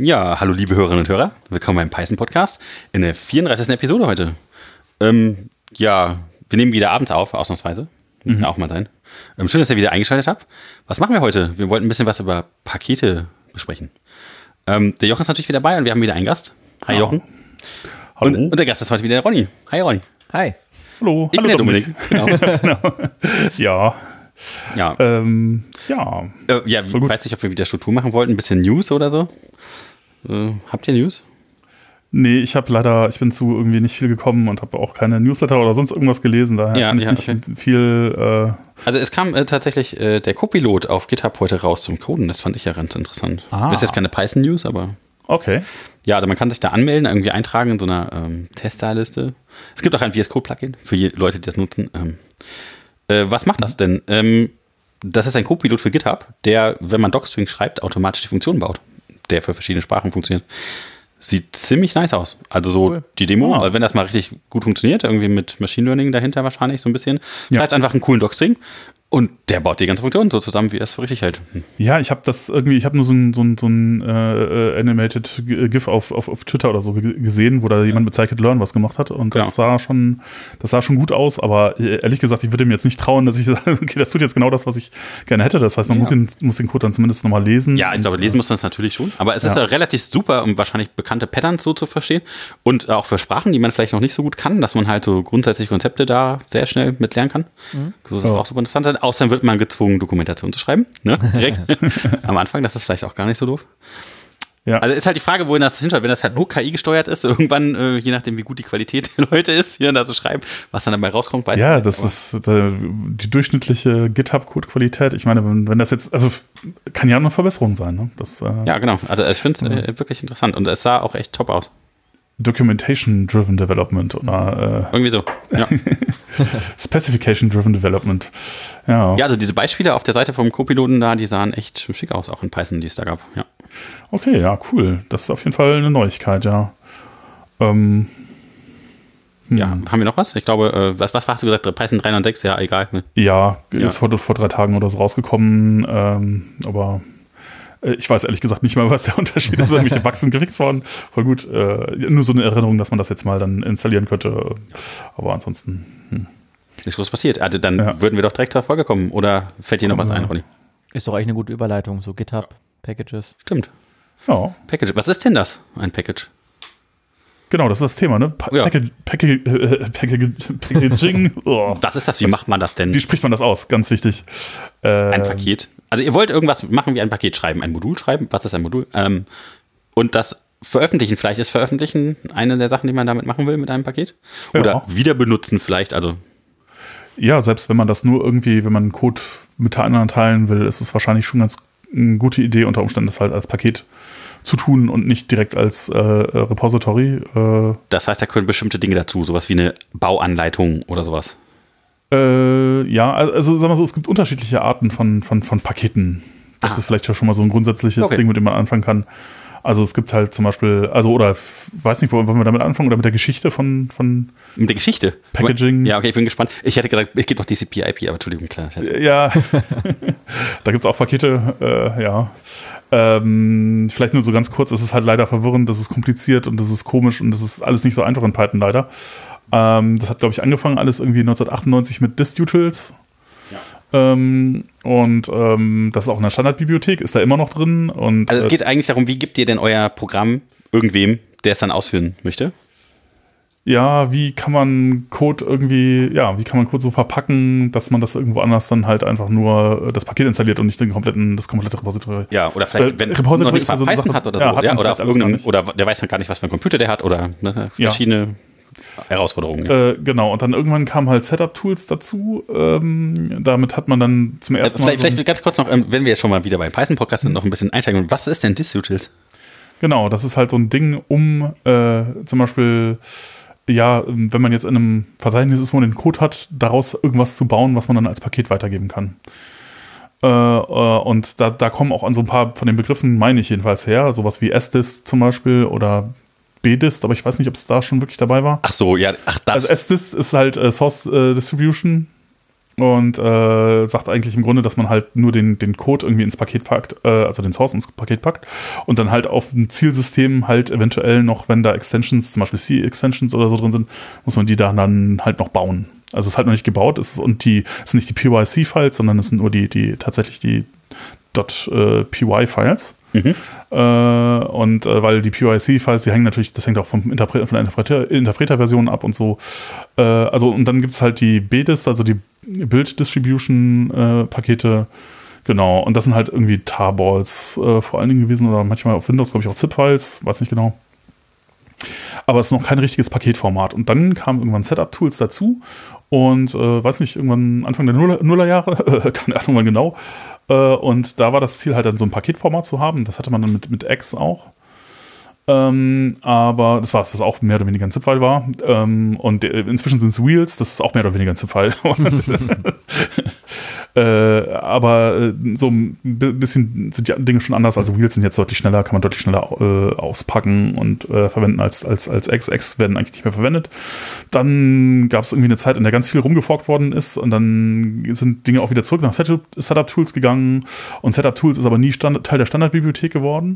Ja, hallo liebe Hörerinnen und Hörer, willkommen beim Python-Podcast in der 34. Episode heute. Ja, wir nehmen wieder abends auf, ausnahmsweise. Muss ja auch mal sein. Schön, dass ihr wieder eingeschaltet habt. Was machen wir heute? Wir wollten ein bisschen was über Pakete besprechen. Der Jochen ist natürlich wieder dabei und wir haben wieder einen Gast. Hi Jochen. Hallo. Und der Gast ist heute wieder der Ronny. Hi Ronny. Hi. Hallo. Ich bin der Dominik. Genau. Genau. Ja. Ja. Ja. Ja, ich weiß nicht, ob wir wieder Struktur machen wollten. Ein bisschen News oder so. Habt ihr News? Nee, ich bin zu irgendwie nicht viel gekommen und habe auch keine Newsletter oder sonst irgendwas gelesen. Daher kann ich nicht viel. Also es kam tatsächlich der Copilot auf GitHub heute raus zum Coden. Das fand ich ja ganz interessant. Das ist jetzt keine Python-News, aber... Okay. Ja, also man kann sich da anmelden, irgendwie eintragen in so einer Testerliste. Es gibt auch ein VS Code-Plugin für Leute, die das nutzen. Was macht das denn? Das ist ein Copilot für GitHub, der, wenn man Docstring schreibt, automatisch die Funktion baut, der für verschiedene Sprachen funktioniert. Sieht ziemlich nice aus. Also so cool. Die Demo, wenn das mal richtig gut funktioniert, irgendwie mit Machine Learning dahinter wahrscheinlich so ein bisschen, schreibt einfach einen coolen Docstring und der baut die ganze Funktion so zusammen, wie er es für richtig hält. Ja, ich habe nur so ein Animated GIF auf Twitter oder so gesehen, wo da jemand mit Scikit-Learn was gemacht hat und das sah schon gut aus, aber ehrlich gesagt, ich würde mir jetzt nicht trauen, dass ich sage, okay, das tut jetzt genau das, was ich gerne hätte. Das heißt, man muss den Code dann zumindest nochmal lesen. Ja, ich glaube, lesen muss man es natürlich schon, aber es ist ja relativ super, um wahrscheinlich bekannte Patterns so zu verstehen und auch für Sprachen, die man vielleicht noch nicht so gut kann, dass man halt so grundsätzliche Konzepte da sehr schnell mit lernen kann. Das ist auch super interessant. Außerdem wird man gezwungen, Dokumentation zu schreiben, ne? Direkt am Anfang, das ist vielleicht auch gar nicht so doof. Ja. Also ist halt die Frage, wohin das hinschaut, wenn das halt nur KI gesteuert ist, irgendwann, je nachdem wie gut die Qualität der Leute ist, hier und da so schreiben, was dann dabei rauskommt, weiß ich nicht. Ja, das ist die durchschnittliche GitHub-Code-Qualität. Ich meine, wenn das jetzt, also kann ja eine Verbesserung sein, ne? Ja, genau. Also ich finde es wirklich interessant und es sah auch echt top aus. Documentation-Driven Development oder irgendwie so, ja. Specification-Driven Development. Ja, also diese Beispiele auf der Seite vom Copiloten da, die sahen echt schick aus, auch in Python, die es da gab. Ja. Okay, ja, cool. Das ist auf jeden Fall eine Neuigkeit, ja. Ja, haben wir noch was? Ich glaube, was hast du gesagt? Python 3.6, ja, egal. Ne? Ja, ist vor 3 Tagen oder so rausgekommen, aber ich weiß ehrlich gesagt nicht mal, was der Unterschied ist. Irgendwelche Bugs sind gefixt worden. Voll gut. Nur so eine Erinnerung, dass man das jetzt mal dann installieren könnte. Aber ansonsten. Nichts groß passiert. Also dann würden wir doch direkt zur Folge kommen. Oder fällt dir noch was ein, Ronny? Ist doch eigentlich eine gute Überleitung. So GitHub, Packages. Stimmt. Ja. Package. Was ist denn das? Ein Package? Genau, das ist das Thema, ne? Packaging. Oh. Was ist das? Wie macht man das denn? Wie spricht man das aus? Ganz wichtig. Ein Paket. Also ihr wollt irgendwas machen wie ein Paket schreiben, ein Modul schreiben. Was ist ein Modul? Und das veröffentlichen. Vielleicht ist veröffentlichen eine der Sachen, die man damit machen will mit einem Paket. Oder wieder benutzen vielleicht. Also ja, selbst wenn man das nur irgendwie, wenn man Code mit anderen teilen will, ist es wahrscheinlich schon ganz eine gute Idee, unter Umständen das halt als Paket zu tun und nicht direkt als Repository. Das heißt, da können bestimmte Dinge dazu, sowas wie eine Bauanleitung oder sowas. Ja, also sagen wir so, es gibt unterschiedliche Arten von Paketen. Das ist vielleicht schon mal so ein grundsätzliches Ding, mit dem man anfangen kann. Also es gibt halt zum Beispiel, weiß nicht, wollen wir damit anfangen oder mit der Geschichte von mit der Geschichte? Packaging? Ja, okay, ich bin gespannt. Ich hätte gesagt, es gibt noch TCP/IP, aber Entschuldigung, klar. Ja, da gibt es auch Pakete, vielleicht nur so ganz kurz, es ist halt leider verwirrend, das ist kompliziert und das ist komisch und das ist alles nicht so einfach in Python leider. Das hat, glaube ich, angefangen alles irgendwie 1998 mit dist-utils. Ja. Das ist auch in der Standardbibliothek, ist da immer noch drin. Und, also es geht eigentlich darum, wie gebt ihr denn euer Programm irgendwem, der es dann ausführen möchte? Ja, wie kann man Code so verpacken, dass man das irgendwo anders dann halt einfach nur das Paket installiert und nicht das komplette Repository. Ja, oder vielleicht, wenn Repository noch nicht mal Python hat oder so. Oder der weiß noch gar nicht, was für ein Computer der hat oder verschiedene Herausforderungen. Ja. Genau, und dann irgendwann kamen halt Setup-Tools dazu. Damit hat man dann zum ersten Mal... Vielleicht ganz kurz noch, wenn wir jetzt schon mal wieder beim Python-Podcast sind, noch ein bisschen einsteigen. Was ist denn dist-utils? Genau, das ist halt so ein Ding, um zum Beispiel... Ja, wenn man jetzt in einem Verzeichnis ist, wo man den Code hat, daraus irgendwas zu bauen, was man dann als Paket weitergeben kann. Und da kommen auch an so ein paar von den Begriffen, meine ich jedenfalls her, sowas wie sdist zum Beispiel oder bdist, aber ich weiß nicht, ob es da schon wirklich dabei war. Ach so, ja. Also sdist ist halt Source Distribution und sagt eigentlich im Grunde, dass man halt nur den Code irgendwie ins Paket packt, also den Source ins Paket packt und dann halt auf dem Zielsystem halt eventuell noch, wenn da Extensions, zum Beispiel C-Extensions oder so drin sind, muss man die dann halt noch bauen. Also es ist halt noch nicht gebaut, es sind nicht die PYC-Files, sondern es sind nur tatsächlich die .py-Files. Weil die PYC-Files, die hängen natürlich, das hängt auch von der Interpreter-Version ab und so. Und dann gibt es halt die BDIS, also die Build-Distribution-Pakete. Genau, und das sind halt irgendwie Tarballs vor allen Dingen gewesen oder manchmal auf Windows, glaube ich, auch ZIP-Files, weiß nicht genau. Aber es ist noch kein richtiges Paketformat. Und dann kamen irgendwann Setup-Tools dazu und weiß nicht, irgendwann Anfang der Nullerjahre, keine Ahnung wann genau. Und da war das Ziel halt dann so ein Paketformat zu haben. Das hatte man dann mit X auch. Aber das war es, was auch mehr oder weniger ein ZIP-File war. Und inzwischen sind es Wheels, das ist auch mehr oder weniger ein ZIP-File. Aber so ein bisschen sind die Dinge schon anders. Also Wheels sind jetzt deutlich schneller, kann man deutlich schneller auspacken und verwenden als X. X werden eigentlich nicht mehr verwendet. Dann gab es irgendwie eine Zeit, in der ganz viel rumgeforkt worden ist und dann sind Dinge auch wieder zurück nach Setup-Tools gegangen und Setup-Tools ist aber nie Teil der Standardbibliothek geworden.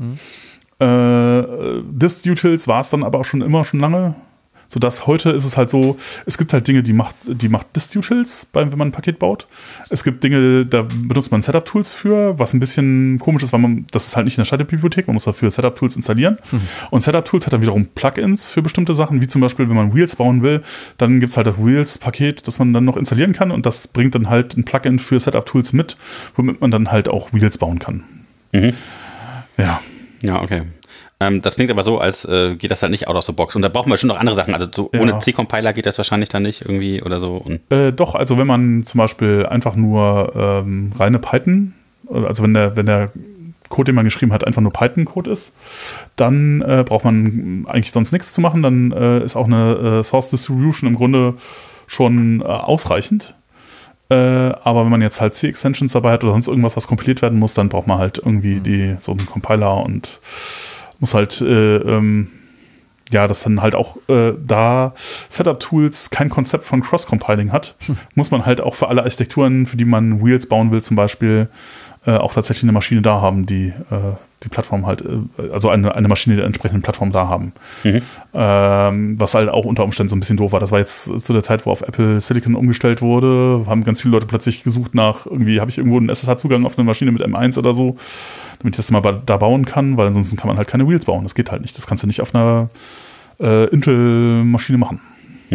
Dist-Utils war es dann aber auch schon lange, sodass heute ist es halt so, es gibt halt Dinge, die macht Dist-Utils, wenn man ein Paket baut. Es gibt Dinge, da benutzt man Setup-Tools für, was ein bisschen komisch ist, weil das ist halt nicht in der Standardbibliothek, man muss dafür Setup-Tools installieren. Und Setup-Tools hat dann wiederum Plugins für bestimmte Sachen, wie zum Beispiel, wenn man Wheels bauen will, dann gibt es halt das Wheels-Paket, das man dann noch installieren kann und das bringt dann halt ein Plugin für Setup-Tools mit, womit man dann halt auch Wheels bauen kann. Ja. Ja, okay. Das klingt aber so, als geht das halt nicht out of the box. Und da brauchen wir schon noch andere Sachen. Also so ohne C-Compiler geht das wahrscheinlich dann nicht irgendwie oder so. Und doch, also wenn man zum Beispiel einfach nur reine Python, also wenn der Code, den man geschrieben hat, einfach nur Python-Code ist, dann braucht man eigentlich sonst nichts zu machen. Dann ist auch eine Source Distribution im Grunde schon ausreichend. Aber wenn man jetzt halt C-Extensions dabei hat oder sonst irgendwas, was kompiliert werden muss, dann braucht man halt irgendwie so einen Compiler und muss halt, das dann halt auch, da Setup-Tools kein Konzept von Cross-Compiling hat, muss man halt auch für alle Architekturen, für die man Wheels bauen will zum Beispiel, auch tatsächlich eine Maschine da haben, die die Plattform halt, also eine Maschine der entsprechenden Plattform da haben. Was halt auch unter Umständen so ein bisschen doof war. Das war jetzt zu der Zeit, wo auf Apple Silicon umgestellt wurde, haben ganz viele Leute plötzlich gesucht nach, irgendwie habe ich irgendwo einen SSH-Zugang auf eine Maschine mit M1 oder so, damit ich das mal da bauen kann, weil ansonsten kann man halt keine Wheels bauen. Das geht halt nicht. Das kannst du nicht auf einer Intel-Maschine machen.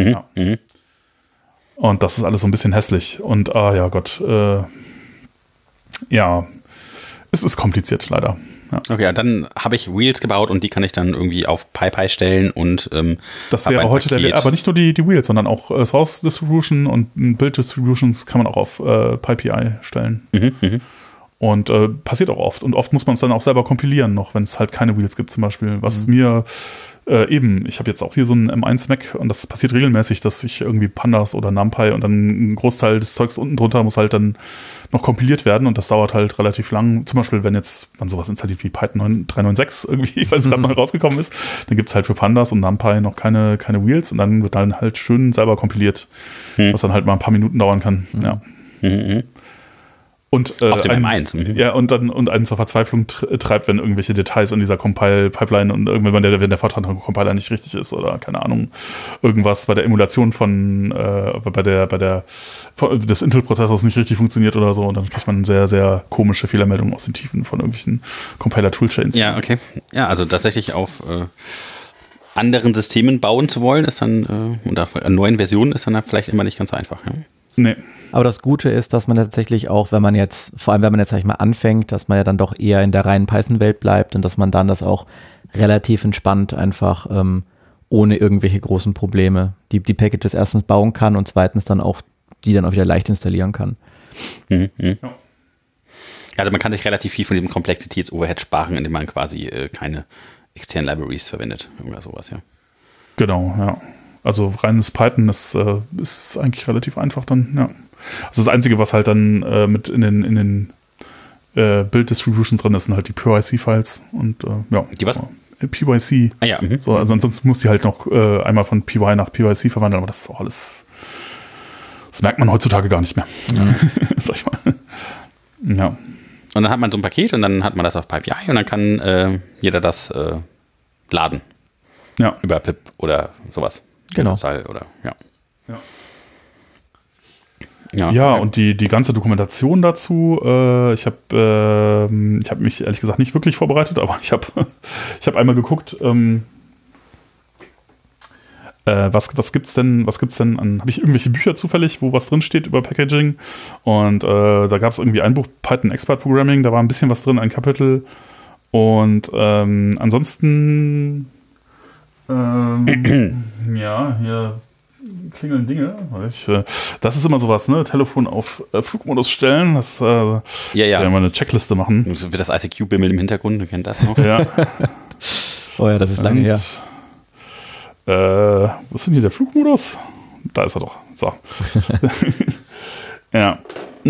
Und das ist alles so ein bisschen hässlich. Und es ist kompliziert, leider. Ja. Okay, dann habe ich Wheels gebaut und die kann ich dann irgendwie auf PyPy stellen und das wäre heute der Weg, aber nicht nur die Wheels, sondern auch Source Distribution und Build Distributions kann man auch auf PyPI stellen. Und passiert auch oft. Und oft muss man es dann auch selber kompilieren, noch wenn es halt keine Wheels gibt zum Beispiel. Was mir ich habe jetzt auch hier so einen M1 Mac und das passiert regelmäßig, dass ich irgendwie Pandas oder NumPy und dann ein Großteil des Zeugs unten drunter muss halt dann noch kompiliert werden und das dauert halt relativ lang. Zum Beispiel, wenn jetzt man sowas installiert wie Python 396 irgendwie, weil es gerade mal rausgekommen ist, dann gibt es halt für Pandas und NumPy noch keine Wheels und dann wird dann halt schön selber kompiliert, was dann halt mal ein paar Minuten dauern kann. Ja. Und, auf dem M1. Ja, und einen zur Verzweiflung treibt, wenn irgendwelche Details in dieser Compile-Pipeline und irgendwann, wenn der Vortrag vom Compiler nicht richtig ist oder keine Ahnung, irgendwas bei der Emulation von des Intel-Prozessors nicht richtig funktioniert oder so und dann kriegt man sehr, sehr komische Fehlermeldungen aus den Tiefen von irgendwelchen Compiler-Toolchains. Ja, okay. Ja, also tatsächlich auf anderen Systemen bauen zu wollen, ist dann, und auf neuen Versionen ist dann vielleicht immer nicht ganz so einfach. Ja? Nee. Aber das Gute ist, dass man tatsächlich auch, vor allem wenn man jetzt sag ich mal anfängt, dass man ja dann doch eher in der reinen Python-Welt bleibt und dass man dann das auch relativ entspannt einfach ohne irgendwelche großen Probleme die Packages erstens bauen kann und zweitens dann auch die dann auch wieder leicht installieren kann. Also man kann sich relativ viel von diesem Komplexitäts-Overhead sparen, indem man quasi keine externen Libraries verwendet oder sowas, ja. Genau, ja. Also reines Python ist eigentlich relativ einfach dann, ja. Also das Einzige, was halt dann mit in den Build-Distributions drin ist, sind halt die PYC-Files und Die was? PYC. Ah ja. So, also ansonsten muss die halt noch einmal von PY nach PYC verwandeln, aber das ist auch alles Das merkt man heutzutage gar nicht mehr. Ja. Sag ich mal. Ja. Und dann hat man so ein Paket und dann hat man das auf PyPI und dann kann jeder das laden. Ja. Über pip oder sowas. Genau. Oder, ja. Ja, und die ganze Dokumentation dazu, ich habe mich ehrlich gesagt nicht wirklich vorbereitet, aber ich hab einmal geguckt, was gibt's denn an, habe ich irgendwelche Bücher zufällig, wo was drin steht über Packaging, und da gab es irgendwie ein Buch, Python Expert Programming, da war ein bisschen was drin, ein Kapitel, und ansonsten ja, hier klingeln Dinge. Das ist immer sowas, ne? Telefon auf Flugmodus stellen. Das ist ja immer eine Checkliste machen. Das wird das ICQ-Bimmel im Hintergrund, du kennst das noch. Ja. Oh ja, das ist lange her. Was ist denn hier der Flugmodus? Da ist er doch. So. Ja.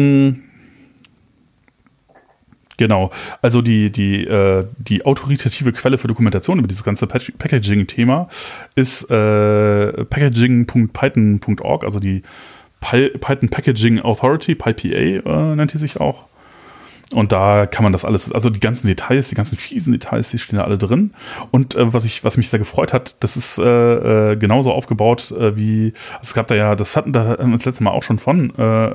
Genau, also die autoritative Quelle für Dokumentation über dieses ganze Packaging-Thema ist packaging.python.org, also die Python Packaging Authority, PyPA nennt die sich auch. Und da kann man das alles, also die ganzen Details, die ganzen fiesen Details, die stehen da alle drin. Und was mich sehr gefreut hat, das ist genauso aufgebaut wie, also es gab da ja, das hatten wir das letzte Mal auch schon von,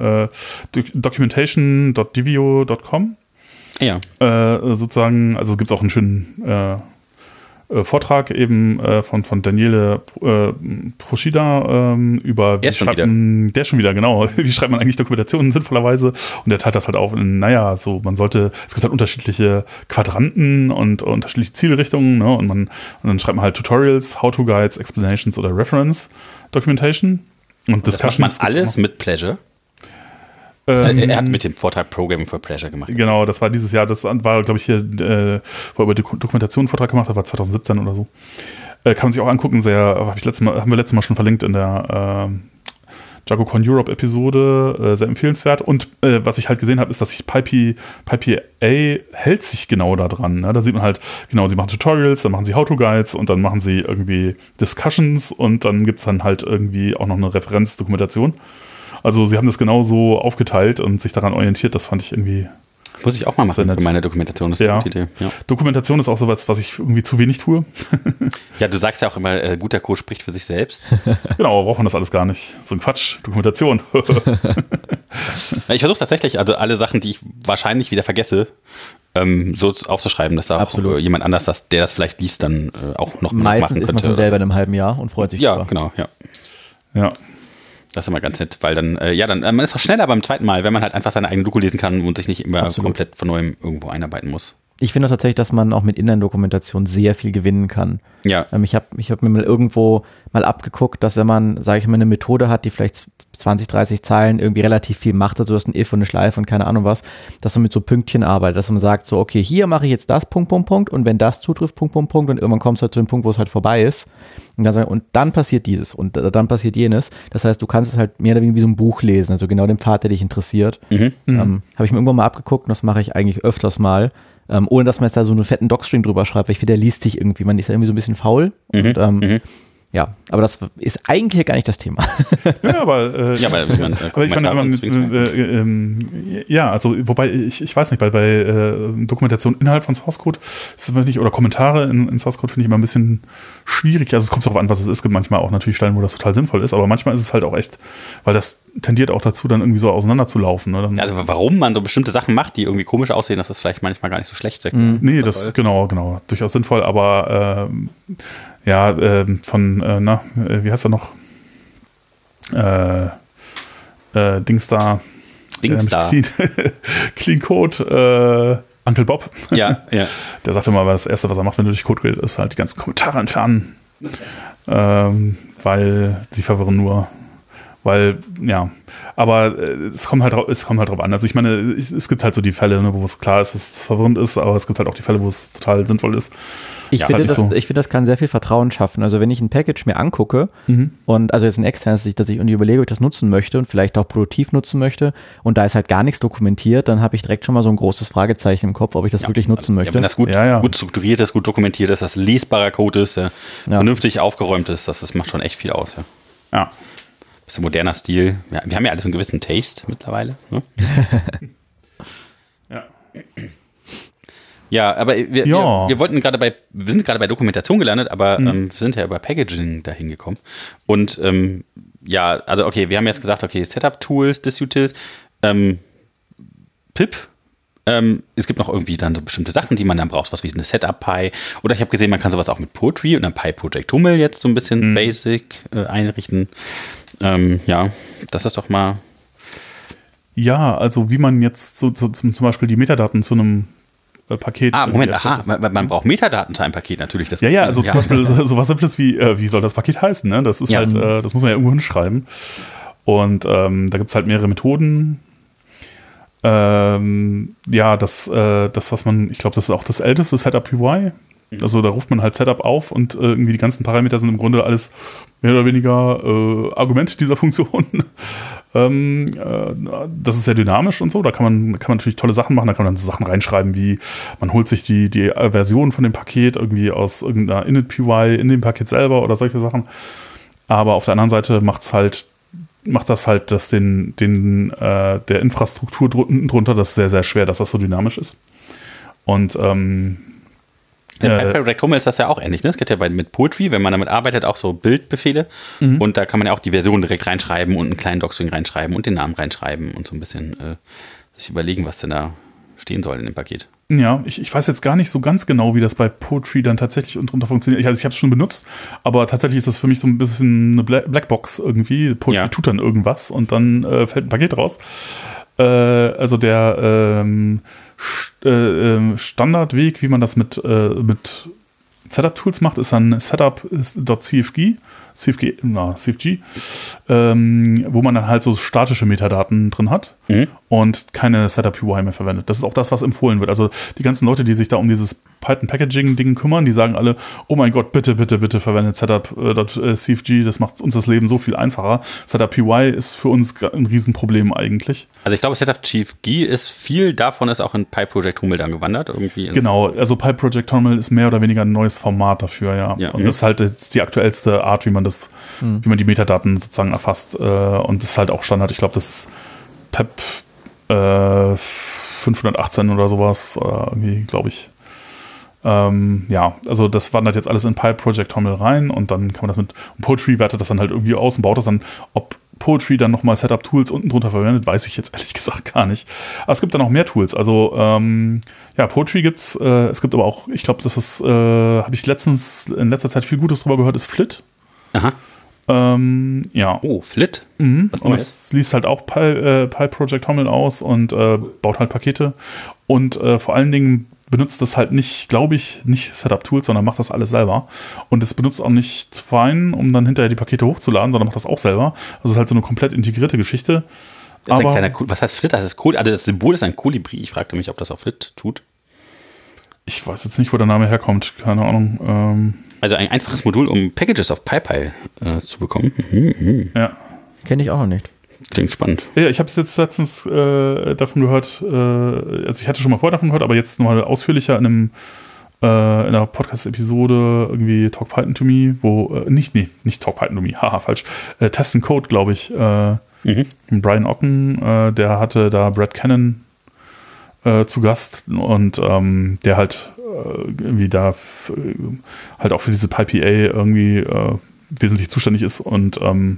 documentation.divio.com. Ja. Sozusagen, also es gibt auch einen schönen Vortrag eben von Daniele Proschida über der schon wieder, genau, wie schreibt man eigentlich Dokumentationen sinnvollerweise, und der teilt das halt auf in, es gibt halt unterschiedliche Quadranten und unterschiedliche Zielrichtungen, ne? Und dann schreibt man halt Tutorials, How-to-Guides, Explanations oder Reference Documentation. Und das macht man alles mit Pleasure. Er hat mit dem Vortrag Programming for Pleasure gemacht. Genau, das war dieses Jahr, das war, glaube ich, hier, wo er über die Dokumentation einen Vortrag gemacht hat, war 2017 oder so. Kann man sich auch angucken, haben wir letztes Mal schon verlinkt in der JagoCon Europe Episode, sehr empfehlenswert. Und was ich halt gesehen habe, ist, dass sich PyPA hält sich genau da dran. Ne? Da sieht man halt, genau, sie machen Tutorials, dann machen sie How-to-Guides und dann machen sie irgendwie Discussions und dann gibt es dann halt irgendwie auch noch eine Referenzdokumentation. Also sie haben das genau so aufgeteilt und sich daran orientiert, das fand ich irgendwie... Muss ich auch mal machen für meine Dokumentation, das ist eine gute Idee. Ja. Dokumentation ist auch sowas, was ich irgendwie zu wenig tue. Ja, du sagst ja auch immer, guter Code spricht für sich selbst. Genau, braucht man das alles gar nicht. So ein Quatsch, Dokumentation. Ich versuche tatsächlich, also alle Sachen, die ich wahrscheinlich wieder vergesse, so aufzuschreiben, dass da auch jemand anders, der das vielleicht liest, dann auch noch meistens machen könnte. Meistens ist man dann selber in einem halben Jahr und freut sich drüber. Ja, genau, ja. Das ist immer ganz nett, weil dann, man ist auch schneller beim zweiten Mal, wenn man halt einfach seine eigene Doku lesen kann und sich nicht immer komplett von neuem irgendwo einarbeiten muss. Ich finde tatsächlich, dass man auch mit Inline-Dokumentation sehr viel gewinnen kann. Ja. Ich hab mir mal irgendwo mal abgeguckt, dass wenn man, sage ich mal, eine Methode hat, die vielleicht 20, 30 Zeilen irgendwie relativ viel macht, also du hast ein If und eine Schleife und keine Ahnung was, dass man mit so Pünktchen arbeitet, dass man sagt so, okay, hier mache ich jetzt das, Punkt, Punkt, Punkt, und wenn das zutrifft, Punkt, Punkt, Punkt, und irgendwann kommst du halt zu dem Punkt, wo es halt vorbei ist und dann passiert dieses und dann passiert jenes. Das heißt, du kannst es halt mehr oder weniger wie so ein Buch lesen, also genau den Pfad, der dich interessiert. Habe ich mir irgendwann mal abgeguckt und das mache ich eigentlich öfters mal. Ohne dass man jetzt da so einen fetten Docstring drüber schreibt, weil ich finde, der liest sich irgendwie, man ist ja irgendwie so ein bisschen faul. Ja, aber das ist eigentlich gar nicht das Thema. Ja, aber ich meine, also wobei ich weiß nicht, bei Dokumentation innerhalb von Source Code ist es nicht, oder Kommentare in Source Code finde ich immer ein bisschen schwierig. Also es kommt darauf an, was es ist. Es gibt manchmal auch natürlich Stellen, wo das total sinnvoll ist, aber manchmal ist es halt auch echt, weil das tendiert auch dazu, dann irgendwie so auseinander zu laufen. Ne? Also warum man so bestimmte Sachen macht, die irgendwie komisch aussehen, das ist vielleicht manchmal gar nicht so schlecht. Nee, das ist genau, durchaus sinnvoll, aber wie heißt er noch? Dingsda. Clean Code, Uncle Bob. Ja. Der sagte mal, das Erste, was er macht, wenn du durch Code redest, ist halt die ganzen Kommentare entfernen. Weil sie verwirren nur. Aber es kommt halt drauf an. Also ich meine, es gibt halt so die Fälle, ne, wo es klar ist, dass es verwirrend ist, aber es gibt halt auch die Fälle, wo es total sinnvoll ist. Ich finde, das kann sehr viel Vertrauen schaffen. Also wenn ich ein Package mir angucke und also jetzt ein externes, dass ich irgendwie überlege, ob ich das nutzen möchte und vielleicht auch produktiv nutzen möchte und da ist halt gar nichts dokumentiert, dann habe ich direkt schon mal so ein großes Fragezeichen im Kopf, ob ich das wirklich nutzen möchte. Wenn das gut strukturiert ist, gut dokumentiert ist, dass lesbarer Code ist, vernünftig aufgeräumt ist, das macht schon echt viel aus. Ja. bisschen moderner Stil. Ja, wir haben ja alles einen gewissen Taste mittlerweile. Ne? Ja. Ja, aber wir sind gerade bei Dokumentation gelandet, aber wir sind ja über Packaging dahin gekommen. Und also okay, wir haben jetzt gesagt, okay, Setup-Tools, Disutils, Pip. Es gibt noch irgendwie dann so bestimmte Sachen, die man dann braucht, was wie eine Setup-Py. Oder ich habe gesehen, man kann sowas auch mit Poetry und einem PyProject-Hummel jetzt so ein bisschen basic einrichten. Das ist doch mal. Ja, also wie man jetzt zum Beispiel die Metadaten zu einem Paket. Moment, man braucht Metadaten zu einem Paket natürlich. Das zum Beispiel so was Simples wie soll das Paket heißen, ne? Das ist das muss man ja irgendwo hinschreiben. Und da gibt es halt mehrere Methoden. Das was man, ich glaube, das ist auch das älteste Setup UI. Also da ruft man halt Setup auf und irgendwie die ganzen Parameter sind im Grunde alles mehr oder weniger Argumente dieser Funktion. Das ist sehr dynamisch und so. Da kann man natürlich tolle Sachen machen. Da kann man dann so Sachen reinschreiben, wie man holt sich die Version von dem Paket irgendwie aus irgendeiner Init-PY in dem Paket selber oder solche Sachen. Aber auf der anderen Seite macht das halt der Infrastruktur drunter das sehr, sehr schwer, dass das so dynamisch ist. Und bei Project Hummel ist das ja auch ähnlich, ne? Es gibt ja mit Poetry, wenn man damit arbeitet, auch so Bildbefehle. Und da kann man ja auch die Version direkt reinschreiben und einen kleinen Docstring reinschreiben und den Namen reinschreiben und so ein bisschen sich überlegen, was denn da stehen soll in dem Paket. Ja, ich weiß jetzt gar nicht so ganz genau, wie das bei Poetry dann tatsächlich und drunter funktioniert. Ich habe es schon benutzt, aber tatsächlich ist das für mich so ein bisschen eine Blackbox irgendwie. Poetry tut dann irgendwas und dann fällt ein Paket raus. Also der Standardweg, wie man das mit Setup-Tools macht, ist dann setup.cfg, wo man dann halt so statische Metadaten drin hat und keine Setup-UI mehr verwendet. Das ist auch das, was empfohlen wird. Also die ganzen Leute, die sich da um dieses Python-Packaging-Ding kümmern, die sagen alle, oh mein Gott, bitte, bitte, bitte verwendet Setup.cfg, das macht uns das Leben so viel einfacher. Setup-UI ist für uns ein Riesenproblem eigentlich. Also ich glaube, Setup.cfg ist viel davon ist auch in PyProject-Hummel dann gewandert irgendwie. Genau, also PyProject-Hummel ist mehr oder weniger ein neues Format dafür, ja. Und das ist halt jetzt die aktuellste Art, wie man die Metadaten sozusagen erfasst. Und das ist halt auch Standard. Ich glaube, das ist PEP 518 oder sowas, irgendwie, glaube ich. Also das wandert jetzt alles in PyProject-Hummel rein und dann kann man das mit Poetry wertet das dann halt irgendwie aus und baut das dann, ob Poetry dann nochmal Setup-Tools unten drunter verwendet, weiß ich jetzt ehrlich gesagt gar nicht. Aber es gibt dann noch mehr Tools. Also Poetry gibt's, es gibt aber auch, ich glaube, das ist, habe ich in letzter Zeit viel Gutes drüber gehört, ist Flit. Aha. Oh, Flit? Und es liest halt auch PyProject-Hummel aus und baut halt Pakete und vor allen Dingen benutzt das halt nicht, glaube ich, nicht Setup-Tools, sondern macht das alles selber. Und es benutzt auch nicht Twine, um dann hinterher die Pakete hochzuladen, sondern macht das auch selber. Also es ist halt so eine komplett integrierte Geschichte. Das ist was heißt Flit? Das ist cool. Also das Symbol ist ein Kolibri. Ich fragte mich, ob das auch Flit tut. Ich weiß jetzt nicht, wo der Name herkommt. Keine Ahnung. Also ein einfaches Modul, um Packages auf PyPy zu bekommen. Ja. Kenne ich auch noch nicht. Klingt spannend. Ja, ich habe es jetzt letztens davon gehört, also ich hatte schon mal vorher davon gehört, aber jetzt nochmal ausführlicher in einer Podcast-Episode irgendwie Talk Python to Me, wo, nicht Talk Python to Me, haha, falsch, Test and Code, glaube ich, Brian Ocken, der hatte da Brad Cannon zu Gast und der halt irgendwie da halt auch für diese PyPA irgendwie wesentlich zuständig ist und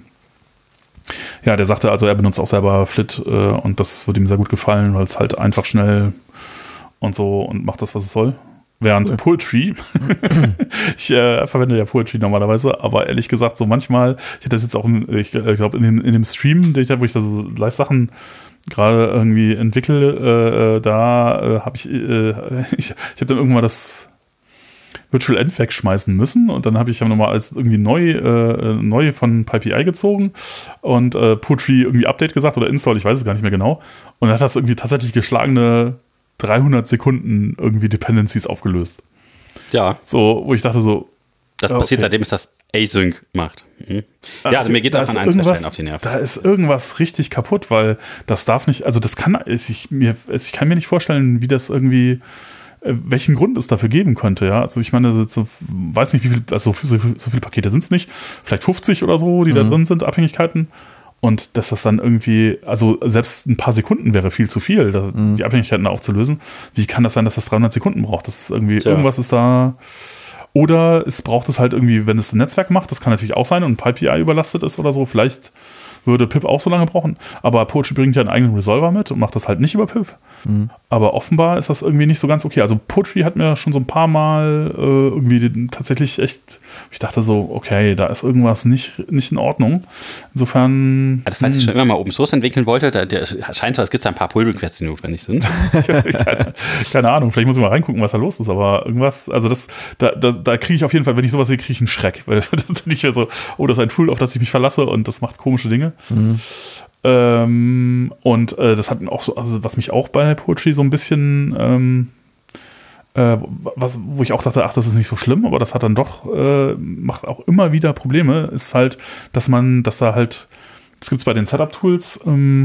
der sagte, also er benutzt auch selber Flit und das wird ihm sehr gut gefallen, weil es halt einfach schnell und so und macht das, was es soll. Während Poetry, ich verwende ja Poetry normalerweise, aber ehrlich gesagt, so manchmal, ich hatte das jetzt auch, ich glaube, in dem Stream, wo ich da so Live-Sachen gerade irgendwie entwickle, da habe ich habe dann irgendwann das Virtual Env wegschmeißen müssen und dann habe ich nochmal als irgendwie neu von PyPI gezogen und Poetry irgendwie Update gesagt oder Install, ich weiß es gar nicht mehr genau. Und dann hat das irgendwie tatsächlich geschlagene 300 Sekunden irgendwie Dependencies aufgelöst. Ja. So, wo ich dachte so. Das passiert, seitdem es das Async macht. Ja, also mir geht das an ein, zwei Stellen auf die Nerven. Da ist irgendwas richtig kaputt, weil das darf nicht, also das kann, ich kann mir nicht vorstellen, wie das irgendwie, welchen Grund es dafür geben könnte, ja. Also ich meine, so, weiß nicht, wie viel, also so viele Pakete sind es nicht, vielleicht 50 oder so, die da drin sind, Abhängigkeiten. Und dass das dann irgendwie, also selbst ein paar Sekunden wäre viel zu viel, die Abhängigkeiten da aufzulösen. Wie kann das sein, dass das 300 Sekunden braucht? Das ist irgendwie, irgendwas ist da. Oder es braucht es halt irgendwie, wenn es ein Netzwerk macht, das kann natürlich auch sein und PyPI überlastet ist oder so, vielleicht würde Pip auch so lange brauchen. Aber Poetry bringt ja einen eigenen Resolver mit und macht das halt nicht über Pip. Aber offenbar ist das irgendwie nicht so ganz okay. Also Poetry hat mir schon so ein paar Mal irgendwie tatsächlich echt, ich dachte so, okay, da ist irgendwas nicht in Ordnung. Insofern. Also falls ihr schon immer mal Open Source entwickeln wolltet, der scheint so, als gibt es ein paar Pull-Requests, die notwendig sind. keine Ahnung, vielleicht muss ich mal reingucken, was da los ist, aber irgendwas, also da kriege ich auf jeden Fall, wenn ich sowas sehe, kriege ich einen Schreck, weil das ist nicht mehr so, oh, das ist ein Tool, auf das ich mich verlasse und das macht komische Dinge. Und das hat auch so, also was mich auch bei Poetry so ein bisschen wo ich auch dachte, ach, das ist nicht so schlimm, aber das hat dann doch, macht auch immer wieder Probleme, ist halt, dass da halt, das gibt es bei den Setup-Tools,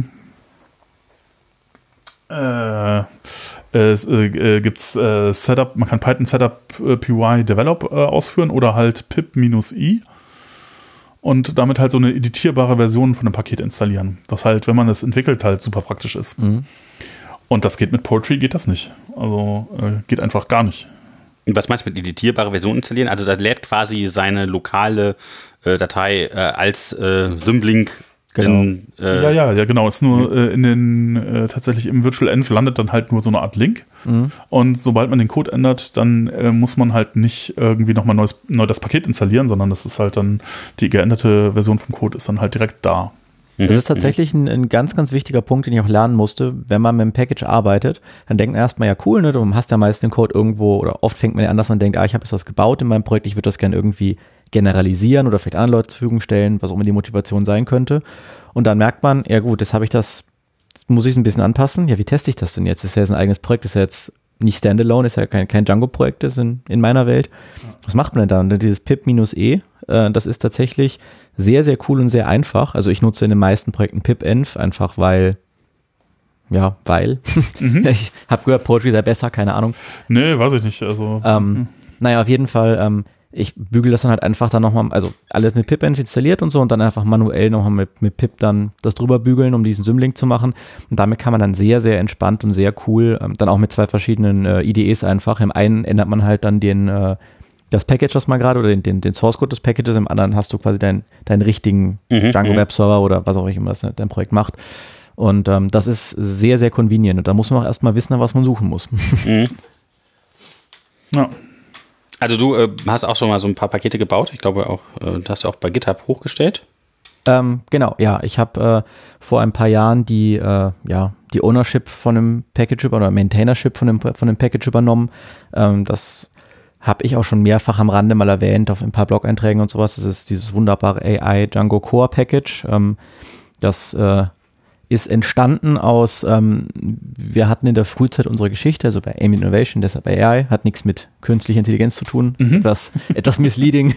gibt's Setup, man kann Python Setup PY Develop ausführen oder halt pip-i und damit halt so eine editierbare Version von einem Paket installieren. Das halt, wenn man es entwickelt, halt super praktisch ist. Und das geht mit Poetry, geht das nicht. Also geht einfach gar nicht. Und was meinst du mit editierbare Version installieren? Also da lädt quasi seine lokale Datei als Symlink. Genau. Ja, genau. Es ist nur tatsächlich im Virtual Env landet dann halt nur so eine Art Link. Und sobald man den Code ändert, dann muss man halt nicht irgendwie nochmal neu das Paket installieren, sondern das ist halt dann, die geänderte Version vom Code ist dann halt direkt da. Das ist tatsächlich ein ganz, ganz wichtiger Punkt, den ich auch lernen musste. Wenn man mit einem Package arbeitet, dann denkt man erstmal, ja cool, ne, du hast ja meist den Code irgendwo, oder oft fängt man ja an, dass man denkt, ich habe jetzt was gebaut in meinem Projekt, ich würde das gerne irgendwie generalisieren oder vielleicht anderen Leuten zur Verfügung stellen, was auch immer die Motivation sein könnte. Und dann merkt man, ja gut, jetzt muss ich es ein bisschen anpassen. Ja, wie teste ich das denn jetzt? Das ist ja jetzt ein eigenes Projekt, das ist ja jetzt nicht Standalone, ist ja kein Django-Projekt, das ist in meiner Welt. Was macht man denn da? Und dieses pip-e, das ist tatsächlich sehr, sehr cool und sehr einfach. Also ich nutze in den meisten Projekten pipenv, einfach weil. Ich habe gehört, Poetry sei besser, keine Ahnung. Nee, weiß ich nicht. Also, naja, auf jeden Fall, ich bügel das dann halt einfach dann nochmal, also alles mit pipenv installiert und so und dann einfach manuell nochmal mit pip dann das drüber bügeln, um diesen Symlink zu machen. Und damit kann man dann sehr, sehr entspannt und sehr cool, dann auch mit 2 verschiedenen IDEs einfach. Im einen ändert man halt dann das Package, das man gerade, oder den Source Code des Packages, im anderen hast du quasi deinen richtigen Django Web Server oder was auch immer das dein Projekt macht. Und das ist sehr, sehr convenient. Und da muss man auch erstmal wissen, was man suchen muss. Ja. Also du hast auch schon mal so ein paar Pakete gebaut. Ich glaube auch, das hast du auch bei GitHub hochgestellt. Genau, ja. Ich habe vor ein paar Jahren die Ownership von einem Package oder Maintainership von dem Package übernommen. Das habe ich auch schon mehrfach am Rande mal erwähnt auf ein paar Blog-Einträgen und sowas. Das ist dieses wunderbare AI Django Core Package. Das ist entstanden aus, wir hatten in der Frühzeit unserer Geschichte, also bei Ambient Innovation, deshalb AI, hat nichts mit künstlicher Intelligenz zu tun, etwas misleading,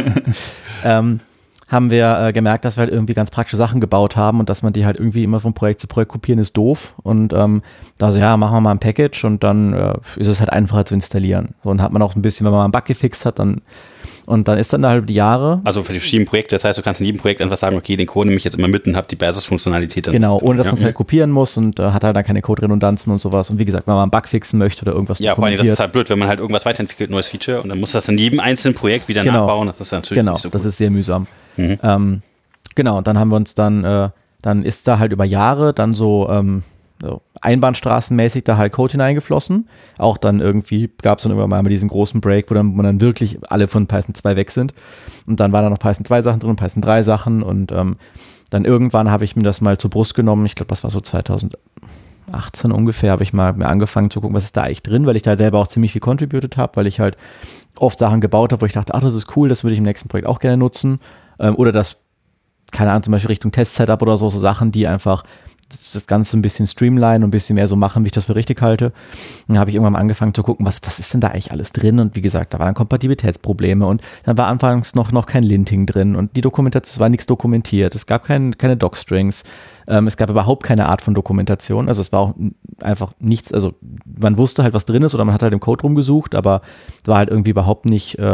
haben wir gemerkt, dass wir halt irgendwie ganz praktische Sachen gebaut haben und dass man die halt irgendwie immer von Projekt zu Projekt kopieren ist doof und machen wir mal ein Package und dann ist es halt einfacher zu installieren. So, und hat man auch ein bisschen, wenn man mal einen Bug gefixt hat, dann ist dann halt die Jahre. Also für die verschiedenen Projekte, das heißt, du kannst in jedem Projekt einfach sagen, okay, den Code nehme ich jetzt immer mit und habe die Basisfunktionalität. Genau, ohne dass man es halt kopieren muss und hat halt dann keine Code-Redundanzen und sowas. Und wie gesagt, wenn man einen Bug fixen möchte oder irgendwas dokumentiert. Ja, vor allem, das ist halt blöd, wenn man halt irgendwas weiterentwickelt, neues Feature und dann muss das in jedem einzelnen Projekt wieder nachbauen. Das ist natürlich nicht so gut. Das ist sehr mühsam. Genau, und dann haben wir uns dann ist da halt über Jahre dann so einbahnstraßenmäßig da halt Code hineingeflossen. Auch dann irgendwie gab es dann immer mal diesen großen Break, wo dann wirklich alle von Python 2 weg sind. Und dann waren da noch Python 2 Sachen drin, Python 3 Sachen und dann irgendwann habe ich mir das mal zur Brust genommen. Ich glaube, das war so 2018 ungefähr, habe ich mal mir angefangen zu gucken, was ist da eigentlich drin, weil ich da selber auch ziemlich viel contributed habe, weil ich halt oft Sachen gebaut habe, wo ich dachte, das ist cool, das würde ich im nächsten Projekt auch gerne nutzen. Oder das, keine Ahnung, zum Beispiel Richtung Test-Setup oder so Sachen, die einfach das Ganze ein bisschen streamline und ein bisschen mehr so machen, wie ich das für richtig halte. Und dann habe ich irgendwann mal angefangen zu gucken, was ist denn da eigentlich alles drin? Und wie gesagt, da waren Kompatibilitätsprobleme und dann war anfangs noch kein Linting drin und die Dokumentation, es war nichts dokumentiert, es gab keine Docstrings, es gab überhaupt keine Art von Dokumentation, also es war auch einfach nichts, also man wusste halt, was drin ist oder man hat halt im Code rumgesucht, aber es war halt irgendwie überhaupt nicht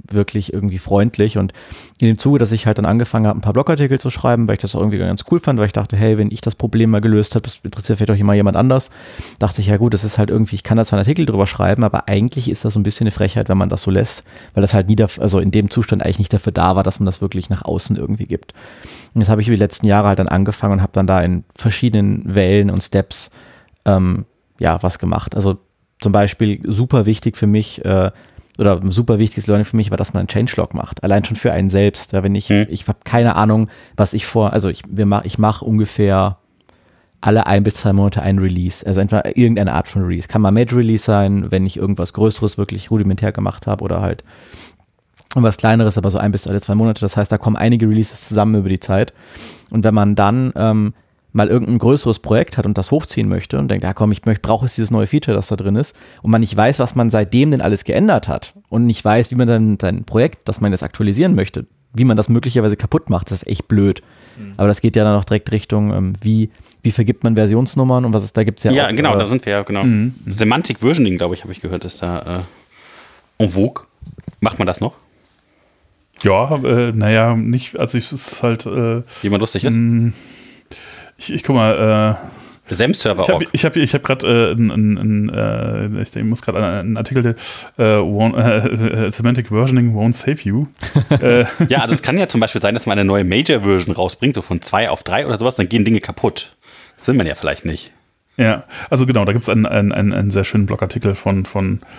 wirklich irgendwie freundlich. Und in dem Zuge, dass ich halt dann angefangen habe, ein paar Blogartikel zu schreiben, weil ich das auch irgendwie ganz cool fand, weil ich dachte, hey, wenn ich das Problem mal gelöst habe, das interessiert vielleicht auch immer jemand anders, dachte ich, ja gut, das ist halt irgendwie, ich kann da zwar einen Artikel drüber schreiben, aber eigentlich ist das so ein bisschen eine Frechheit, wenn man das so lässt, weil das halt also in dem Zustand eigentlich nicht dafür da war, dass man das wirklich nach außen irgendwie gibt. Und das habe ich über die letzten Jahre halt dann angefangen und habe dann da in verschiedenen Wellen und Steps was gemacht. Also zum Beispiel super wichtig für mich, oder ein super wichtiges Learning für mich war, dass man einen Changelog macht. Allein schon für einen selbst. Ja, wenn ich habe keine Ahnung, was ich ich mache ungefähr alle 1 bis 2 Monate einen Release. Also entweder irgendeine Art von Release. Kann mal Major Release sein, wenn ich irgendwas Größeres wirklich rudimentär gemacht habe oder halt was Kleineres, aber so 1 bis alle 2 Monate. Das heißt, da kommen einige Releases zusammen über die Zeit. Und wenn man dann mal irgendein größeres Projekt hat und das hochziehen möchte und denkt, ja komm, ich brauche jetzt dieses neue Feature, das da drin ist, und man nicht weiß, was man seitdem denn alles geändert hat und nicht weiß, wie man dann sein Projekt, das man jetzt aktualisieren möchte, wie man das möglicherweise kaputt macht, das ist echt blöd. Aber das geht ja dann auch direkt Richtung, wie vergibt man Versionsnummern und was ist, da gibt es ja auch. Ja, genau, da sind wir ja, genau. Semantic Versioning, glaube ich, habe ich gehört, ist da en vogue. Macht man das noch? Ja, nicht, also es ist halt. Wie man lustig ist? Ich guck mal. SEM-Server. Ich hab gerade ich muss gerade einen Artikel, Semantic Versioning won't save you. Ja, also es kann ja zum Beispiel sein, dass man eine neue Major-Version rausbringt, so von 2 auf 3 oder sowas, dann gehen Dinge kaputt. Das will man ja vielleicht nicht. Ja, also genau, da gibt es einen sehr schönen Blogartikel von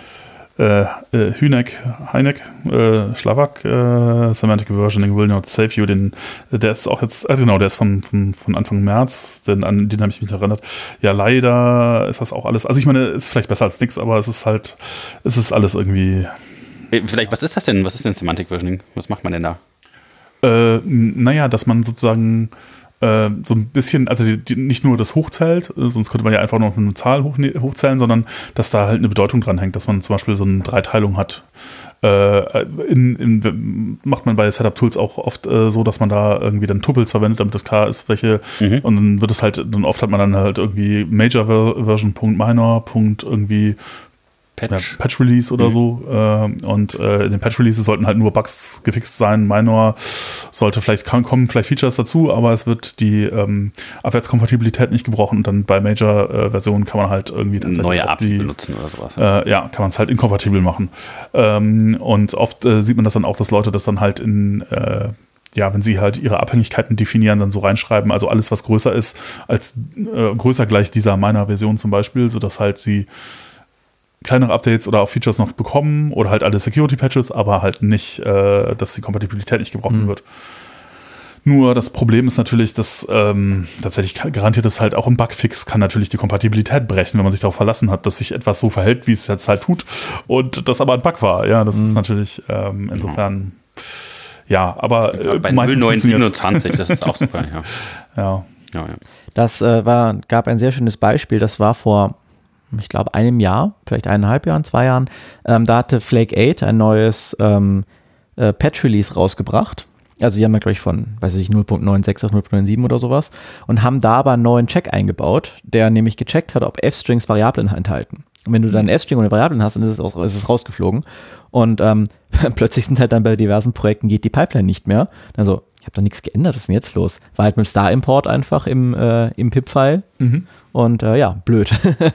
Schlawak, Semantic Versioning will not save you, der ist auch jetzt, genau, der ist von Anfang März, an den habe ich mich erinnert. Ja, leider ist das auch alles, also ich meine, ist vielleicht besser als nichts, aber es ist alles irgendwie. Vielleicht, was ist das denn? Was ist denn Semantic Versioning? Was macht man denn da? Dass man sozusagen so ein bisschen, also nicht nur das hochzählt, sonst könnte man ja einfach noch eine Zahl hochzählen, sondern dass da halt eine Bedeutung dran hängt, dass man zum Beispiel so eine Dreiteilung hat. Macht man bei Setup-Tools auch oft so, dass man da irgendwie dann Tupels verwendet, damit das klar ist, welche, und dann wird es halt, dann oft hat man dann halt irgendwie Major-Version.minor. irgendwie Patch Release oder so. Und in den Patch Releases sollten halt nur Bugs gefixt sein. Minor sollte kommen vielleicht Features dazu, aber es wird die Abwärtskompatibilität nicht gebrochen. Und dann bei Major-Versionen kann man halt irgendwie tatsächlich neue API benutzen oder sowas. Kann man es halt inkompatibel machen. Und oft sieht man das dann auch, dass Leute das dann halt wenn sie halt ihre Abhängigkeiten definieren, dann so reinschreiben, also alles, was größer ist, als größer gleich dieser Minor-Version zum Beispiel, sodass halt sie kleinere Updates oder auch Features noch bekommen oder halt alle Security-Patches, aber halt nicht, dass die Kompatibilität nicht gebrochen wird. Nur das Problem ist natürlich, dass tatsächlich garantiert ist halt auch ein Bugfix kann natürlich die Kompatibilität brechen, wenn man sich darauf verlassen hat, dass sich etwas so verhält, wie es jetzt halt tut und das aber ein Bug war. Ja, das ist natürlich insofern, aber bei 0927, das ist auch super, ja. Das gab ein sehr schönes Beispiel, das war vor, ich glaube, einem Jahr, vielleicht 1,5 Jahren, 2 Jahren, da hatte Flake 8 ein neues Patch-Release rausgebracht. Also die haben ja, glaube ich, von, 0.96 auf 0.97 oder sowas und haben da aber einen neuen Check eingebaut, der nämlich gecheckt hat, ob F-Strings Variablen enthalten. Und wenn du dann F-String und Variablen hast, dann ist es rausgeflogen. Und plötzlich sind halt dann bei diversen Projekten geht die Pipeline nicht mehr. Also ich habe da nichts geändert, was ist denn jetzt los? War halt mit Star-Import einfach im PIP-File und blöd.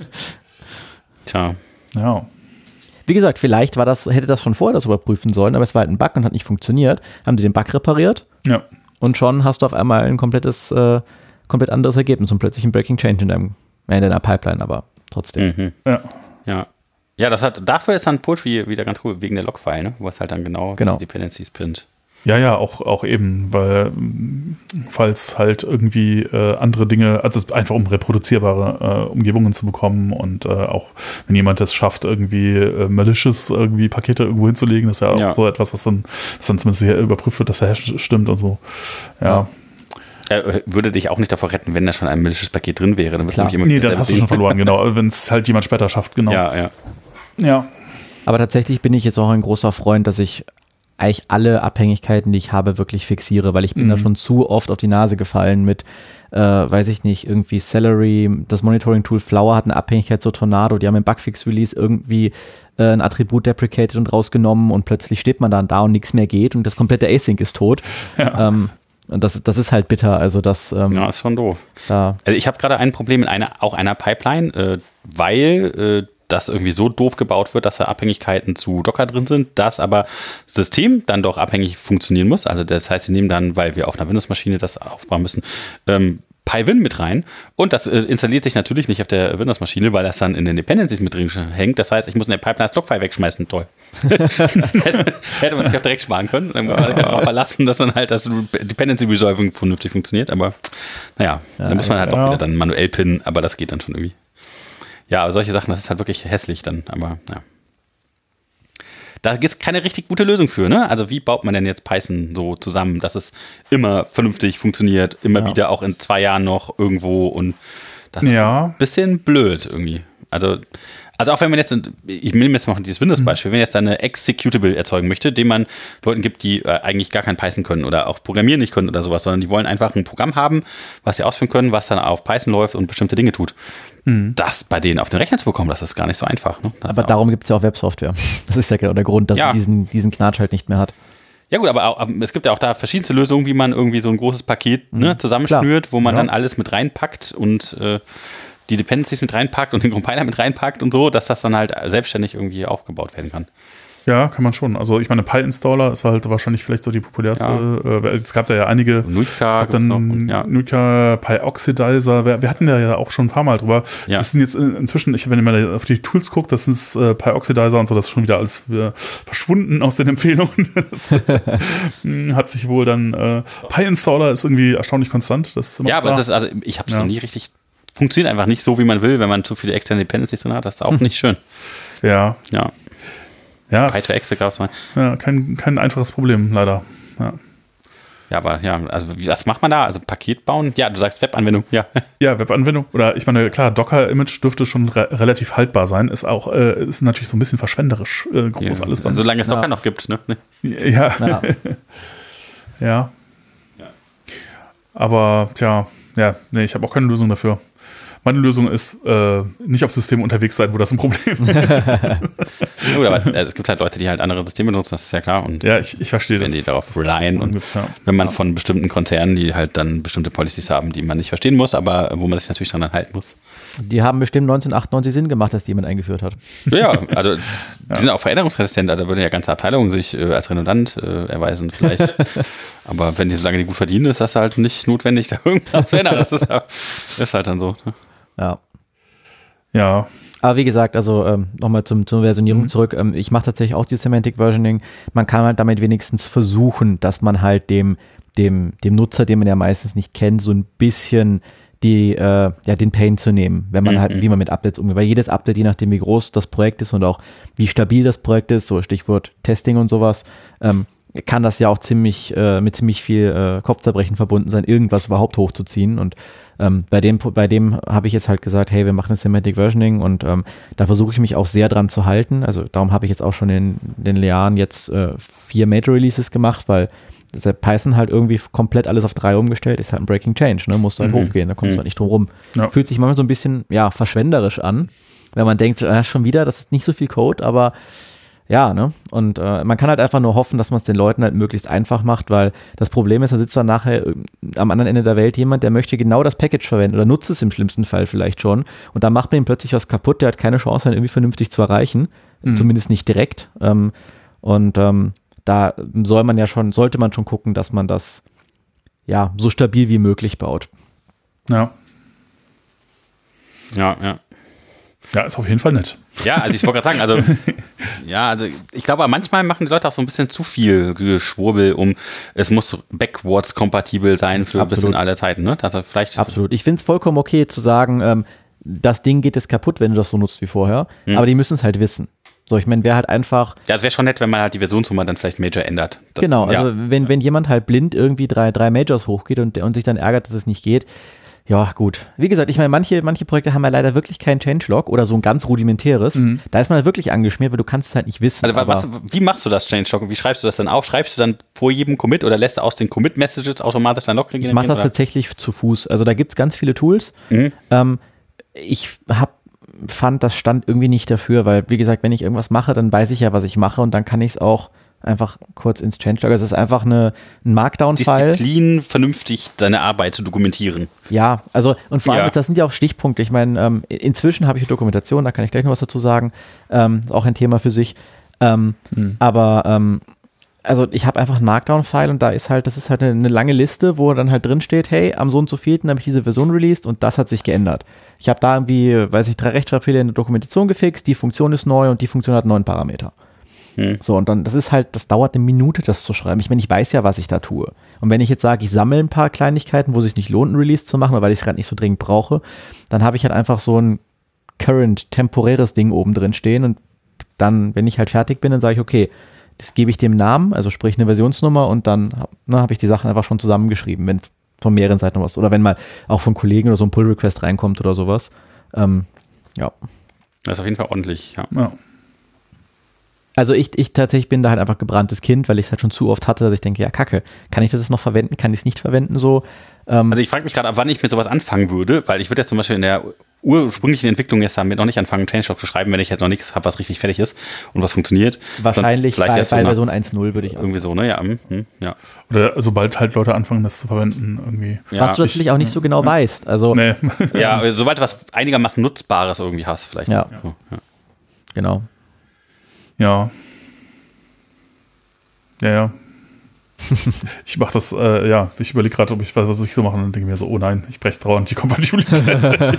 Tja. Ja. Wie gesagt, vielleicht hätte das schon vorher das überprüfen sollen, aber es war halt ein Bug und hat nicht funktioniert. Haben die den Bug repariert und schon hast du auf einmal ein komplett anderes Ergebnis und plötzlich ein Breaking Change in deiner Pipeline, aber trotzdem. Ja, dafür ist dann Poetry wieder ganz cool, wegen der Logfile, ne? Wo es halt dann genau. Die Dependencies printet. Ja, auch eben, weil falls halt irgendwie andere Dinge, also einfach um reproduzierbare Umgebungen zu bekommen und auch wenn jemand es schafft, irgendwie malicious irgendwie Pakete irgendwo hinzulegen, das ist ja auch so etwas, was dann zumindest hier überprüft wird, dass der Hash stimmt und so. Ja. Würde dich auch nicht davor retten, wenn da schon ein malicious Paket drin wäre. Dann dann hast du schon verloren, genau. Wenn es halt jemand später schafft, genau. Ja. Aber tatsächlich bin ich jetzt auch ein großer Freund, dass ich eigentlich alle Abhängigkeiten, die ich habe, wirklich fixiere, weil ich bin da schon zu oft auf die Nase gefallen mit, weiß ich nicht, irgendwie Celery, das Monitoring-Tool Flower hat eine Abhängigkeit zu Tornado, die haben im Bugfix-Release irgendwie ein Attribut deprecated und rausgenommen und plötzlich steht man dann da und nichts mehr geht und das komplette Async ist tot. Ja. Und das ist halt bitter, also das ja, ist schon doof. Also ich habe gerade ein Problem in einer Pipeline, weil das irgendwie so doof gebaut wird, dass da Abhängigkeiten zu Docker drin sind, dass aber das System dann doch abhängig funktionieren muss. Also das heißt, sie nehmen dann, weil wir auf einer Windows-Maschine das aufbauen müssen, PyWin mit rein und das installiert sich natürlich nicht auf der Windows-Maschine, weil das dann in den Dependencies mit drin hängt. Das heißt, ich muss in der Pipeline das Logfile wegschmeißen. Toll. Hätte man sich auch direkt sparen können. Dann kann man auch verlassen, dass dann halt das Dependency Resolving vernünftig funktioniert. Aber naja, da muss man halt auch wieder dann manuell pinnen, aber das geht dann schon irgendwie. Ja, aber solche Sachen, das ist halt wirklich hässlich dann, aber ja. Da gibt es keine richtig gute Lösung für, ne? Also wie baut man denn jetzt Python so zusammen, dass es immer vernünftig funktioniert, immer wieder auch in 2 Jahren noch irgendwo und das ist ein bisschen blöd irgendwie. Also auch wenn man jetzt, ich nehme jetzt mal dieses Windows-Beispiel, wenn man jetzt eine Executable erzeugen möchte, den man Leuten gibt, die eigentlich gar kein Python können oder auch programmieren nicht können oder sowas, sondern die wollen einfach ein Programm haben, was sie ausführen können, was dann auf Python läuft und bestimmte Dinge tut. Das bei denen auf den Rechner zu bekommen, das ist gar nicht so einfach. Ne? Aber darum gibt es ja auch Websoftware. Das ist ja genau der Grund, dass man diesen Knatsch halt nicht mehr hat. Ja gut, aber es gibt ja auch da verschiedenste Lösungen, wie man irgendwie so ein großes Paket zusammenschnürt, wo man dann alles mit reinpackt und die Dependencies mit reinpackt und den Compiler mit reinpackt und so, dass das dann halt selbstständig irgendwie aufgebaut werden kann. Ja, kann man schon. Also ich meine, PyInstaller ist halt wahrscheinlich vielleicht so die populärste. Ja. Es gab da ja einige. Nuka, es gab dann Nuka, PyOxidizer. Wir hatten ja auch schon ein paar Mal drüber. Ja. Das sind jetzt inzwischen, wenn man auf die Tools guckt, das ist PyOxidizer und so, das ist schon wieder alles verschwunden aus den Empfehlungen. Das hat sich wohl dann PyInstaller ist irgendwie erstaunlich konstant. Das ist immer aber es ist, also ich habe es noch nie richtig. Funktioniert einfach nicht so, wie man will, wenn man zu viele externe Dependencies drin hat. Das ist auch nicht schön. Ja. Py2X gab es mal. Ja, kein einfaches Problem, leider. Ja, aber also was macht man da? Also Paket bauen? Ja, du sagst Webanwendung, ja. Ja, Webanwendung. Oder ich meine, klar, Docker-Image dürfte schon relativ haltbar sein. Ist natürlich so ein bisschen verschwenderisch groß alles dann. Solange es Docker noch gibt, ne? Ja. Ja. Aber, nee, ich habe auch keine Lösung dafür. Meine Lösung ist, nicht auf Systemen unterwegs sein, wo das ein Problem ist. Gut, aber es gibt halt Leute, die halt andere Systeme nutzen, das ist ja klar. Und ja, ich verstehe das. Wenn die darauf relyen und wenn man von bestimmten Konzernen, die halt dann bestimmte Policies haben, die man nicht verstehen muss, aber wo man sich natürlich dran halten muss. Die haben bestimmt 1998 Sinn gemacht, dass die jemand eingeführt hat. Ja, also die sind auch veränderungsresistent, da würden ja ganze Abteilungen sich als redundant erweisen vielleicht. Aber wenn die solange die gut verdienen, ist das halt nicht notwendig, da irgendwas zu ändern. Das ist halt dann so. Ne? Ja. Aber wie gesagt, also nochmal zur Versionierung zurück. Ich mache tatsächlich auch die Semantic Versioning. Man kann halt damit wenigstens versuchen, dass man halt dem Nutzer, den man ja meistens nicht kennt, so ein bisschen den Pain zu nehmen, wenn man halt, wie man mit Updates umgeht. Weil jedes Update, je nachdem wie groß das Projekt ist und auch wie stabil das Projekt ist, so Stichwort Testing und sowas, kann das ja auch mit ziemlich viel Kopfzerbrechen verbunden sein, irgendwas überhaupt hochzuziehen. Und bei dem habe ich jetzt halt gesagt, hey, wir machen ein Semantic Versioning und da versuche ich mich auch sehr dran zu halten. Also darum habe ich jetzt auch schon in den Jahren jetzt 4 Major Releases gemacht, weil Python halt irgendwie komplett alles auf 3 umgestellt, ist halt ein Breaking Change, ne? Musst halt hochgehen, da kommst du halt nicht drum rum. Ja. Fühlt sich manchmal so ein bisschen, verschwenderisch an, wenn man denkt, schon wieder, das ist nicht so viel Code, aber ja, ne? Und man kann halt einfach nur hoffen, dass man es den Leuten halt möglichst einfach macht, weil das Problem ist, da sitzt dann nachher am anderen Ende der Welt jemand, der möchte genau das Package verwenden oder nutzt es im schlimmsten Fall vielleicht schon und dann macht man ihm plötzlich was kaputt, der hat keine Chance, ihn irgendwie vernünftig zu erreichen, zumindest nicht direkt. Da sollte man schon gucken, dass man das so stabil wie möglich baut. Ja, ist auf jeden Fall nett. Ja, also ich wollte gerade sagen, also ich glaube, manchmal machen die Leute auch so ein bisschen zu viel Geschwurbel es muss backwards kompatibel sein für ein bisschen alle Zeiten, ne? Dass er vielleicht Absolut. Ich finde es vollkommen okay zu sagen, das Ding geht jetzt kaputt, wenn du das so nutzt wie vorher, aber die müssen es halt wissen. So, ich meine, wäre halt einfach. Ja, es wäre schon nett, wenn man halt die Versionsnummer dann vielleicht Major ändert. Genau, also wenn jemand halt blind irgendwie drei Majors hochgeht und sich dann ärgert, dass es nicht geht, Ja, gut. Wie gesagt, ich meine, manche Projekte haben ja leider wirklich keinen Changelog oder so ein ganz rudimentäres. Da ist man halt wirklich angeschmiert, weil du kannst es halt nicht wissen. Also wie machst du das Changelog und wie schreibst du das dann auf? Schreibst du dann vor jedem Commit oder lässt du aus den Commit-Messages automatisch dein Log generieren? Ich mache das tatsächlich zu Fuß. Also da gibt es ganz viele Tools. Ich fand, das stand irgendwie nicht dafür, weil, wie gesagt, wenn ich irgendwas mache, dann weiß ich ja, was ich mache und dann kann ich es auch einfach kurz ins Changelog. Es ist einfach ein Markdown-File. Disziplin, vernünftig deine Arbeit zu dokumentieren. Ja, also und vor allem, das sind ja auch Stichpunkte. Ich meine, inzwischen habe ich eine Dokumentation, da kann ich gleich noch was dazu sagen. Ist auch ein Thema für sich. Aber also ich habe einfach einen Markdown-File und das ist halt eine lange Liste, wo dann halt drin steht, hey, am so und so vielten habe ich diese Version released und das hat sich geändert. Ich habe da irgendwie, 3 Rechtschreibfehler in der Dokumentation gefixt, die Funktion ist neu und die Funktion hat 9 Parameter. So, und dann, das dauert eine Minute, das zu schreiben. Ich meine, ich weiß ja, was ich da tue. Und wenn ich jetzt sage, ich sammle ein paar Kleinigkeiten, wo es sich nicht lohnt, ein Release zu machen, weil ich es gerade nicht so dringend brauche, dann habe ich halt einfach so ein temporäres Ding oben drin stehen und dann, wenn ich halt fertig bin, dann sage ich, okay, das gebe ich dem Namen, also sprich eine Versionsnummer und dann habe ich die Sachen einfach schon zusammengeschrieben, wenn von mehreren Seiten was oder wenn mal auch von Kollegen oder so ein Pull-Request reinkommt oder sowas. Ja. Das ist auf jeden Fall ordentlich, ja. Also ich tatsächlich bin da halt einfach gebranntes Kind, weil ich es halt schon zu oft hatte, dass ich denke, ja kacke, kann ich das jetzt noch verwenden, kann ich es nicht verwenden so? Also ich frage mich gerade, ab wann ich mit sowas anfangen würde, weil ich würde jetzt zum Beispiel in der ursprünglichen Entwicklung jetzt damit noch nicht anfangen, Changelog zu schreiben, wenn ich jetzt noch nichts habe, was richtig fertig ist und was funktioniert. Wahrscheinlich bei Version 1.0 würde ich auch. Irgendwie so, ne? Ja. Oder sobald halt Leute anfangen, das zu verwenden irgendwie. Ja, was du natürlich auch nicht so genau weißt. Also, nee. Ja, sobald du was einigermaßen Nutzbares irgendwie hast vielleicht. Ja. So, ja. Genau. Ja. Ich mache das, ich überlege gerade, ob ich was ich so mache und denke mir so, oh nein, ich breche dauernd die Kompatibilität.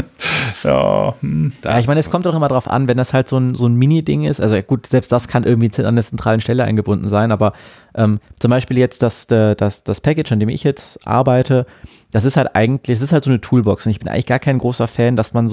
Ja, ich meine, es kommt doch immer drauf an, wenn das halt so ein Mini-Ding ist, also gut, selbst das kann irgendwie an der zentralen Stelle eingebunden sein, aber zum Beispiel jetzt das Package, an dem ich jetzt arbeite, das ist halt so eine Toolbox und ich bin eigentlich gar kein großer Fan, dass man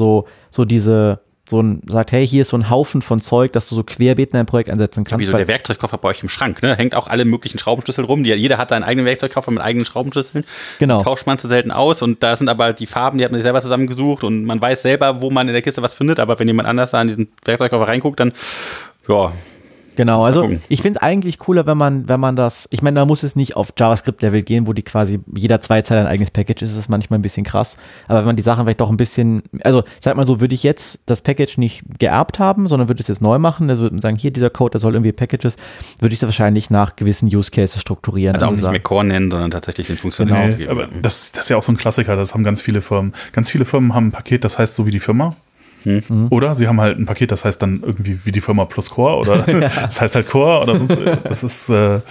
sagt, hey, hier ist so ein Haufen von Zeug, dass du so querbeet in ein Projekt einsetzen kannst. Wie so der Werkzeugkoffer bei euch im Schrank, ne? Hängt auch alle möglichen Schraubenschlüssel rum. Jeder hat seinen eigenen Werkzeugkoffer mit eigenen Schraubenschlüsseln. Genau. Die tauscht man zu selten aus und da sind aber die Farben, die hat man sich selber zusammengesucht und man weiß selber, wo man in der Kiste was findet, aber wenn jemand anders da in diesen Werkzeugkoffer reinguckt, dann, ja. Genau, also ich finde es eigentlich cooler, wenn man das, ich meine, da muss es nicht auf JavaScript-Level gehen, wo die quasi jeder Zweizeiler ein eigenes Package ist, ist manchmal ein bisschen krass, aber wenn man die Sachen vielleicht doch ein bisschen, also sag mal so, würde ich jetzt das Package nicht geerbt haben, sondern würde es jetzt neu machen, also würde sagen, hier dieser Code, der soll irgendwie Packages, würde ich das wahrscheinlich nach gewissen Use Cases strukturieren. Also auch nicht mehr Core nennen, sondern tatsächlich den Funktionalität geben. Aber das ist ja auch so ein Klassiker, das haben ganz viele Firmen. Ganz viele Firmen haben ein Paket, das heißt so wie die Firma. Oder sie haben halt ein Paket, das heißt dann irgendwie wie die Firma plus Core oder das heißt halt Core oder sonst, das ist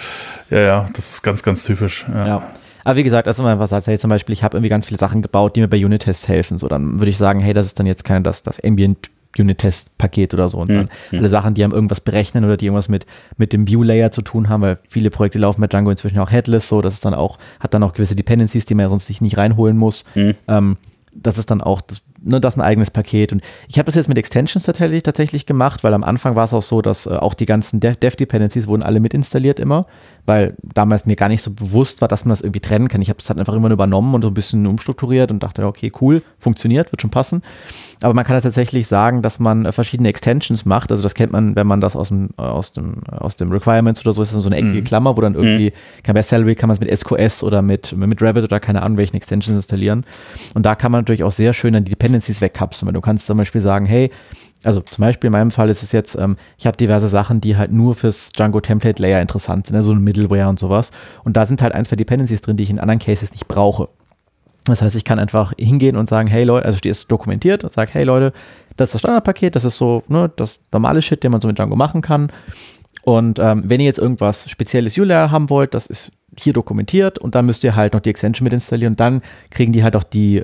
das ist ganz, ganz typisch. Ja. Aber wie gesagt, also wenn man was sagt, hey, zum Beispiel, ich habe irgendwie ganz viele Sachen gebaut, die mir bei Unit-Tests helfen, so dann würde ich sagen, hey, das ist dann jetzt das Ambient Unit-Test-Paket oder so und dann alle Sachen, die haben irgendwas berechnen oder die irgendwas mit dem View-Layer zu tun haben, weil viele Projekte laufen mit Django inzwischen auch headless, so, das ist dann auch, hat dann auch gewisse Dependencies, die man ja sonst sich nicht reinholen muss. Das ist dann auch das ein eigenes Paket. Und ich habe das jetzt mit Extensions tatsächlich gemacht, weil am Anfang war es auch so, dass auch die ganzen Dev-Dependencies wurden alle mitinstalliert immer, weil damals mir gar nicht so bewusst war, dass man das irgendwie trennen kann. Ich habe das halt einfach immer übernommen und so ein bisschen umstrukturiert und dachte, okay, cool, funktioniert, wird schon passen. Aber man kann ja tatsächlich sagen, dass man verschiedene Extensions macht. Also das kennt man, wenn man das aus dem Requirements oder so ist, so eine eckige Klammer, wo dann irgendwie, bei Celery kann man es mit SQS oder mit Rabbit oder keine Ahnung welchen Extensions installieren. Und da kann man natürlich auch sehr schön dann die Dependencies wegkapseln. Du kannst zum Beispiel sagen, hey, also zum Beispiel in meinem Fall ist es jetzt, ich habe diverse Sachen, die halt nur fürs Django Template Layer interessant sind, also ein Middleware und sowas. Und da sind halt 1, 2 Dependencies drin, die ich in anderen Cases nicht brauche. Das heißt, ich kann einfach hingehen und sagen, hey Leute, also die ist dokumentiert und sage, hey Leute, das ist das Standardpaket, das ist so das normale Shit, den man so mit Django machen kann. Und wenn ihr jetzt irgendwas spezielles View-Layer haben wollt, das ist hier dokumentiert und dann müsst ihr halt noch die Extension mit installieren und dann kriegen die halt auch die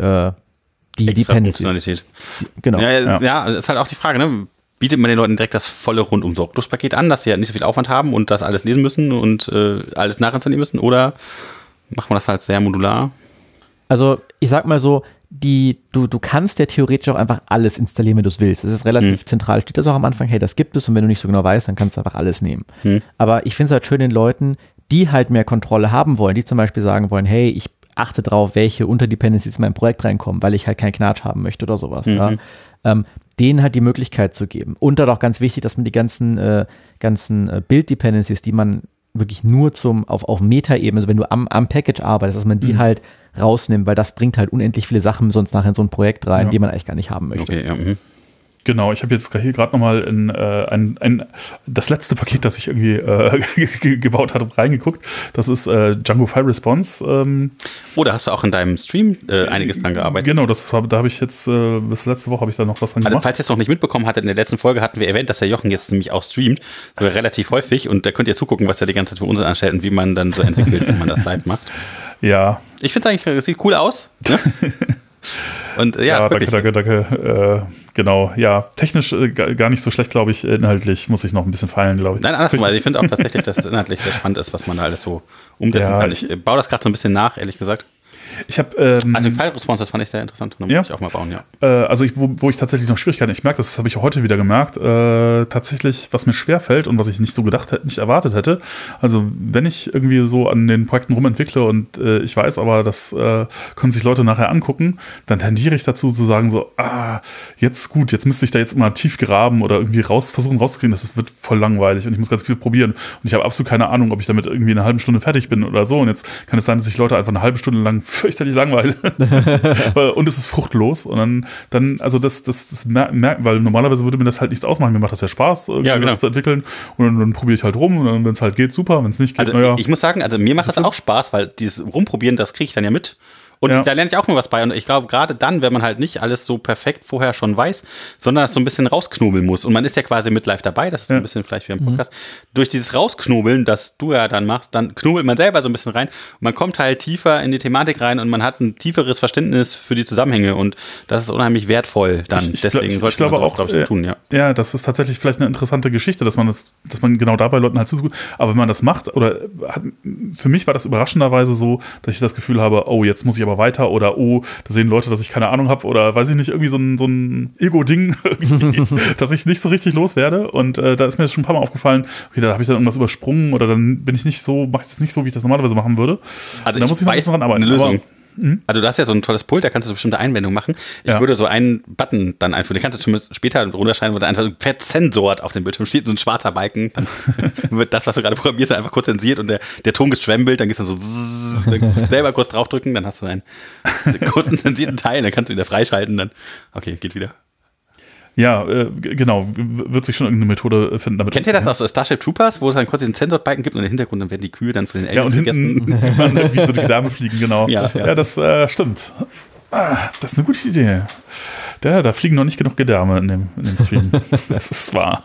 Dependencies. Genau. Ja, ist halt auch die Frage, ne? Bietet man den Leuten direkt das volle Rundum-Sorglos-Paket an, dass sie halt nicht so viel Aufwand haben und das alles lesen müssen und alles nachinstallieren müssen, oder macht man das halt sehr modular? Also ich sag mal so, du kannst ja theoretisch auch einfach alles installieren, wenn du es willst. Das ist relativ zentral, steht das auch am Anfang, hey, das gibt es und wenn du nicht so genau weißt, dann kannst du einfach alles nehmen. Aber ich finde es halt schön, den Leuten, die halt mehr Kontrolle haben wollen, die zum Beispiel sagen wollen, hey, ich achte drauf, welche Unterdependencies in mein Projekt reinkommen, weil ich halt keinen Knatsch haben möchte oder sowas. Ja. Denen halt die Möglichkeit zu geben. Und dann auch ganz wichtig, dass man die ganzen Build-Dependencies, die man wirklich nur auf Meta-Ebene, also wenn du am Package arbeitest, dass man die halt rausnimmt, weil das bringt halt unendlich viele Sachen sonst nachher in so ein Projekt rein, die man eigentlich gar nicht haben möchte. Okay, ja. Genau, ich habe jetzt hier gerade nochmal in das letzte Paket, das ich irgendwie gebaut hatte, reingeguckt. Das ist Django File Response. Da hast du auch in deinem Stream einiges dran gearbeitet. Genau, da habe ich jetzt, bis letzte Woche habe ich da noch was dran gemacht. Falls ihr es noch nicht mitbekommen hattet, in der letzten Folge hatten wir erwähnt, dass der Jochen jetzt nämlich auch streamt, sogar relativ häufig, und da könnt ihr zugucken, was er die ganze Zeit für uns anstellt und wie man dann so entwickelt, wenn man das live macht. Ja. Ich finde es eigentlich, sieht cool aus. Ne? Und ja, danke. Genau, ja, technisch gar nicht so schlecht, glaube ich. Inhaltlich muss ich noch ein bisschen feilen, glaube ich. Nein, andersrum, ich finde auch tatsächlich, dass es inhaltlich sehr spannend ist, was man da alles so umsetzen kann. Ich baue das gerade so ein bisschen nach, ehrlich gesagt. Ich habe also File Response, das fand ich sehr interessant. Muss ich auch mal bauen, Also wo ich tatsächlich noch Schwierigkeiten, ich merke, das habe ich heute wieder gemerkt, tatsächlich, was mir schwerfällt und was ich nicht so nicht erwartet hätte. Also wenn ich irgendwie so an den Projekten rumentwickle und ich weiß aber, das können sich Leute nachher angucken, dann tendiere ich dazu zu sagen so, jetzt müsste ich da jetzt immer tief graben oder irgendwie versuchen rauszukriegen, das wird voll langweilig und ich muss ganz viel probieren. Und ich habe absolut keine Ahnung, ob ich damit irgendwie in einer halben Stunde fertig bin oder so. Und jetzt kann es sein, dass sich Leute einfach eine halbe Stunde lang fürchterlich langweilen. Und es ist fruchtlos. Und dann also das merken, weil normalerweise würde mir das halt nichts ausmachen. Mir macht das ja Spaß, das zu entwickeln. Und dann probiere ich halt rum. Und wenn es halt geht, super. Wenn es nicht geht, Ich muss sagen, also mir macht das auch Spaß, weil dieses Rumprobieren, das kriege ich dann ja mit. Und da lerne ich auch mal was bei. Und ich glaube, gerade dann, wenn man halt nicht alles so perfekt vorher schon weiß, sondern das so ein bisschen rausknobeln muss. Und man ist ja quasi mit live dabei, das ist so ein bisschen vielleicht wie im Podcast. Durch dieses Rausknobeln, das du ja dann machst, dann knobelt man selber so ein bisschen rein. Und man kommt halt tiefer in die Thematik rein und man hat ein tieferes Verständnis für die Zusammenhänge. Und das ist unheimlich wertvoll dann. Deswegen sollte man sowas, glaube ich, tun, ja. Ja, das ist tatsächlich vielleicht eine interessante Geschichte, dass man genau dabei Leuten halt zuguckt. Aber wenn man das macht, für mich war das überraschenderweise so, dass ich das Gefühl habe, oh, jetzt muss ich aber weiter oder da sehen Leute, dass ich keine Ahnung habe oder weiß ich nicht, irgendwie so ein Ego-Ding, dass ich nicht so richtig loswerde und da ist mir das schon ein paar Mal aufgefallen, okay, da habe ich dann irgendwas übersprungen oder dann mache ich das nicht so, wie ich das normalerweise machen würde. Also da muss ich noch ein bisschen dran arbeiten. Eine Lösung. Also du hast ja so ein tolles Pult, da kannst du bestimmte Einwendungen machen. Ich würde so einen Button dann einführen, den kannst du zumindest später runterschreiben, wo da einfach fett Sensort auf dem Bildschirm steht, so ein schwarzer Balken. Dann wird das, was du gerade programmierst, einfach kurz zensiert und der Ton gestrambelt, dann gehst du dann so, dann musst du selber kurz draufdrücken, dann hast du einen kurzen zensierten Teil, dann kannst du wieder freischalten, dann okay, geht wieder. Ja, genau, wird sich schon irgendeine Methode finden. Damit kennt ihr das aus Starship Troopers, wo es dann kurz diesen Sensor-Balken gibt und im Hintergrund dann werden die Kühe dann von den Aliens gegessen? Und hinten sieht man, wie so die Gedärme fliegen, genau. Ja, das stimmt. Das ist eine gute Idee. Da fliegen noch nicht genug Gedärme in dem Stream. Das ist wahr.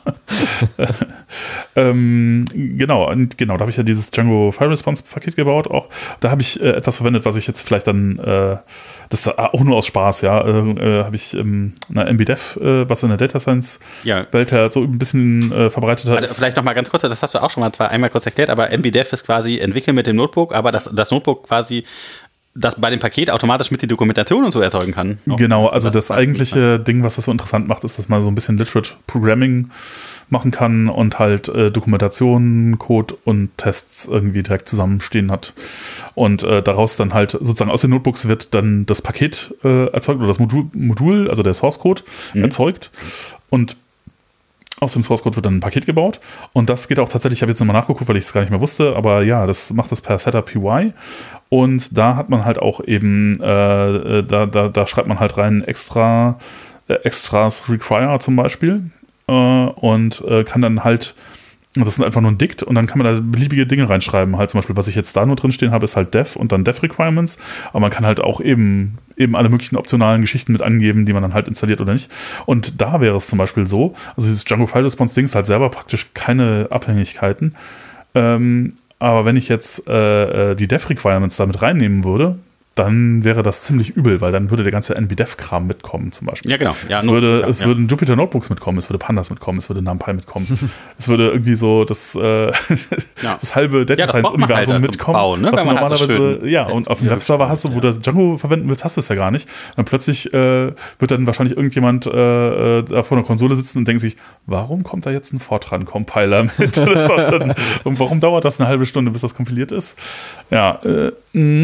Genau, da habe ich ja dieses Django File Response Paket gebaut. Auch da habe ich etwas verwendet, was ich jetzt vielleicht dann, das ist auch nur aus Spaß, habe ich MBDev, was in der Data Science Welt ja so ein bisschen verbreitet hat. Also vielleicht noch mal ganz kurz, das hast du auch schon mal einmal kurz erklärt, aber MBDev ist quasi entwickeln mit dem Notebook, aber das Notebook quasi das bei dem Paket automatisch mit die Dokumentation und so erzeugen kann. Genau, also das eigentliche Ding, was das so interessant macht, ist, dass man so ein bisschen Literate Programming machen kann und halt Dokumentation, Code und Tests irgendwie direkt zusammenstehen hat. Und daraus dann halt sozusagen aus den Notebooks wird dann das Paket erzeugt oder das Modul, also der Source Code erzeugt. Und aus dem Source Code wird dann ein Paket gebaut und das geht auch tatsächlich, ich habe jetzt nochmal nachgeguckt, weil ich es gar nicht mehr wusste, aber ja, das macht das per Setup PY und da hat man halt auch eben, da schreibt man halt rein Extras Require zum Beispiel und kann dann halt, das ist einfach nur ein Dict und dann kann man da beliebige Dinge reinschreiben, halt zum Beispiel, was ich jetzt da nur drin stehen habe, ist halt Dev und dann Dev Requirements, aber man kann halt auch eben alle möglichen optionalen Geschichten mit angeben, die man dann halt installiert oder nicht. Und da wäre es zum Beispiel so, also dieses Django File Response Ding ist halt selber praktisch keine Abhängigkeiten, aber wenn ich jetzt die Dev Requirements damit reinnehmen würde, dann wäre das ziemlich übel, weil dann würde der ganze NBDev-Kram mitkommen zum Beispiel. Ja, genau. Ja, es würden Jupyter Notebooks mitkommen, es würde Pandas mitkommen, es würde NumPy mitkommen. Es würde irgendwie so das halbe Data Science-Universum halt mitkommen. Bauen, ne? Was normalerweise, und auf dem Webserver hast du, wo du das Django verwenden willst, hast du es ja gar nicht. Und dann plötzlich wird dann wahrscheinlich irgendjemand da vor einer Konsole sitzen und denkt sich, warum kommt da jetzt ein Fortran-Compiler mit? Und warum dauert das eine halbe Stunde, bis das kompiliert ist? Ja,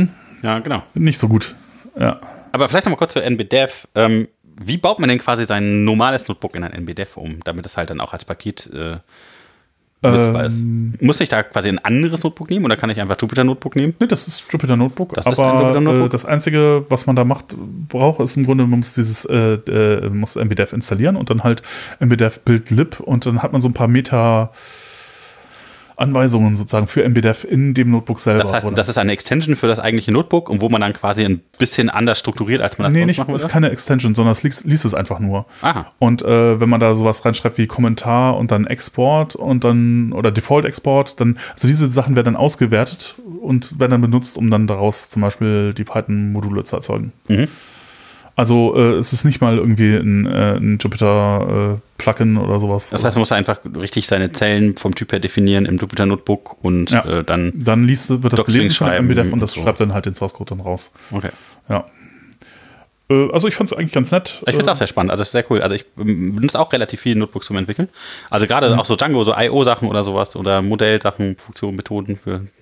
Ja, genau. nicht so gut. Ja. Aber vielleicht nochmal kurz zu NBDev. Wie baut man denn quasi sein normales Notebook in ein NBDev um, damit es halt dann auch als Paket nutzbar ist? Muss ich da quasi ein anderes Notebook nehmen oder kann ich einfach Jupyter Notebook nehmen? Nee, das ist Jupyter Notebook. Das ist ein Jupyter Notebook? Das Einzige, was man da braucht, ist im Grunde, man muss muss NBDev installieren und dann halt NBDev build lib und dann hat man so ein paar Anweisungen sozusagen für NBDev in dem Notebook selber. Das heißt, das ist eine Extension für das eigentliche Notebook und wo man dann quasi ein bisschen anders strukturiert, als man das sonst machen würde? Nee, ist keine Extension, sondern es liest es einfach nur. Aha. Und wenn man da sowas reinschreibt wie Kommentar und dann Export und dann oder Default Export, dann, also diese Sachen werden dann ausgewertet und werden dann benutzt, um dann daraus zum Beispiel die Python-Module zu erzeugen. Mhm. Also es ist nicht mal irgendwie ein Jupyter-Plugin oder sowas. Das heißt, man muss einfach richtig seine Zellen vom Typ her definieren im Jupyter Notebook und dann wird das gelesen von NBDev und das schreibt dann halt den Source-Code dann raus. Okay. Ja. Also ich fand es eigentlich ganz nett. Ich finde das sehr spannend, also sehr cool. Also ich benutze auch relativ viele Notebooks zum Entwickeln. Also gerade auch so Django, so I.O.-Sachen oder sowas oder Modellsachen, Funktionen, Methoden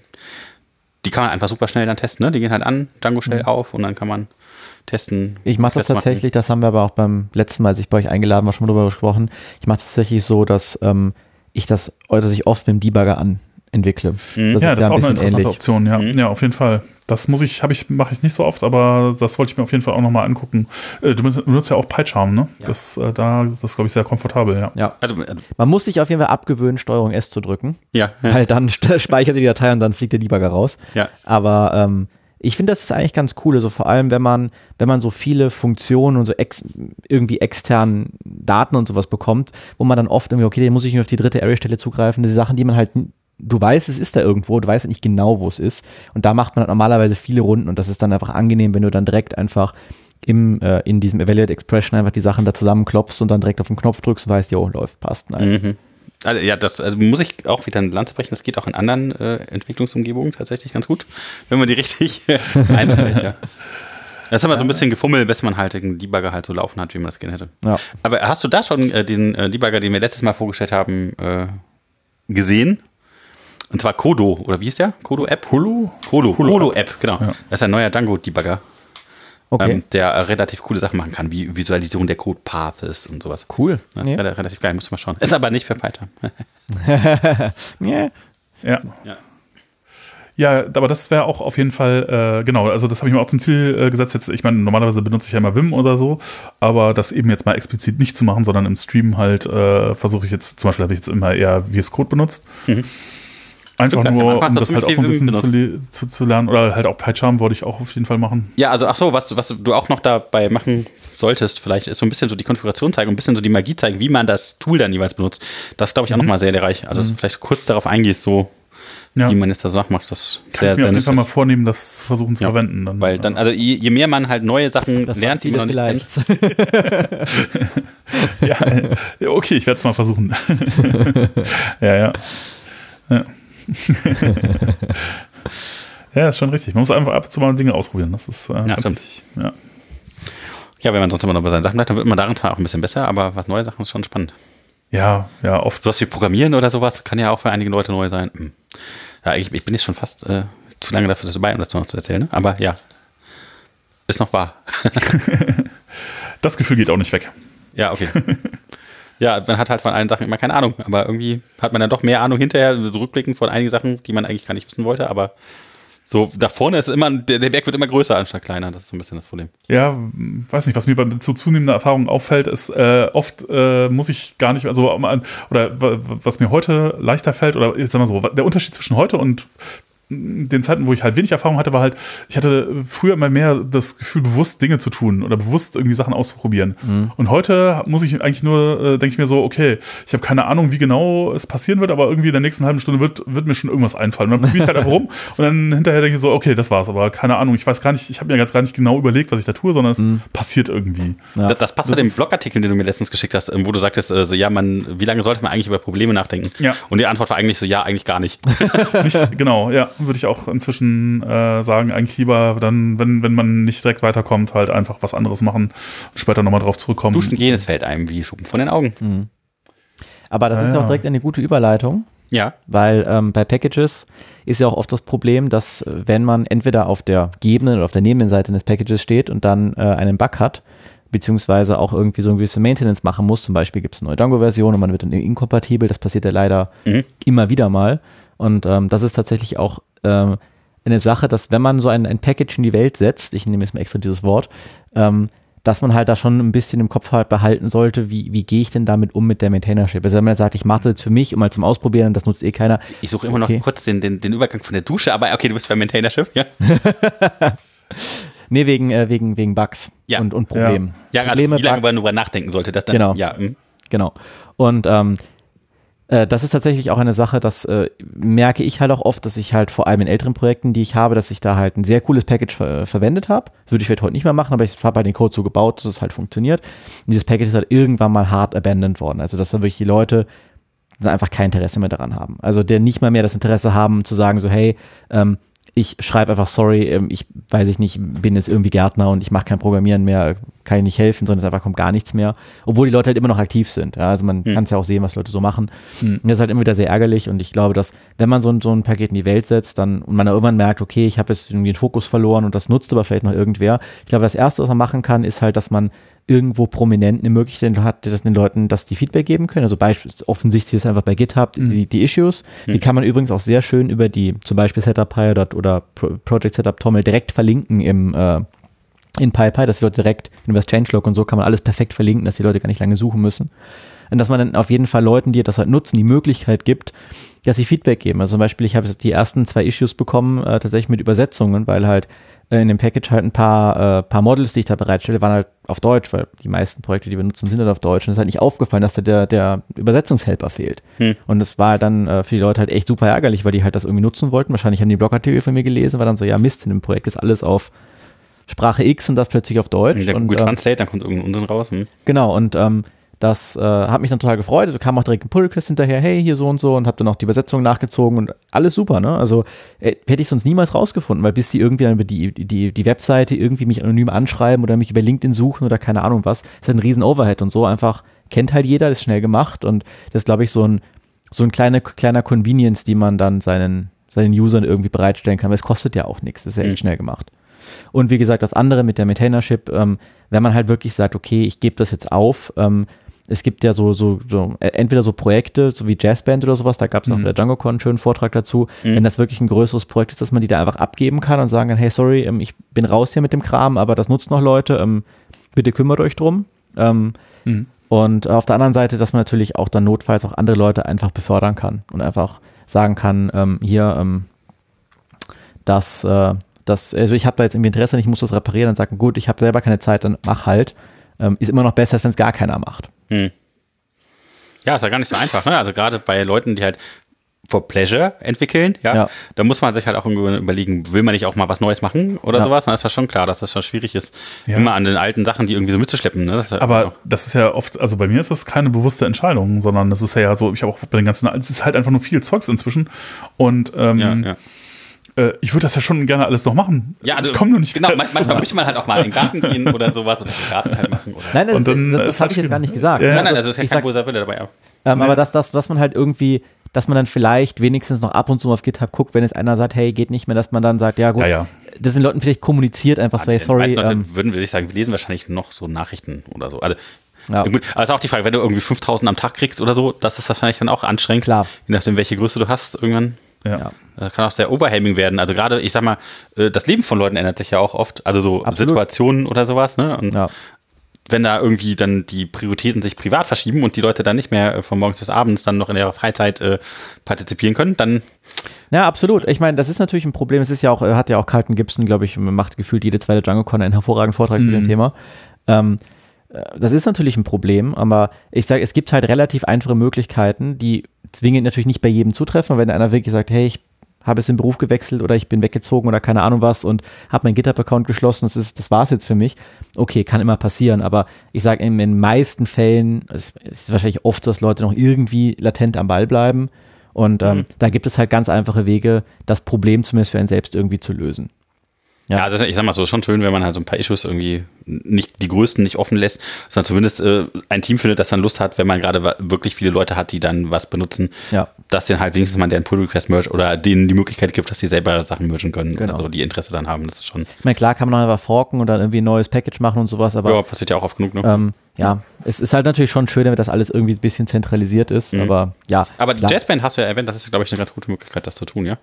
die kann man einfach super schnell dann testen. Ne? Die gehen halt an, Django Shell auf und dann kann man testen. Ich mache das tatsächlich, das haben wir aber auch beim letzten Mal, als ich bei euch eingeladen war, schon mal drüber gesprochen. Ich mache das tatsächlich so, dass ich oft mit dem Debugger entwickle. Das ist auch eine interessante Option, ja. Ja, auf jeden Fall. Das mache ich nicht so oft, aber das wollte ich mir auf jeden Fall auch nochmal angucken. Du benutzt ja auch PyCharm, ne? Ja. Das ist, glaube ich, sehr komfortabel, ja. Also, man muss sich auf jeden Fall abgewöhnen, Steuerung S zu drücken. Ja. Weil dann speichert die Datei und dann fliegt der Debugger raus. Ja. Aber ich finde, das ist eigentlich ganz cool, also vor allem, wenn man so viele Funktionen und so irgendwie externen Daten und sowas bekommt, wo man dann oft irgendwie, okay, dann muss ich nur auf die dritte Array-Stelle zugreifen, das sind Sachen, die man halt, du weißt, es ist da irgendwo, du weißt nicht genau, wo es ist und da macht man halt normalerweise viele Runden und das ist dann einfach angenehm, wenn du dann direkt einfach in diesem Evaluate Expression einfach die Sachen da zusammenklopfst und dann direkt auf den Knopf drückst und weißt, jo, läuft, passt, nice. Mhm. Also muss ich auch wieder ein Lanze brechen, das geht auch in anderen Entwicklungsumgebungen tatsächlich ganz gut, wenn man die richtig einstellt, ja. Das ist immer so ein bisschen gefummelt, bis man halt den Debugger halt so laufen hat, wie man das gerne hätte. Ja. Aber hast du da schon diesen Debugger, den wir letztes Mal vorgestellt haben, gesehen? Und zwar Kodo, oder wie ist der? Kodo-App? Kodo-App, genau. Ja. Das ist ein neuer Django-Debugger. Okay. Der relativ coole Sachen machen kann, wie Visualisierung der Code-Paths und sowas. Cool. Ja, nee. Relativ geil, musst du mal schauen. Ist aber nicht für Python. Yeah. Ja, aber das wäre auch auf jeden Fall, genau, also das habe ich mir auch zum Ziel gesetzt. Jetzt, ich meine, normalerweise benutze ich ja immer Vim oder so, aber das eben jetzt mal explizit nicht zu machen, sondern im Stream halt versuche ich jetzt, zum Beispiel habe ich jetzt immer eher VS Code benutzt. Mhm. Einfach nur, um das halt auch so ein bisschen zu lernen. Oder halt auch PyCharm wollte ich auch auf jeden Fall machen. Ja, also was du auch noch dabei machen solltest, vielleicht ist so ein bisschen so die Konfiguration zeigen, ein bisschen so die Magie zeigen, wie man das Tool dann jeweils benutzt. Das glaube ich auch nochmal sehr lehrreich. Also dass du vielleicht kurz darauf eingehst, so wie man jetzt das macht. Das kann ich mir auf jeden Fall mal vornehmen, das zu versuchen zu verwenden. Dann, weil dann, also je mehr man halt neue Sachen lernt, die man noch nicht kennt. Ja, okay, ich werde es mal versuchen. Ja. Ja, ist schon richtig. Man muss einfach ab und zu mal Dinge ausprobieren. Das ist ganz wichtig. Ja, wenn man sonst immer noch bei seinen Sachen bleibt, dann wird man darin zwar auch ein bisschen besser, aber was neue Sachen ist schon spannend. Ja, oft. Sowas wie Programmieren oder sowas kann ja auch für einige Leute neu sein. Ja, ich bin jetzt schon fast zu lange dafür dabei, um das noch zu erzählen. Ne? Aber ja, ist noch wahr. Das Gefühl geht auch nicht weg. Ja, okay. Ja, man hat halt von allen Sachen immer keine Ahnung, aber irgendwie hat man dann doch mehr Ahnung hinterher, rückblickend von einigen Sachen, die man eigentlich gar nicht wissen wollte, aber so da vorne ist immer, der Berg wird immer größer anstatt kleiner, das ist so ein bisschen das Problem. Ja, weiß nicht, was mir bei so zunehmender Erfahrung auffällt, ist, oft muss ich gar nicht, also, oder was mir heute leichter fällt, oder ich sag mal so, der Unterschied zwischen heute und den Zeiten, wo ich halt wenig Erfahrung hatte, war halt, ich hatte früher immer mehr das Gefühl, bewusst Dinge zu tun oder bewusst irgendwie Sachen auszuprobieren. Mhm. Und heute muss ich eigentlich nur, denke ich mir so, okay, ich habe keine Ahnung, wie genau es passieren wird, aber irgendwie in der nächsten halben Stunde wird mir schon irgendwas einfallen. Und dann probiere ich halt einfach rum und dann hinterher denke ich so, okay, das war's, aber keine Ahnung, ich weiß gar nicht, ich habe mir jetzt gar nicht genau überlegt, was ich da tue, sondern es passiert irgendwie. Ja. Das passt zu dem Blogartikel, den du mir letztens geschickt hast, wo du sagtest, so, wie lange sollte man eigentlich über Probleme nachdenken? Ja. Und die Antwort war eigentlich so, ja, eigentlich gar nicht. Genau, ja. Würde ich auch inzwischen sagen, eigentlich lieber dann, wenn man nicht direkt weiterkommt, halt einfach was anderes machen und später nochmal drauf zurückkommen. Duschen gehen, es fällt einem wie Schuppen von den Augen. Aber das ist ja auch direkt eine gute Überleitung Ja. Weil bei Packages ist ja auch oft das Problem, dass wenn man entweder auf der gebenden oder auf der nehmenden Seite eines Packages steht und dann einen Bug hat, beziehungsweise auch irgendwie so eine gewisse Maintenance machen muss, zum Beispiel gibt es eine neue Django-Version und man wird dann inkompatibel, das passiert ja leider immer wieder mal. Und das ist tatsächlich auch eine Sache, dass wenn man so ein Package in die Welt setzt, ich nehme jetzt mal extra dieses Wort, dass man halt da schon ein bisschen im Kopf halt behalten sollte, wie gehe ich denn damit um mit der Maintainership? Also wenn man sagt, ich mache das jetzt für mich, um mal zum Ausprobieren und das nutzt eh keiner. Ich suche immer noch kurz den Übergang von der Dusche, aber okay, du bist bei Maintainership, ja? Nee, wegen Bugs und Problemen. Ja, Probleme, wie lange man darüber nachdenken sollte. Dass dann, genau. Ja, genau. Und das ist tatsächlich auch eine Sache, das merke ich halt auch oft, dass ich halt vor allem in älteren Projekten, die ich habe, dass ich da halt ein sehr cooles Package verwendet habe. Würde ich vielleicht heute nicht mehr machen, aber ich habe halt den Code so gebaut, dass es halt funktioniert. Und dieses Package ist halt irgendwann mal hart abandoned worden. Also dass da wirklich die Leute einfach kein Interesse mehr daran haben. Also der nicht mal mehr das Interesse haben zu sagen so, hey, ich schreibe einfach, sorry, ich weiß ich nicht, bin jetzt irgendwie Gärtner und ich mache kein Programmieren mehr, kann ich nicht helfen, sondern es einfach kommt gar nichts mehr. Obwohl die Leute halt immer noch aktiv sind. Ja, also man kann es ja auch sehen, was Leute so machen. Und das ist halt immer wieder sehr ärgerlich und ich glaube, dass wenn man so ein Paket in die Welt setzt, dann und man irgendwann merkt, okay, ich habe jetzt irgendwie den Fokus verloren und das nutzt aber vielleicht noch irgendwer. Ich glaube, das Erste, was man machen kann, ist halt, dass man irgendwo prominent eine Möglichkeit hat, dass den Leuten, dass die Feedback geben können. Also offensichtlich ist einfach bei GitHub die Issues. Die kann man übrigens auch sehr schön über die zum Beispiel Setup.py oder Project Setup Toml direkt verlinken in PyPy, dass die Leute direkt über das Changelog und so kann man alles perfekt verlinken, dass die Leute gar nicht lange suchen müssen. Und dass man dann auf jeden Fall Leuten, die das halt nutzen, die Möglichkeit gibt, dass sie Feedback geben. Also zum Beispiel, ich habe die ersten 2 Issues bekommen, tatsächlich mit Übersetzungen, weil halt in dem Package halt ein paar Models, die ich da bereitstelle, waren halt auf Deutsch, weil die meisten Projekte, die wir nutzen, sind halt auf Deutsch. Und es ist halt nicht aufgefallen, dass da der Übersetzungshelper fehlt. Und das war dann für die Leute halt echt super ärgerlich, weil die halt das irgendwie nutzen wollten. Wahrscheinlich haben die Blogartikel von mir gelesen, war dann so, ja Mist, in dem Projekt ist alles auf Sprache X und das plötzlich auf Deutsch. Der Google Translate, dann kommt irgendein Unsinn raus. Genau, und das hat mich dann total gefreut. Also kam auch direkt ein Pull-Request hinterher, hey, hier so und habe dann auch die Übersetzung nachgezogen und alles super, ne? Also hätte ich sonst niemals rausgefunden, weil bis die irgendwie dann über die Webseite irgendwie mich anonym anschreiben oder mich über LinkedIn suchen oder keine Ahnung was, ist halt ein riesen Overhead und so einfach kennt halt jeder, ist schnell gemacht und das ist, glaube ich, so ein kleiner Convenience, die man dann seinen Usern irgendwie bereitstellen kann, weil es kostet ja auch nichts, das ist ja echt schnell gemacht. Und wie gesagt, das andere mit der Maintainership, wenn man halt wirklich sagt, okay, ich gebe das jetzt auf, es gibt ja so entweder so Projekte, so wie Jazzband oder sowas, da gab es auch bei der DjangoCon einen schönen Vortrag dazu, wenn das wirklich ein größeres Projekt ist, dass man die da einfach abgeben kann und sagen kann, hey, sorry, ich bin raus hier mit dem Kram, aber das nutzt noch Leute, bitte kümmert euch drum. Und auf der anderen Seite, dass man natürlich auch dann notfalls auch andere Leute einfach befördern kann und einfach sagen kann, also ich habe da jetzt irgendwie Interesse, ich muss das reparieren, dann sagen, gut, ich habe selber keine Zeit, dann mach halt. Ist immer noch besser, als wenn es gar keiner macht. Ja, ist ja gar nicht so einfach, ne? Also gerade bei Leuten, die halt for pleasure entwickeln, da muss man sich halt auch überlegen, will man nicht auch mal was Neues machen oder sowas? Dann ist das schon klar, dass das schon schwierig ist, immer an den alten Sachen, die irgendwie so mitzuschleppen. Ne? Das ist ja oft, also bei mir ist das keine bewusste Entscheidung, sondern das ist ja so, ich habe auch bei den ganzen, es ist halt einfach nur viel Zeugs inzwischen und ich würde das ja schon gerne alles noch machen. Ja, also, ich komme nur nicht genau, manchmal möchte man halt auch mal in den Garten gehen oder sowas oder den Garten halt machen. Oder Nein, das hatte ich jetzt gar nicht gesagt. Nein, also es ist ja kein böser Wille dabei. Aber dass man halt irgendwie, dass man dann vielleicht wenigstens noch ab und zu auf GitHub guckt, wenn jetzt einer sagt, hey, geht nicht mehr, dass man dann sagt, ja gut, dass den Leuten vielleicht kommuniziert einfach so, hey, sorry. Leute würden wir sagen, wir lesen wahrscheinlich noch so Nachrichten oder so. Also, also auch die Frage, wenn du irgendwie 5.000 am Tag kriegst oder so, das ist wahrscheinlich dann auch anstrengend. Klar. Je nachdem, welche Größe du hast irgendwann. Ja. Das kann auch sehr overwhelming werden. Also gerade, ich sag mal, das Leben von Leuten ändert sich ja auch oft. Also so Situationen oder sowas, ne? Und wenn da irgendwie dann die Prioritäten sich privat verschieben und die Leute dann nicht mehr von morgens bis abends dann noch in ihrer Freizeit partizipieren können, dann... Ja, absolut. Ich meine, das ist natürlich ein Problem. Es ist ja auch, hat ja auch Carlton Gibson, glaube ich, macht gefühlt jede zweite DjangoCon einen hervorragenden Vortrag zu dem Thema. Das ist natürlich ein Problem, aber ich sage, es gibt halt relativ einfache Möglichkeiten, die zwingend natürlich nicht bei jedem zutreffen. Wenn einer wirklich sagt, hey, ich habe jetzt den Beruf gewechselt oder ich bin weggezogen oder keine Ahnung was und habe meinen GitHub-Account geschlossen, das war es jetzt für mich. Okay, kann immer passieren, aber ich sage, in den meisten Fällen, es ist wahrscheinlich oft so, dass Leute noch irgendwie latent am Ball bleiben und da gibt es halt ganz einfache Wege, das Problem zumindest für einen selbst irgendwie zu lösen. Ja, also ich sag mal so, schon schön, wenn man halt so ein paar Issues irgendwie nicht, die größten nicht offen lässt, sondern zumindest ein Team findet, das dann Lust hat, wenn man gerade wirklich viele Leute hat, die dann was benutzen, dass denen halt wenigstens mal deren Pull-Request-Merge oder denen die Möglichkeit gibt, dass die selber Sachen mergen können, also die Interesse dann haben, das ist schon. Ich meine, klar kann man noch einfach forken und dann irgendwie ein neues Package machen und sowas, aber. Ja, passiert ja auch oft genug, ne? Es ist halt natürlich schon schön, wenn das alles irgendwie ein bisschen zentralisiert ist, aber ja. Aber die Jazzband hast du ja erwähnt, das ist, glaube ich, eine ganz gute Möglichkeit, das zu tun, ja?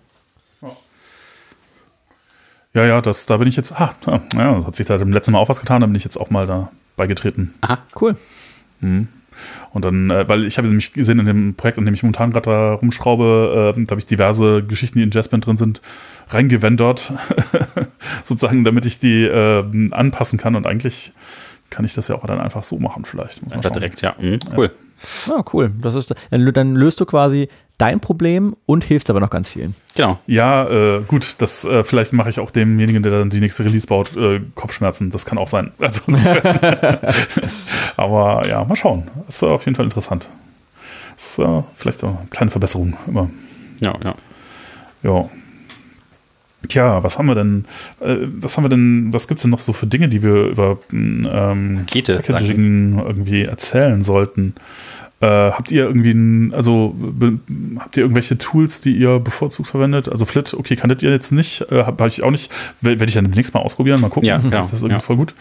Ja, da bin ich jetzt, das hat sich da im letzten Mal auch was getan, da bin ich jetzt auch mal da beigetreten. Aha, cool. Und dann, weil ich habe nämlich gesehen in dem Projekt, in dem ich momentan gerade da rumschraube, da habe ich diverse Geschichten, die in Jazzband drin sind, reingewendert, sozusagen, damit ich die anpassen kann und eigentlich kann ich das ja auch dann einfach so machen vielleicht. Einfach direkt, ja. Cool. Ja, cool. Das ist, dann löst du quasi dein Problem und hilfst aber noch ganz vielen. Genau. Ja, gut, das vielleicht mache ich auch demjenigen, der dann die nächste Release baut, Kopfschmerzen. Das kann auch sein. Also, aber ja, mal schauen. Ist auf jeden Fall interessant. Ist vielleicht auch eine kleine Verbesserung immer. Ja. Tja, was gibt's denn noch so für Dinge, die wir über Packaging irgendwie erzählen sollten? Habt ihr irgendwie habt ihr irgendwelche Tools, die ihr bevorzugt verwendet? Also Flit, okay, kanntet ihr jetzt nicht, habe ich auch nicht, werde ich dann demnächst mal ausprobieren, mal gucken. Ja, genau. Das ist irgendwie voll gut.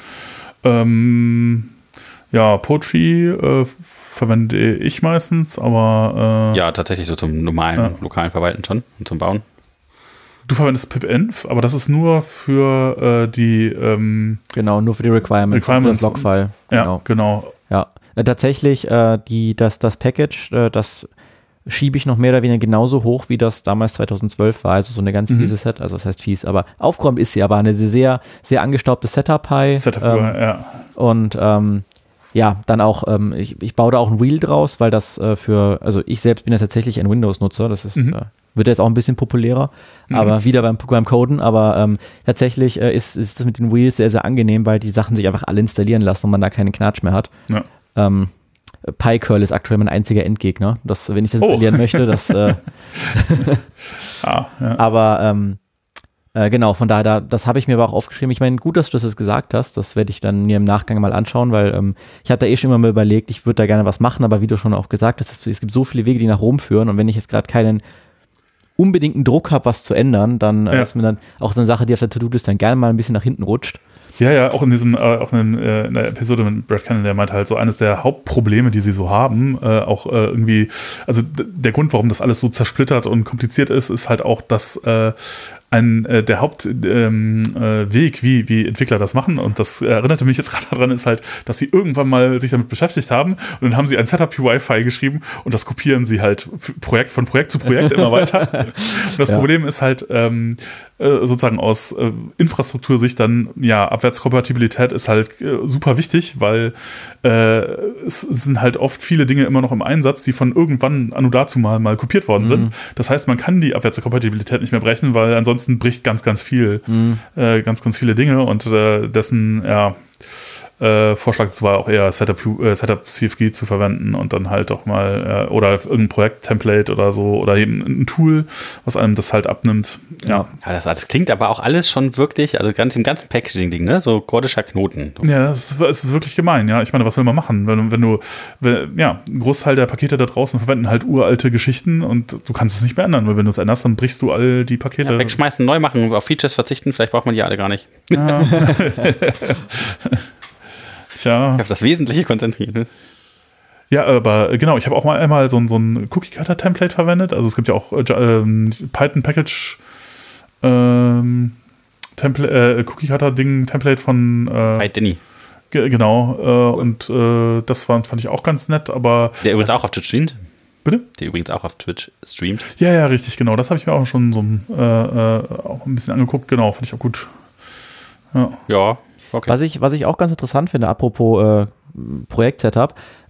Poetry verwende ich meistens, aber ja, tatsächlich so zum normalen lokalen Verwalten schon und zum Bauen. Du verwendest pipenv, aber das ist nur für die genau, nur für die Requirements. Das Logfile. Genau. Ja, tatsächlich, das Package, das schiebe ich noch mehr oder weniger genauso hoch, wie das damals 2012 war. Also so eine ganz fiese Set, also das heißt fies, aber aufgeräumt ist sie, aber eine sehr, sehr angestaubte Setup-High. Und dann auch, ich baue da auch ein Wheel draus, weil das also ich selbst bin ja tatsächlich ein Windows-Nutzer, das ist, wird jetzt auch ein bisschen populärer, aber wieder beim Coden, aber tatsächlich ist das mit den Wheels sehr, sehr angenehm, weil die Sachen sich einfach alle installieren lassen und man da keinen Knatsch mehr hat. Ja. PyCurl ist aktuell mein einziger Endgegner, wenn ich das installieren möchte, das aber genau, von daher, das habe ich mir aber auch aufgeschrieben. Ich meine, gut, dass du das gesagt hast. Das werde ich dann mir im Nachgang mal anschauen, weil ich hatte schon immer mal überlegt, ich würde da gerne was machen, aber wie du schon auch gesagt hast, es gibt so viele Wege, die nach Rom führen und wenn ich jetzt gerade keinen unbedingten Druck habe, was zu ändern, dann ist mir dann auch so eine Sache, die auf der To-Do-Liste dann gerne mal ein bisschen nach hinten rutscht. Ja, auch in der Episode mit Brad Cannon, der meinte halt so, eines der Hauptprobleme, die sie so haben, irgendwie, also der Grund, warum das alles so zersplittert und kompliziert ist halt auch, dass der Hauptweg, wie Entwickler das machen, und das erinnerte mich jetzt gerade daran, ist halt, dass sie irgendwann mal sich damit beschäftigt haben und dann haben sie ein Setup-UI-File geschrieben und das kopieren sie halt von Projekt zu Projekt immer weiter. Und das Problem ist halt sozusagen aus Infrastruktursicht dann, Abwärtskompatibilität ist halt super wichtig, weil es sind halt oft viele Dinge immer noch im Einsatz, die von irgendwann anno dazu mal kopiert worden sind. Das heißt, man kann die Abwärtskompatibilität nicht mehr brechen, weil ansonsten bricht ganz viele Dinge und dessen Vorschlag war auch eher Setup CFG zu verwenden und dann halt auch mal oder irgendein Projekt-Template oder so oder eben ein Tool, was einem das halt abnimmt. Ja, das klingt aber auch alles schon wirklich, also im ganzen Packaging-Ding, ne? So gordischer Knoten. Ja, das ist wirklich gemein, ja. Ich meine, was will man machen? Wenn ein Großteil der Pakete da draußen verwenden halt uralte Geschichten und du kannst es nicht mehr ändern, weil wenn du es änderst, dann brichst du all die Pakete. Ja, wegschmeißen, neu machen, auf Features verzichten, vielleicht braucht man die alle gar nicht. Ja. Tja. Ich auf das Wesentliche konzentrieren. Ja, aber genau, ich habe auch mal einmal so ein Cookie-Cutter-Template verwendet. Also es gibt ja auch Python-Package Cookie-Cutter-Template von Python. Genau, und das fand ich auch ganz nett, aber... Der übrigens auch auf Twitch streamt. Bitte? Der übrigens auch auf Twitch streamt. Ja, richtig, genau. Das habe ich mir auch schon so auch ein bisschen angeguckt. Genau, fand ich auch gut. Ja. Okay. Was ich auch ganz interessant finde, apropos Projekt-Setup,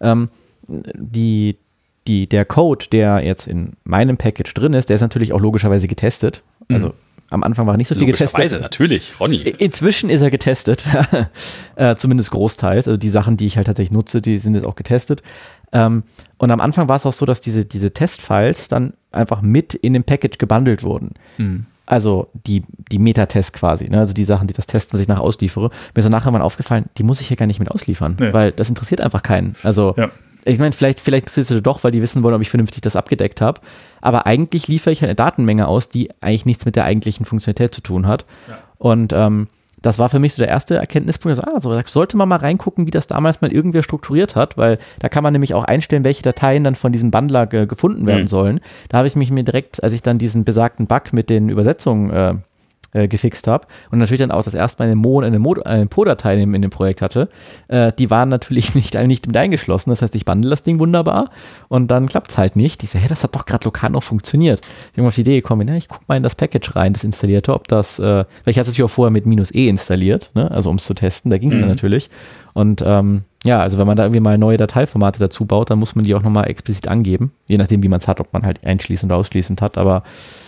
der Code, der jetzt in meinem Package drin ist, der ist natürlich auch logischerweise getestet. Also am Anfang war er nicht so viel getestet. Natürlich, Ronny. Inzwischen ist er getestet, zumindest großteils. Also die Sachen, die ich halt tatsächlich nutze, die sind jetzt auch getestet. Und am Anfang war es auch so, dass diese Testfiles dann einfach mit in dem Package gebundelt wurden. also die Metatests quasi, ne? Also die Sachen, die das Testen, was ich nachher ausliefere, mir ist dann nachher mal aufgefallen, die muss ich hier gar nicht mit ausliefern, weil das interessiert einfach keinen. Also ich meine, vielleicht interessiert es doch, weil die wissen wollen, ob ich vernünftig das abgedeckt habe, aber eigentlich liefere ich eine Datenmenge aus, die eigentlich nichts mit der eigentlichen Funktionalität zu tun hat. Ja. Und das war für mich so der erste Erkenntnispunkt, also sollte man mal reingucken, wie das damals mal irgendwer strukturiert hat, weil da kann man nämlich auch einstellen, welche Dateien dann von diesem Bundler gefunden werden sollen. Da habe ich mir direkt, als ich dann diesen besagten Bug mit den Übersetzungen gefixt habe und natürlich dann auch das erste Mal eine Po-Datei in dem Projekt hatte, die waren natürlich nicht mit eingeschlossen. Das heißt, ich bundle das Ding wunderbar und dann klappt es halt nicht. Ich sage, das hat doch gerade lokal noch funktioniert. Ich bin auf die Idee gekommen, ich gucke mal in das Package rein, das installierte, ob das, weil ich hatte es natürlich auch vorher mit -e installiert, ne? Also um es zu testen, da ging es dann natürlich. Und also wenn man da irgendwie mal neue Dateiformate dazu baut, dann muss man die auch nochmal explizit angeben, je nachdem, wie man es hat, ob man halt einschließend oder ausschließend hat, aber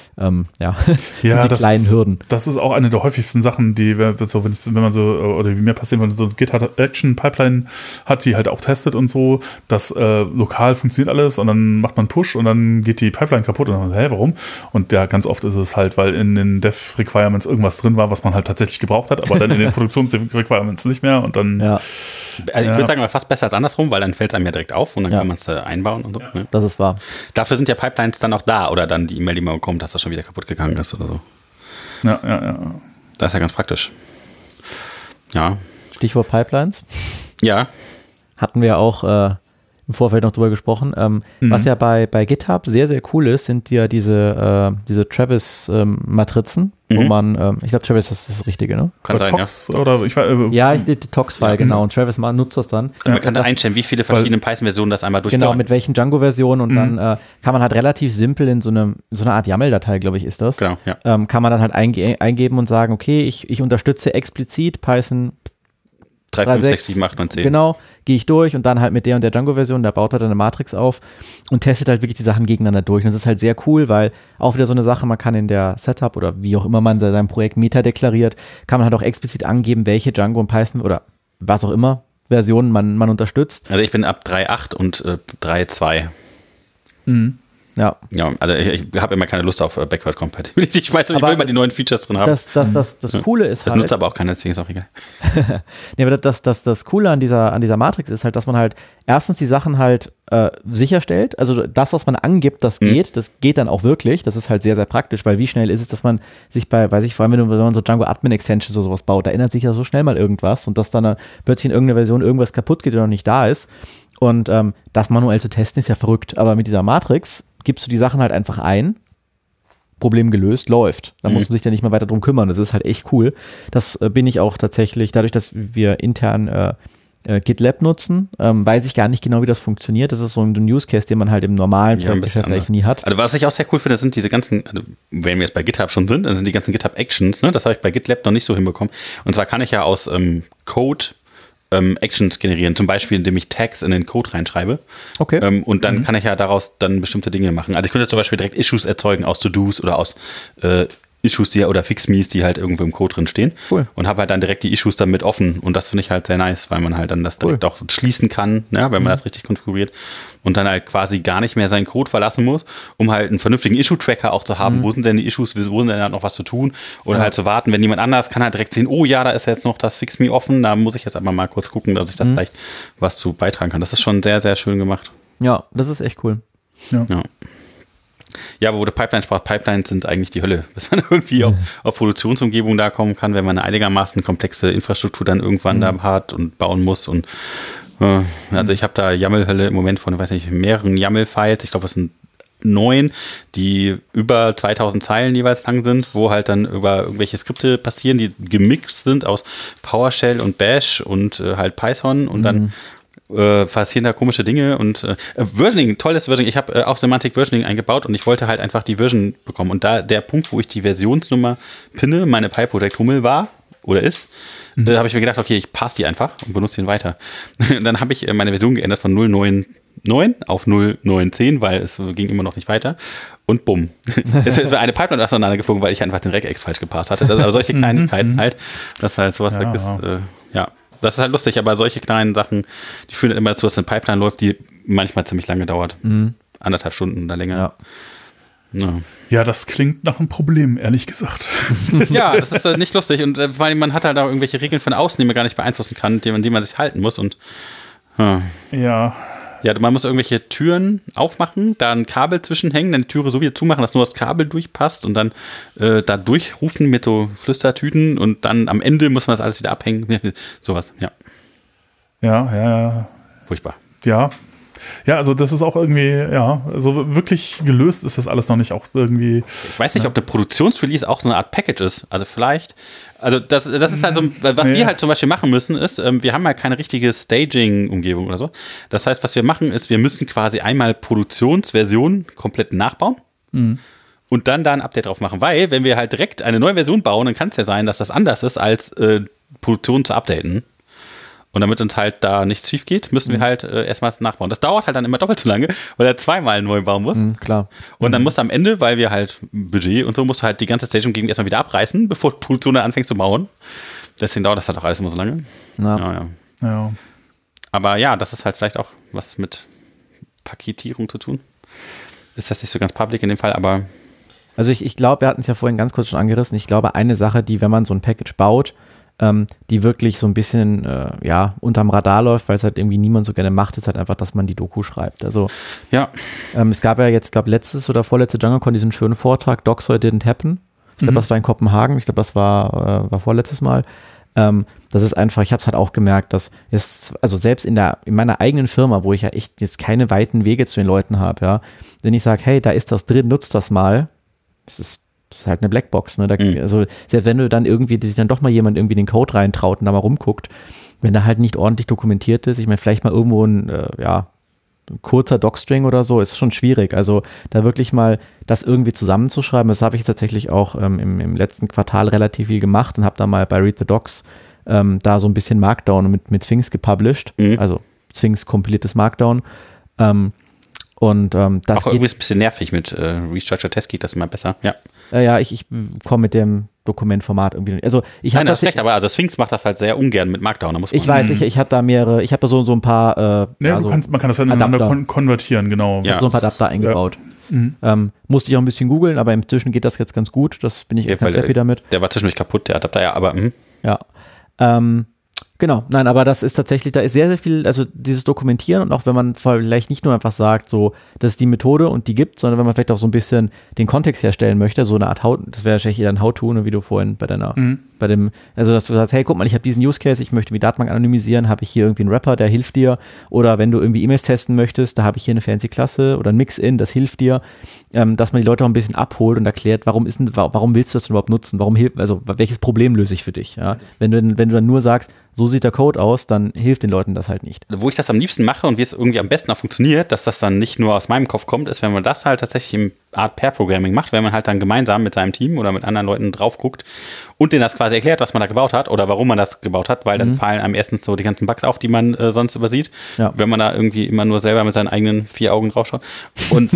die kleinen Hürden. Das ist auch eine der häufigsten Sachen, die, wenn man so, oder wie mir passiert, wenn man so eine GitHub-Action-Pipeline hat, die halt auch testet und so, dass lokal funktioniert alles und dann macht man Push und dann geht die Pipeline kaputt und dann warum? Und ja, ganz oft ist es halt, weil in den Dev-Requirements irgendwas drin war, was man halt tatsächlich gebraucht hat, aber dann in den Produktions-Requirements nicht mehr und dann Also ich würde sagen, fast besser als andersrum, weil dann fällt es einem ja direkt auf und dann kann man es einbauen und so. Ja. Das ist wahr. Dafür sind ja Pipelines dann auch da oder dann die E-Mail, die man bekommt, dass das schon wieder kaputt gegangen ist oder so. Ja. Das ist ja ganz praktisch. Ja. Stichwort Pipelines. Ja. Hatten wir auch im Vorfeld noch drüber gesprochen. Was ja bei GitHub sehr, sehr cool ist, sind ja diese Travis-Matrizen, wo man, ich glaube, Travis ist das Richtige, ne? Kann sein, Tox, oder die Tox-File, genau. Und Travis nutzt das dann. Also man kann da einstellen, wie viele verschiedene Python-Versionen das einmal durchdauern. Genau, mit welchen Django-Versionen und dann kann man halt relativ simpel in so eine Art YAML-Datei, glaube ich, ist das. Genau, ja. Kann man dann halt eingeben und sagen, okay, ich unterstütze explizit Python 3, 5, 6, 7, 8, 9, 10. Genau, gehe ich durch und dann halt mit der und der Django-Version, da baut er dann eine Matrix auf und testet halt wirklich die Sachen gegeneinander durch. Und das ist halt sehr cool, weil auch wieder so eine Sache, man kann in der Setup oder wie auch immer man sein Projekt Meta deklariert, kann man halt auch explizit angeben, welche Django und Python oder was auch immer Versionen man unterstützt. Also ich bin ab 3.8 und 3.2. Ja, also ich habe immer keine Lust auf Backward Compatibility. Ich will immer die neuen Features drin haben. Das Coole ist das halt. nutzt aber auch keiner, deswegen ist auch egal. Nee, aber das Coole an dieser Matrix ist halt, dass man halt erstens die Sachen halt sicherstellt. Also das, was man angibt, das geht dann auch wirklich. Das ist halt sehr, sehr praktisch, weil wie schnell ist es, dass man sich vor allem wenn man so Django Admin Extensions oder sowas baut, da ändert sich ja so schnell mal irgendwas und dass dann plötzlich in irgendeiner Version irgendwas kaputt geht, der noch nicht da ist. Und das manuell zu testen ist ja verrückt. Aber mit dieser Matrix gibst du die Sachen halt einfach ein, Problem gelöst, läuft. Da muss man sich dann nicht mehr weiter drum kümmern. Das ist halt echt cool. Das bin ich auch tatsächlich, dadurch, dass wir intern GitLab nutzen, weiß ich gar nicht genau, wie das funktioniert. Das ist so ein Use Case, den man halt im normalen Projektgeschäft eigentlich nie hat. Also was ich auch sehr cool finde, sind diese ganzen, also wenn wir jetzt bei GitHub schon sind, dann sind die ganzen GitHub Actions, ne? Das habe ich bei GitLab noch nicht so hinbekommen. Und zwar kann ich ja aus Code Actions generieren, zum Beispiel, indem ich Tags in den Code reinschreibe. Okay. Und dann kann ich ja daraus dann bestimmte Dinge machen. Also ich könnte zum Beispiel direkt Issues erzeugen aus To-Dos oder aus Issues, oder Fix-Me's, die halt irgendwo im Code drin stehen. Cool. Und habe halt dann direkt die Issues damit offen. Und das finde ich halt sehr nice, weil man halt dann das direkt auch schließen kann, ne, wenn man das richtig konfiguriert. Und dann halt quasi gar nicht mehr seinen Code verlassen muss, um halt einen vernünftigen Issue-Tracker auch zu haben. Wo sind denn die Issues, wo sind denn da noch was zu tun? Oder halt zu warten, wenn jemand anders kann halt direkt sehen, oh ja, da ist jetzt noch das Fix-Me offen, da muss ich jetzt aber mal kurz gucken, dass ich da vielleicht was zu beitragen kann. Das ist schon sehr, sehr schön gemacht. Ja, das ist echt cool. Ja, wo du Pipelines sprachst, Pipelines sind eigentlich die Hölle, bis man irgendwie auf Produktionsumgebung da kommen kann, wenn man eine einigermaßen komplexe Infrastruktur dann irgendwann da hat und bauen muss. Und also ich habe da YAML-Hölle im Moment von, weiß nicht, mehreren YAML-Files, ich glaube, es sind 9, die über 2000 Zeilen jeweils lang sind, wo halt dann über irgendwelche Skripte passieren, die gemixt sind aus PowerShell und Bash und halt Python und dann passieren da komische Dinge und Versioning, tolles Versioning. Ich habe auch Semantic Versioning eingebaut und ich wollte halt einfach die Version bekommen. Und da der Punkt, wo ich die Versionsnummer pinne, meine PyProject Hummel war oder ist, habe ich mir gedacht, okay, ich passe die einfach und benutze den weiter. Dann habe ich meine Version geändert von 0.9.9 auf 0.9.10, weil es ging immer noch nicht weiter. Und bumm. Es ist eine Pipeline auseinandergeflogen, weil ich einfach den Regex falsch gepasst hatte. Also solche Kleinigkeiten halt, dass halt sowas weg ist. Das ist halt lustig, aber solche kleinen Sachen, die führen immer dazu, dass eine Pipeline läuft, die manchmal ziemlich lange dauert. 1,5 Stunden oder länger. Ja, das klingt nach einem Problem, ehrlich gesagt. Ja, das ist nicht lustig. Und vor allem, man hat halt auch irgendwelche Regeln von außen, die man gar nicht beeinflussen kann, die man sich halten muss. Und Ja, man muss irgendwelche Türen aufmachen, da ein Kabel zwischenhängen, dann die Türe so wieder zumachen, dass nur das Kabel durchpasst und dann da durchrufen mit so Flüstertüten und dann am Ende muss man das alles wieder abhängen. Sowas, ja. Ja. Furchtbar. Ja, also das ist auch irgendwie, also wirklich gelöst ist das alles noch nicht, auch irgendwie. Ich weiß nicht, ob der Produktionsrelease auch so eine Art Package ist. Also vielleicht, das ist halt so, was wir halt zum Beispiel machen müssen, ist, wir haben halt keine richtige Staging-Umgebung oder so. Das heißt, was wir machen, ist, wir müssen quasi einmal Produktionsversion komplett nachbauen. Und dann da ein Update drauf machen, weil wenn wir halt direkt eine neue Version bauen, dann kann es ja sein, dass das anders ist, als Produktion zu updaten. Und damit uns halt da nichts schief geht, müssen wir halt erstmal nachbauen. Das dauert halt dann immer doppelt so lange, weil er zweimal neu bauen muss. Klar. Und dann musst du am Ende, weil wir halt Budget und so, musst du halt die ganze Stage-Umgebung erstmal wieder abreißen, bevor die Produktion dann anfängt zu bauen. Deswegen dauert das halt auch alles immer so lange. Ja. Aber ja, das ist halt vielleicht auch was mit Paketierung zu tun. Ist das nicht so ganz public in dem Fall, aber Also ich glaube, wir hatten es ja vorhin ganz kurz schon angerissen. Ich glaube, eine Sache, die, wenn man so ein Package baut, die wirklich so ein bisschen unterm Radar läuft, weil es halt irgendwie niemand so gerne macht, ist halt einfach, dass man die Doku schreibt. Also es gab ja jetzt, glaube letztes oder vorletzte DjangoCon diesen schönen Vortrag, Docs Heute Didn't Happen. Ich glaube, das war in Kopenhagen. Ich glaube, das war vorletztes Mal. Das ist einfach, ich habe es halt auch gemerkt, dass also selbst in meiner eigenen Firma, wo ich ja echt jetzt keine weiten Wege zu den Leuten habe, ja, wenn ich sage, hey, da ist das drin, nutzt das mal, das ist halt eine Blackbox, ne? Also selbst wenn du dann irgendwie, sich dann doch mal jemand irgendwie den Code reintraut und da mal rumguckt, wenn der halt nicht ordentlich dokumentiert ist, ich meine, vielleicht mal irgendwo ein kurzer Docstring oder so, ist schon schwierig. Also da wirklich mal das irgendwie zusammenzuschreiben, das habe ich tatsächlich auch im letzten Quartal relativ viel gemacht und habe da mal bei Read the Docs da so ein bisschen Markdown mit Sphinx gepublished, also Sphinx kompiliertes Markdown. Das auch irgendwie ist ein bisschen nervig mit Restructured Test geht das immer besser, ja. Ja, ich komme mit dem Dokumentformat irgendwie. Also Nein, das ist schlecht, aber also Sphinx macht das halt sehr ungern mit Markdown. Da muss man ich weiß, ich habe da mehrere, ich habe da so ein paar man kann das dann ineinander konvertieren, genau. Ich habe so ein paar Adapter eingebaut. Musste ich auch ein bisschen googeln, aber inzwischen geht das jetzt ganz gut. Das bin ich ganz happy damit. Der war zwischendurch kaputt, der Adapter, ja, aber Ja. Genau, nein, aber das ist tatsächlich, da ist sehr, sehr viel, also dieses Dokumentieren und auch wenn man vielleicht nicht nur einfach sagt, so, das ist die Methode und die gibt, sondern wenn man vielleicht auch so ein bisschen den Kontext herstellen möchte, so eine Art das wäre wahrscheinlich eher ein How-To, ne, wie du vorhin also dass du sagst, hey, guck mal, ich habe diesen Use Case, ich möchte die Datenbank anonymisieren, habe ich hier irgendwie einen Wrapper, der hilft dir, oder wenn du irgendwie E-Mails testen möchtest, da habe ich hier eine fancy Klasse oder ein Mix-In, das hilft dir, dass man die Leute auch ein bisschen abholt und erklärt, warum willst du das denn überhaupt nutzen, also welches Problem löse ich für dich, ja? Wenn du dann nur sagst, so sieht der Code aus, dann hilft den Leuten das halt nicht. Wo ich das am liebsten mache und wie es irgendwie am besten auch funktioniert, dass das dann nicht nur aus meinem Kopf kommt, ist, wenn man das halt tatsächlich im Art Pair-Programming macht, wenn man halt dann gemeinsam mit seinem Team oder mit anderen Leuten drauf guckt und denen das quasi erklärt, was man da gebaut hat oder warum man das gebaut hat, weil dann fallen einem erstens so die ganzen Bugs auf, die man sonst übersieht, wenn man da irgendwie immer nur selber mit seinen eigenen 4 Augen drauf schaut. Und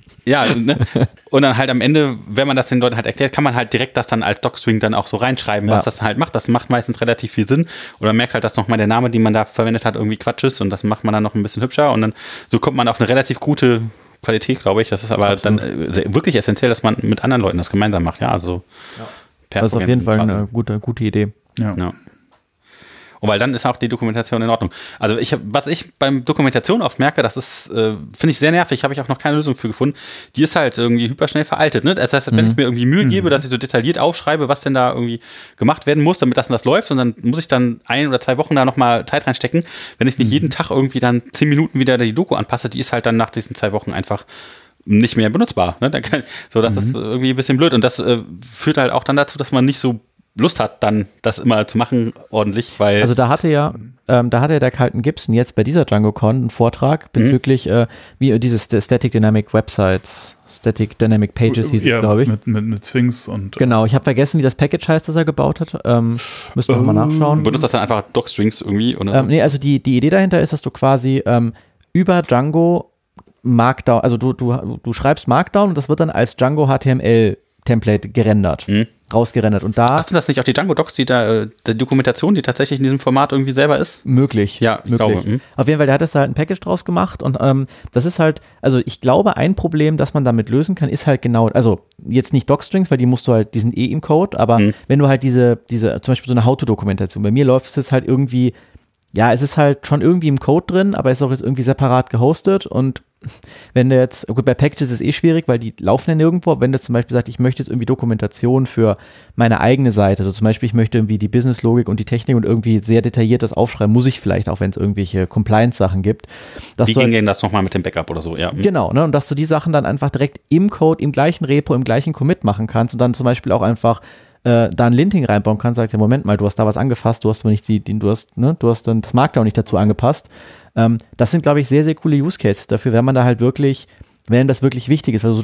und dann halt am Ende, wenn man das den Leuten halt erklärt, kann man halt direkt das dann als Docstring dann auch so reinschreiben, was das halt macht. Das macht meistens relativ viel Sinn. Oder man merkt halt, dass nochmal der Name, den man da verwendet hat, irgendwie Quatsch ist und das macht man dann noch ein bisschen hübscher und dann so kommt man auf eine relativ gute Qualität, glaube ich. Das ist aber dann wirklich essentiell, dass man mit anderen Leuten das gemeinsam macht. Ja, also das ist auf jeden Fall eine gute Idee. Ja. Und weil dann ist auch die Dokumentation in Ordnung. Also was ich beim Dokumentation oft merke, das ist, finde ich sehr nervig, habe ich auch noch keine Lösung für gefunden. Die ist halt irgendwie hyperschnell veraltet. Ne? Das heißt, wenn ich mir irgendwie Mühe gebe, dass ich so detailliert aufschreibe, was denn da irgendwie gemacht werden muss, damit das und das läuft, und dann muss ich dann 1 oder 2 Wochen da nochmal Zeit reinstecken, wenn ich nicht jeden Tag irgendwie dann 10 Minuten wieder die Doku anpasse, die ist halt dann nach diesen 2 Wochen einfach nicht mehr benutzbar. Ne? Das ist irgendwie ein bisschen blöd und das führt halt auch dann dazu, dass man nicht so Lust hat, dann das immer zu machen ordentlich, weil... Also da hatte ja der Carlton Gibson jetzt bei dieser DjangoCon einen Vortrag bezüglich wie dieses Static Dynamic Websites, Static Dynamic Pages hieß es, glaube ich. Mit Sphinx und... Genau, ich habe vergessen, wie das Package heißt, das er gebaut hat. Müssen wir mal nachschauen. Benutzt das dann einfach Docstrings irgendwie? Oder? Nee, also die Idee dahinter ist, dass du quasi über Django Markdown, also du schreibst Markdown und das wird dann als Django HTML Template gerendert. rausgerendert. Und da sind das nicht auch die Django-Docs, die Dokumentation, die tatsächlich in diesem Format irgendwie selber ist? Möglich. Ja, ich glaube. Auf jeden Fall, der hat da halt ein Package draus gemacht und das ist halt, also ich glaube, ein Problem, das man damit lösen kann, ist halt genau, also jetzt nicht Docstrings, weil die sind im Code, aber wenn du halt diese, zum Beispiel so eine How-to-Dokumentation, bei mir läuft es jetzt halt irgendwie, ja, es ist halt schon irgendwie im Code drin, aber es ist auch jetzt irgendwie separat gehostet und wenn du jetzt, gut, bei Packages ist es schwierig, weil die laufen ja nirgendwo, aber wenn du zum Beispiel sagst, ich möchte jetzt irgendwie Dokumentation für meine eigene Seite, also zum Beispiel ich möchte irgendwie die Businesslogik und die Technik und irgendwie sehr detailliert das aufschreiben, muss ich vielleicht auch, wenn es irgendwelche Compliance-Sachen gibt. Wie ging denn das nochmal mit dem Backup oder so, ja. Genau, ne, und dass du die Sachen dann einfach direkt im Code, im gleichen Repo, im gleichen Commit machen kannst und dann zum Beispiel auch einfach da ein Linting reinbauen kannst, sagst ja, Moment mal, du hast da was angefasst, du hast aber nicht du hast dann das Markdown nicht dazu angepasst. Das sind, glaube ich, sehr, sehr coole Use Cases dafür, wenn man da halt wirklich, wenn das wirklich wichtig ist, weil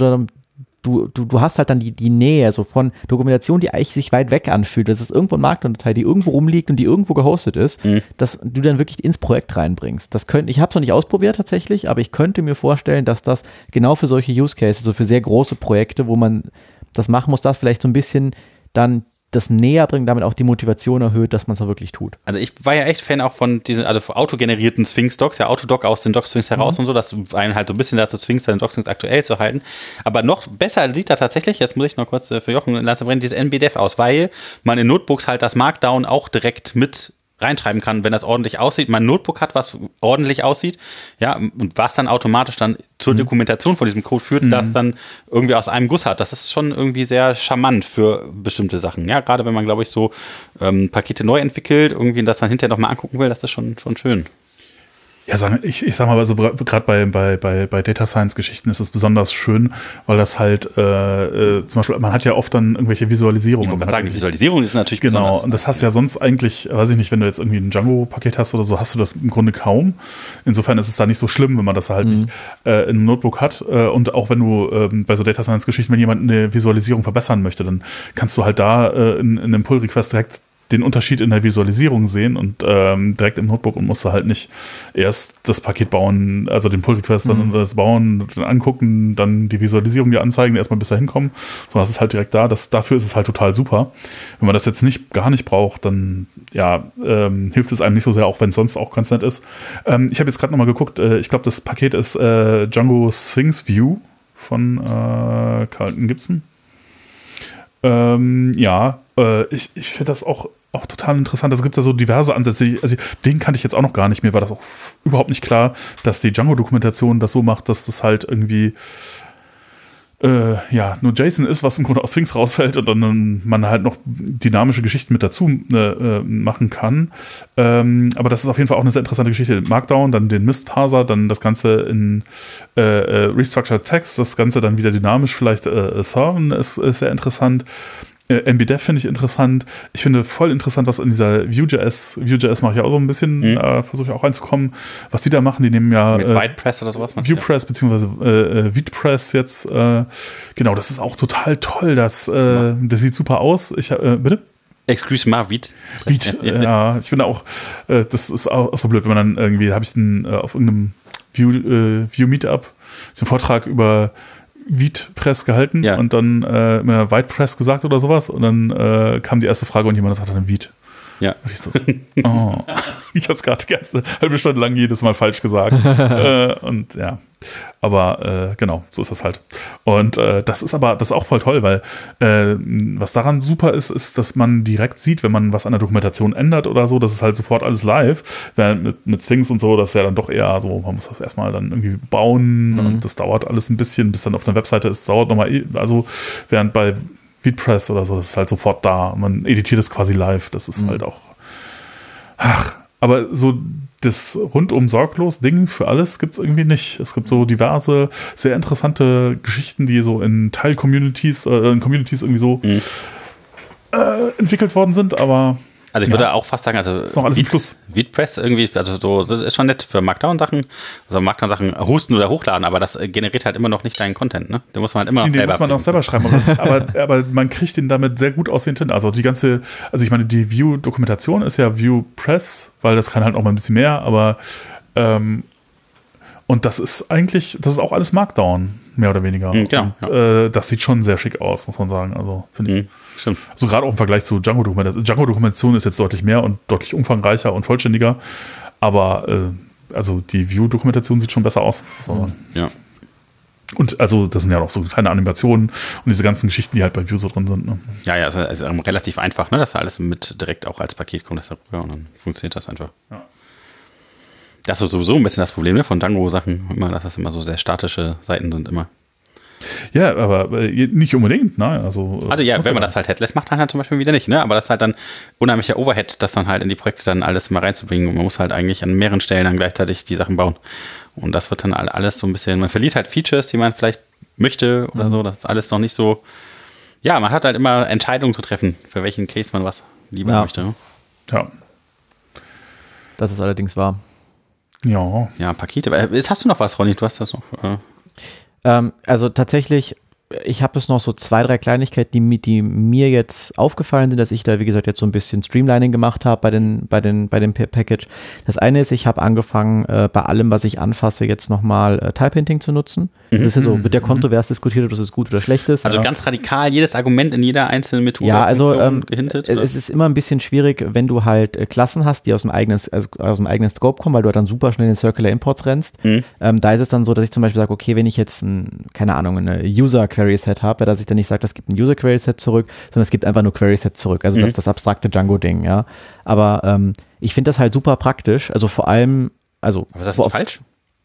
du hast halt dann die Nähe so von Dokumentation, die eigentlich sich weit weg anfühlt. Das ist irgendwo eine Markdown-Datei, die irgendwo rumliegt und die irgendwo gehostet ist, dass du dann wirklich ins Projekt reinbringst. Ich habe es noch nicht ausprobiert tatsächlich, aber ich könnte mir vorstellen, dass das genau für solche Use Cases, so für sehr große Projekte, wo man das machen muss, das vielleicht so ein bisschen dann das näher bringt, damit auch die Motivation erhöht, dass man es auch wirklich tut. Also ich war ja echt Fan auch von diesen, also autogenerierten Sphinx-Docs, ja, Autodoc aus den Doc-Sphinx heraus und so, dass du einen halt so ein bisschen dazu zwingst, deine Doc-Sphinx aktuell zu halten. Aber noch besser sieht da tatsächlich, jetzt muss ich noch kurz für Jochen Lanze brennen, dieses NBDev aus, weil man in Notebooks halt das Markdown auch direkt mit reinschreiben kann, wenn das ordentlich aussieht. Mein Notebook hat, was ordentlich aussieht, ja, und was dann automatisch dann zur Dokumentation von diesem Code führt, das dann irgendwie aus einem Guss hat. Das ist schon irgendwie sehr charmant für bestimmte Sachen. Ja, gerade wenn man, glaube ich, so Pakete neu entwickelt, irgendwie das dann hinterher nochmal angucken will, das ist schon schön. Ja, ich sag mal, also gerade bei Data Science Geschichten ist es besonders schön, weil das halt zum Beispiel, man hat ja oft dann irgendwelche Visualisierungen. Ich wollte sagen, die Visualisierung ist natürlich genau, besonders. und das hast du ja sonst eigentlich, weiß ich nicht, wenn du jetzt irgendwie ein Django-Paket hast oder so, hast du das im Grunde kaum. Insofern ist es da nicht so schlimm, wenn man das halt nicht in einem Notebook hat. Und auch wenn du bei so Data Science Geschichten, wenn jemand eine Visualisierung verbessern möchte, dann kannst du halt da in einem Pull-Request direkt den Unterschied in der Visualisierung sehen und direkt im Notebook und musst du halt nicht erst das Paket bauen, also den Pull-Request dann das bauen, dann angucken, dann die Visualisierung dir anzeigen, erstmal bis da hinkommen, sondern es ist halt direkt da. Dafür ist es halt total super. Wenn man das jetzt gar nicht braucht, dann ja, hilft es einem nicht so sehr, auch wenn es sonst auch ganz nett ist. Ich habe jetzt gerade nochmal geguckt, ich glaube, das Paket ist Django Sphinx View von Carlton Gibson. Ich finde das auch total interessant. Es gibt da so diverse Ansätze. Also den kannte ich jetzt auch noch gar nicht. Mir war das auch überhaupt nicht klar, dass die Django-Dokumentation das so macht, dass das halt irgendwie nur JSON ist, was im Grunde aus Sphinx rausfällt und dann man halt noch dynamische Geschichten mit dazu machen kann. Aber das ist auf jeden Fall auch eine sehr interessante Geschichte. Markdown, dann den Mist-Parser, dann das Ganze in Restructured Text, das Ganze dann wieder dynamisch vielleicht serven, ist sehr interessant. NBDev finde ich interessant. Ich finde voll interessant, was in dieser Vue.js mache ich auch so ein bisschen, versuche ich auch reinzukommen, was die da machen. Die nehmen ja mit WordPress oder sowas. VuePress beziehungsweise VitePress jetzt. Genau, das ist auch total toll. Das sieht super aus. Bitte? Excuse mal, Vite, ja, ich finde auch, das ist auch so blöd, wenn man dann irgendwie, habe ich auf irgendeinem Vue Meetup den Vortrag über VitePress gehalten und dann WhitePress gesagt oder sowas und dann kam die erste Frage und jemand sagt dann Vite. Ja. Und ich so, ich habe es gerade die ganze halbe Stunde lang jedes Mal falsch gesagt. Und ja, aber genau, so ist das halt. Und das ist auch voll toll, weil was daran super ist, dass man direkt sieht, wenn man was an der Dokumentation ändert oder so, das ist halt sofort alles live. Während mit Sphinx und so, das ist ja dann doch eher so, man muss das erstmal dann irgendwie bauen und das dauert alles ein bisschen, bis dann auf einer Webseite ist, dauert nochmal, also während bei VitePress oder so, das ist halt sofort da. Man editiert es quasi live. Das ist halt auch. Aber so das rundum sorglos Ding für alles gibt es irgendwie nicht. Es gibt so diverse, sehr interessante Geschichten, die so in Teil-Communities, in Communities irgendwie so entwickelt worden sind, aber. Also ich würde auch fast sagen, ist noch alles im Fluss. VitePress irgendwie, also so, das ist schon nett für Markdown-Sachen, also Markdown-Sachen hosten oder hochladen, aber das generiert halt immer noch nicht deinen Content, ne? Den muss man halt immer noch selber. Den muss man auch selber schreiben, aber man kriegt den damit sehr gut aussehend hin. Also ich meine, die Vue-Dokumentation ist ja VuePress, weil das kann halt auch mal ein bisschen mehr, aber Und das ist auch alles Markdown, mehr oder weniger. Genau. Und, das sieht schon sehr schick aus, muss man sagen. Also, finde ich. Stimmt. Also gerade auch im Vergleich zu Django-Dokumentation. Django-Dokumentation ist jetzt deutlich mehr und deutlich umfangreicher und vollständiger. Aber also die Vue-Dokumentation sieht schon besser aus. Ja. Und also das sind ja noch so kleine Animationen und diese ganzen Geschichten, die halt bei Vue so drin sind. Ne? Ja, also relativ einfach, ne, dass da alles mit direkt auch als Paket kommt, und dann funktioniert das einfach. Ja. Das ist sowieso ein bisschen das Problem, ne, von Django-Sachen, dass das immer so sehr statische Seiten sind immer. Ja, aber nicht unbedingt, ne? Also ja, wenn man das halt headless macht, dann halt zum Beispiel wieder nicht, ne? Aber das ist halt dann unheimlicher Overhead, das dann halt in die Projekte dann alles mal reinzubringen. Und man muss halt eigentlich an mehreren Stellen dann gleichzeitig die Sachen bauen. Und das wird dann alles so ein bisschen, man verliert halt Features, die man vielleicht möchte oder so. Das ist alles noch nicht so. Ja, man hat halt immer Entscheidungen zu treffen, für welchen Case man was lieber möchte. Ne? Ja. Das ist allerdings wahr. Ja. Ja, Pakete. Jetzt hast du noch was, Ronny? Du hast das noch. Also tatsächlich, ich habe es noch so 2, 3 Kleinigkeiten, die mir jetzt aufgefallen sind, dass ich da, wie gesagt, jetzt so ein bisschen Streamlining gemacht habe bei dem Package. Das eine ist, ich habe angefangen, bei allem, was ich anfasse, jetzt nochmal Type-Hinting zu nutzen. Das ist ja so, wird ja kontrovers diskutiert, ob das gut oder schlecht ist. Also ganz radikal, jedes Argument in jeder einzelnen Methode gehintet. Es ist immer ein bisschen schwierig, wenn du halt Klassen hast, die aus dem eigenen Scope kommen, weil du halt dann super schnell in Circular Imports rennst. Da ist es dann so, dass ich zum Beispiel sage, okay, wenn ich jetzt eine User-Query-Set habe, dass ich dann nicht sage, das gibt ein User-Query-Set zurück, sondern es gibt einfach nur Query-Set zurück. Also das ist das abstrakte Django-Ding, ja. Aber ich finde das halt super praktisch. Also vor allem, Aber ist das nicht falsch?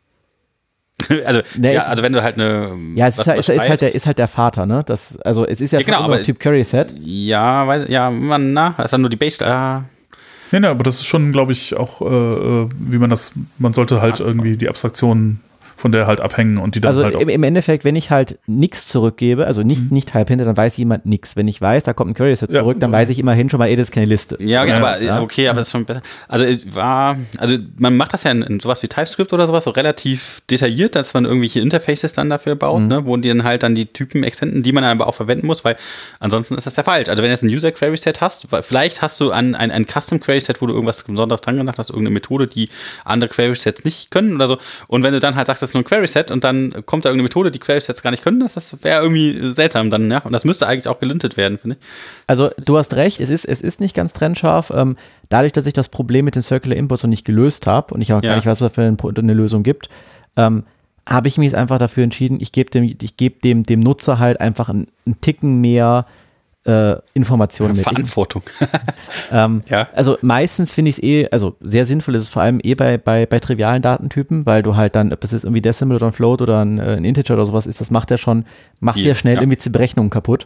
Also wenn du halt eine. Ja, es ist halt der Vater, ne? Es ist ja, genau, aber Typ Query-Set. Ja, das ist dann nur die Base. Ja, aber das ist schon, glaube ich, auch, wie man sollte halt irgendwie die Abstraktionen von der halt abhängen und die dann halt auch. Im Endeffekt, wenn ich halt nichts zurückgebe, also nicht halb hinter, dann weiß jemand nichts. Wenn ich weiß, da kommt ein Query-Set zurück, dann weiß ich immerhin schon mal, das ist keine Liste. Ja, okay, aber das ist schon besser. Also man macht das ja in sowas wie TypeScript oder sowas so relativ detailliert, dass man irgendwelche Interfaces dann dafür baut, ne, wo die dann halt dann die Typen extenden, die man dann aber auch verwenden muss, weil ansonsten ist das ja falsch. Also wenn du jetzt ein User-Query-Set hast, vielleicht hast du ein Custom-Query-Set, wo du irgendwas Besonderes dran gemacht hast, irgendeine Methode, die andere Query-Sets nicht können oder so. Und wenn du dann halt sagst, das ist nur ein Query-Set und dann kommt da irgendeine Methode, die Query-Sets gar nicht können, das wäre irgendwie seltsam dann, ja. Und das müsste eigentlich auch gelintet werden, finde ich. Also du hast recht, es ist nicht ganz trennscharf. Dadurch, dass ich das Problem mit den Circular Imports noch nicht gelöst habe und ich auch gar nicht weiß, was für eine Lösung gibt, habe ich mich jetzt einfach dafür entschieden, ich gebe dem Nutzer halt einfach einen Ticken mehr Informationen mit. Verantwortung. Also meistens finde ich es sehr sinnvoll ist es vor allem bei trivialen Datentypen, weil du halt dann, ob das jetzt irgendwie Decimal oder ein Float oder ein Integer oder sowas ist, das macht ja schnell irgendwie die Berechnungen kaputt.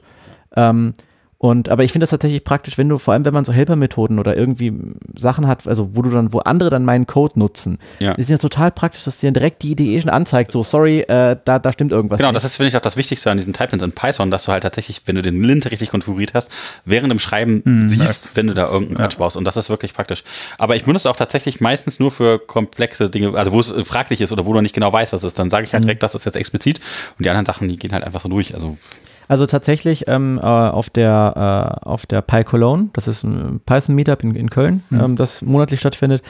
Aber ich finde das tatsächlich praktisch, vor allem wenn man so Helper-Methoden oder irgendwie Sachen hat, also wo andere dann meinen Code nutzen. Ja. Das ist ja total praktisch, dass dir direkt die Idee schon anzeigt, so sorry, da stimmt irgendwas. Genau, nicht. das ist, finde ich, auch das Wichtigste an diesen Typelines in Python, dass du halt tatsächlich, wenn du den Lint richtig konfiguriert hast, während dem Schreiben siehst, wenn du da irgendeinen Quatsch baust. Und das ist wirklich praktisch. Aber ich benutze auch tatsächlich meistens nur für komplexe Dinge, also wo es fraglich ist oder wo du nicht genau weißt, was es ist. Dann sage ich halt direkt, das ist jetzt explizit. Und die anderen Sachen, die gehen halt einfach so durch. Also tatsächlich auf der PyCologne, das ist ein Python-Meetup in Köln, das monatlich stattfindet,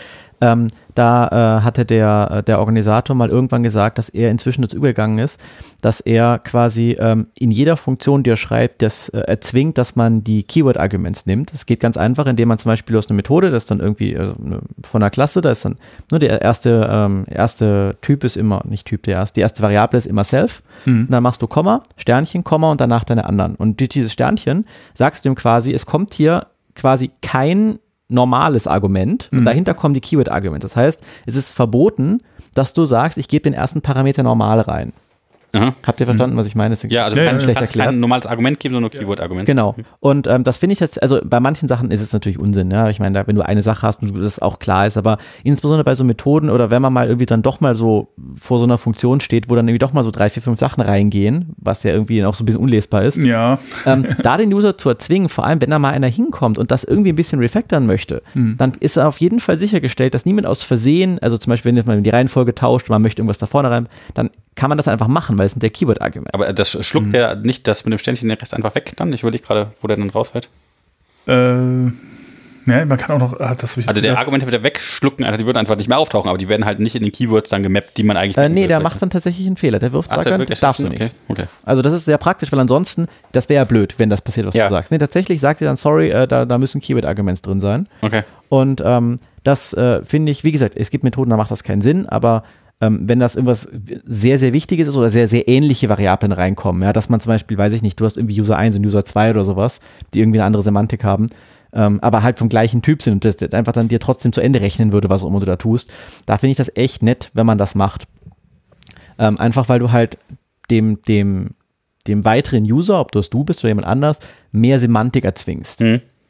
da hatte der Organisator mal irgendwann gesagt, dass er inzwischen dazu übergegangen ist, dass er quasi in jeder Funktion, die er schreibt, das erzwingt, dass man die Keyword-Arguments nimmt. Es geht ganz einfach, indem man zum Beispiel aus einer Methode, das ist dann irgendwie von einer Klasse, da ist dann nur der erste Typ ist immer, nicht Typ, die erste Variable ist immer Self. Und dann machst du Komma, Sternchen, Komma und danach deine anderen. Und durch dieses Sternchen sagst du ihm quasi, es kommt hier quasi kein normales Argument und dahinter kommen die Keyword-Argumente. Das heißt, es ist verboten, dass du sagst, ich gebe den ersten Parameter normal rein. Aha. Habt ihr verstanden, was ich meine? Also du kannst kein normales Argument geben, sondern nur Keyword-Argument. Genau. Und das finde ich jetzt, also bei manchen Sachen ist es natürlich Unsinn. Ja? Ich meine, wenn du eine Sache hast und das auch klar ist, aber insbesondere bei so Methoden oder wenn man mal irgendwie dann doch mal so vor so einer Funktion steht, wo dann irgendwie doch mal so 3, 4, 5 Sachen reingehen, was ja irgendwie auch so ein bisschen unlesbar ist, da den User zu erzwingen, vor allem wenn da mal einer hinkommt und das irgendwie ein bisschen refactoren möchte, dann ist er auf jeden Fall sichergestellt, dass niemand aus Versehen, also zum Beispiel, wenn man die Reihenfolge tauscht und man möchte irgendwas da vorne rein, dann kann man das einfach machen, weil es sind der Keyword-Argument. Aber das schluckt der nicht das mit dem Sternchen den Rest einfach weg dann? Ich überlege gerade, wo der dann rausfällt. Nee, Ja, man kann auch noch, also der Argument wird er wegschlucken, also die würden einfach nicht mehr auftauchen, aber die werden halt nicht in den Keywords dann gemappt, die man eigentlich... nee, der macht dann tatsächlich einen Fehler. Der wirft das darfst du nicht. Okay. Also das ist sehr praktisch, weil ansonsten, das wäre ja blöd, wenn das passiert, was du sagst. Nee, tatsächlich sagt ihr dann, sorry, da müssen Keyword-Arguments drin sein. Okay. Und das finde ich, wie gesagt, es gibt Methoden, da macht das keinen Sinn, aber wenn das irgendwas sehr, sehr Wichtiges ist oder sehr, sehr ähnliche Variablen reinkommen, ja, dass man zum Beispiel, weiß ich nicht, du hast irgendwie User 1 und User 2 oder sowas, die irgendwie eine andere Semantik haben, aber halt vom gleichen Typ sind und das einfach dann dir trotzdem zu Ende rechnen würde, was auch immer du da tust. Da finde ich das echt nett, wenn man das macht. Einfach weil du halt dem weiteren User, ob das du bist oder jemand anders, mehr Semantik erzwingst.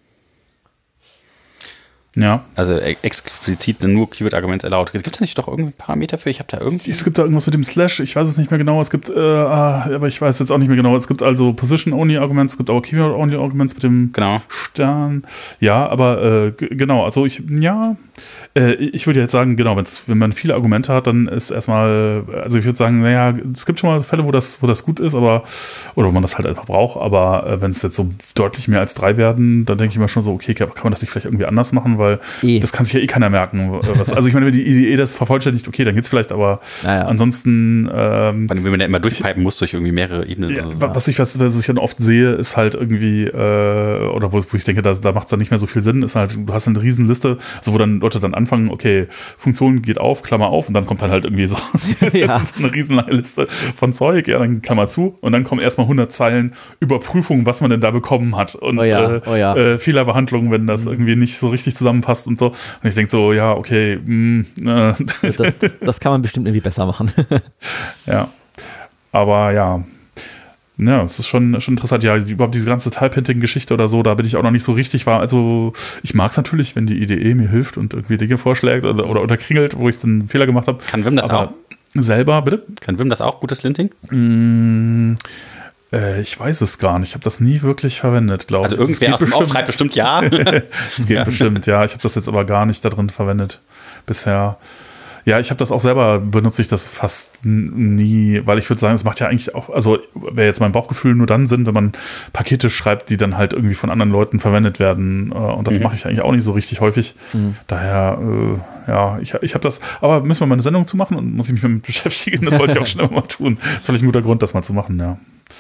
Ja. Also explizit nur Keyword-Arguments erlaubt. Gibt es nicht doch irgendwie Parameter für? Ich habe da irgendwie... Es gibt da irgendwas mit dem Slash, ich weiß es nicht mehr genau. Es gibt, aber ich weiß jetzt auch nicht mehr genau. Es gibt also Position-Only-Arguments, es gibt auch Keyword-Only-Arguments mit dem Stern. Ja, aber genau, also ich würde jetzt sagen, genau, wenn man viele Argumente hat, dann ist erstmal, also ich würde sagen, naja, es gibt schon mal Fälle, wo das gut ist, aber, oder wo man das halt einfach braucht, aber wenn es jetzt so deutlich mehr als 3 werden, dann denke ich mir schon so, okay, kann man das nicht vielleicht irgendwie anders machen, weil das kann sich ja keiner merken. Also ich meine, wenn die Idee das vervollständigt, okay, dann geht's vielleicht, aber ansonsten... wenn man da immer durchpipen muss durch irgendwie mehrere Ebenen. Ja, was ich dann oft sehe, ist halt irgendwie, oder wo ich denke, da macht es dann nicht mehr so viel Sinn, ist halt, du hast eine riesen Liste, also wo dann Leute dann anfangen, okay, Funktion geht auf, Klammer auf, und dann kommt dann halt irgendwie so, so eine riesen Liste von Zeug, ja, dann Klammer zu, und dann kommen erstmal 100 Zeilen Überprüfung, was man denn da bekommen hat. Und Fehlerbehandlung, wenn das irgendwie nicht so richtig zusammenpasst und so. Und ich denke so, ja, okay. Das kann man bestimmt irgendwie besser machen. Ja. Aber ja, es ist schon interessant. Ja, überhaupt diese ganze Type-Hinting-Geschichte oder so, da bin ich auch noch nicht so richtig war. Also ich mag es natürlich, wenn die IDE mir hilft und irgendwie Dinge vorschlägt oder unterkringelt, wo ich dann einen Fehler gemacht habe. Kann Vim das auch? Selber, bitte? Kann Vim das auch, gutes Linting? Ich weiß es gar nicht. Ich habe das nie wirklich verwendet, glaube ich. Also irgendwer aus dem Off schreibt bestimmt ja. Es geht bestimmt, ja. Ich habe das jetzt aber gar nicht da drin verwendet bisher. Ja, ich habe das auch selber, benutze ich das fast nie, weil ich würde sagen, es macht ja eigentlich auch, also wäre jetzt mein Bauchgefühl nur dann Sinn, wenn man Pakete schreibt, die dann halt irgendwie von anderen Leuten verwendet werden, und das mache ich eigentlich auch nicht so richtig häufig. Daher, ich habe das, aber müssen wir mal eine Sendung zu machen und muss ich mich damit beschäftigen, das wollte ich auch schon immer mal tun. Das ist vielleicht ein guter Grund, das mal zu machen, ja.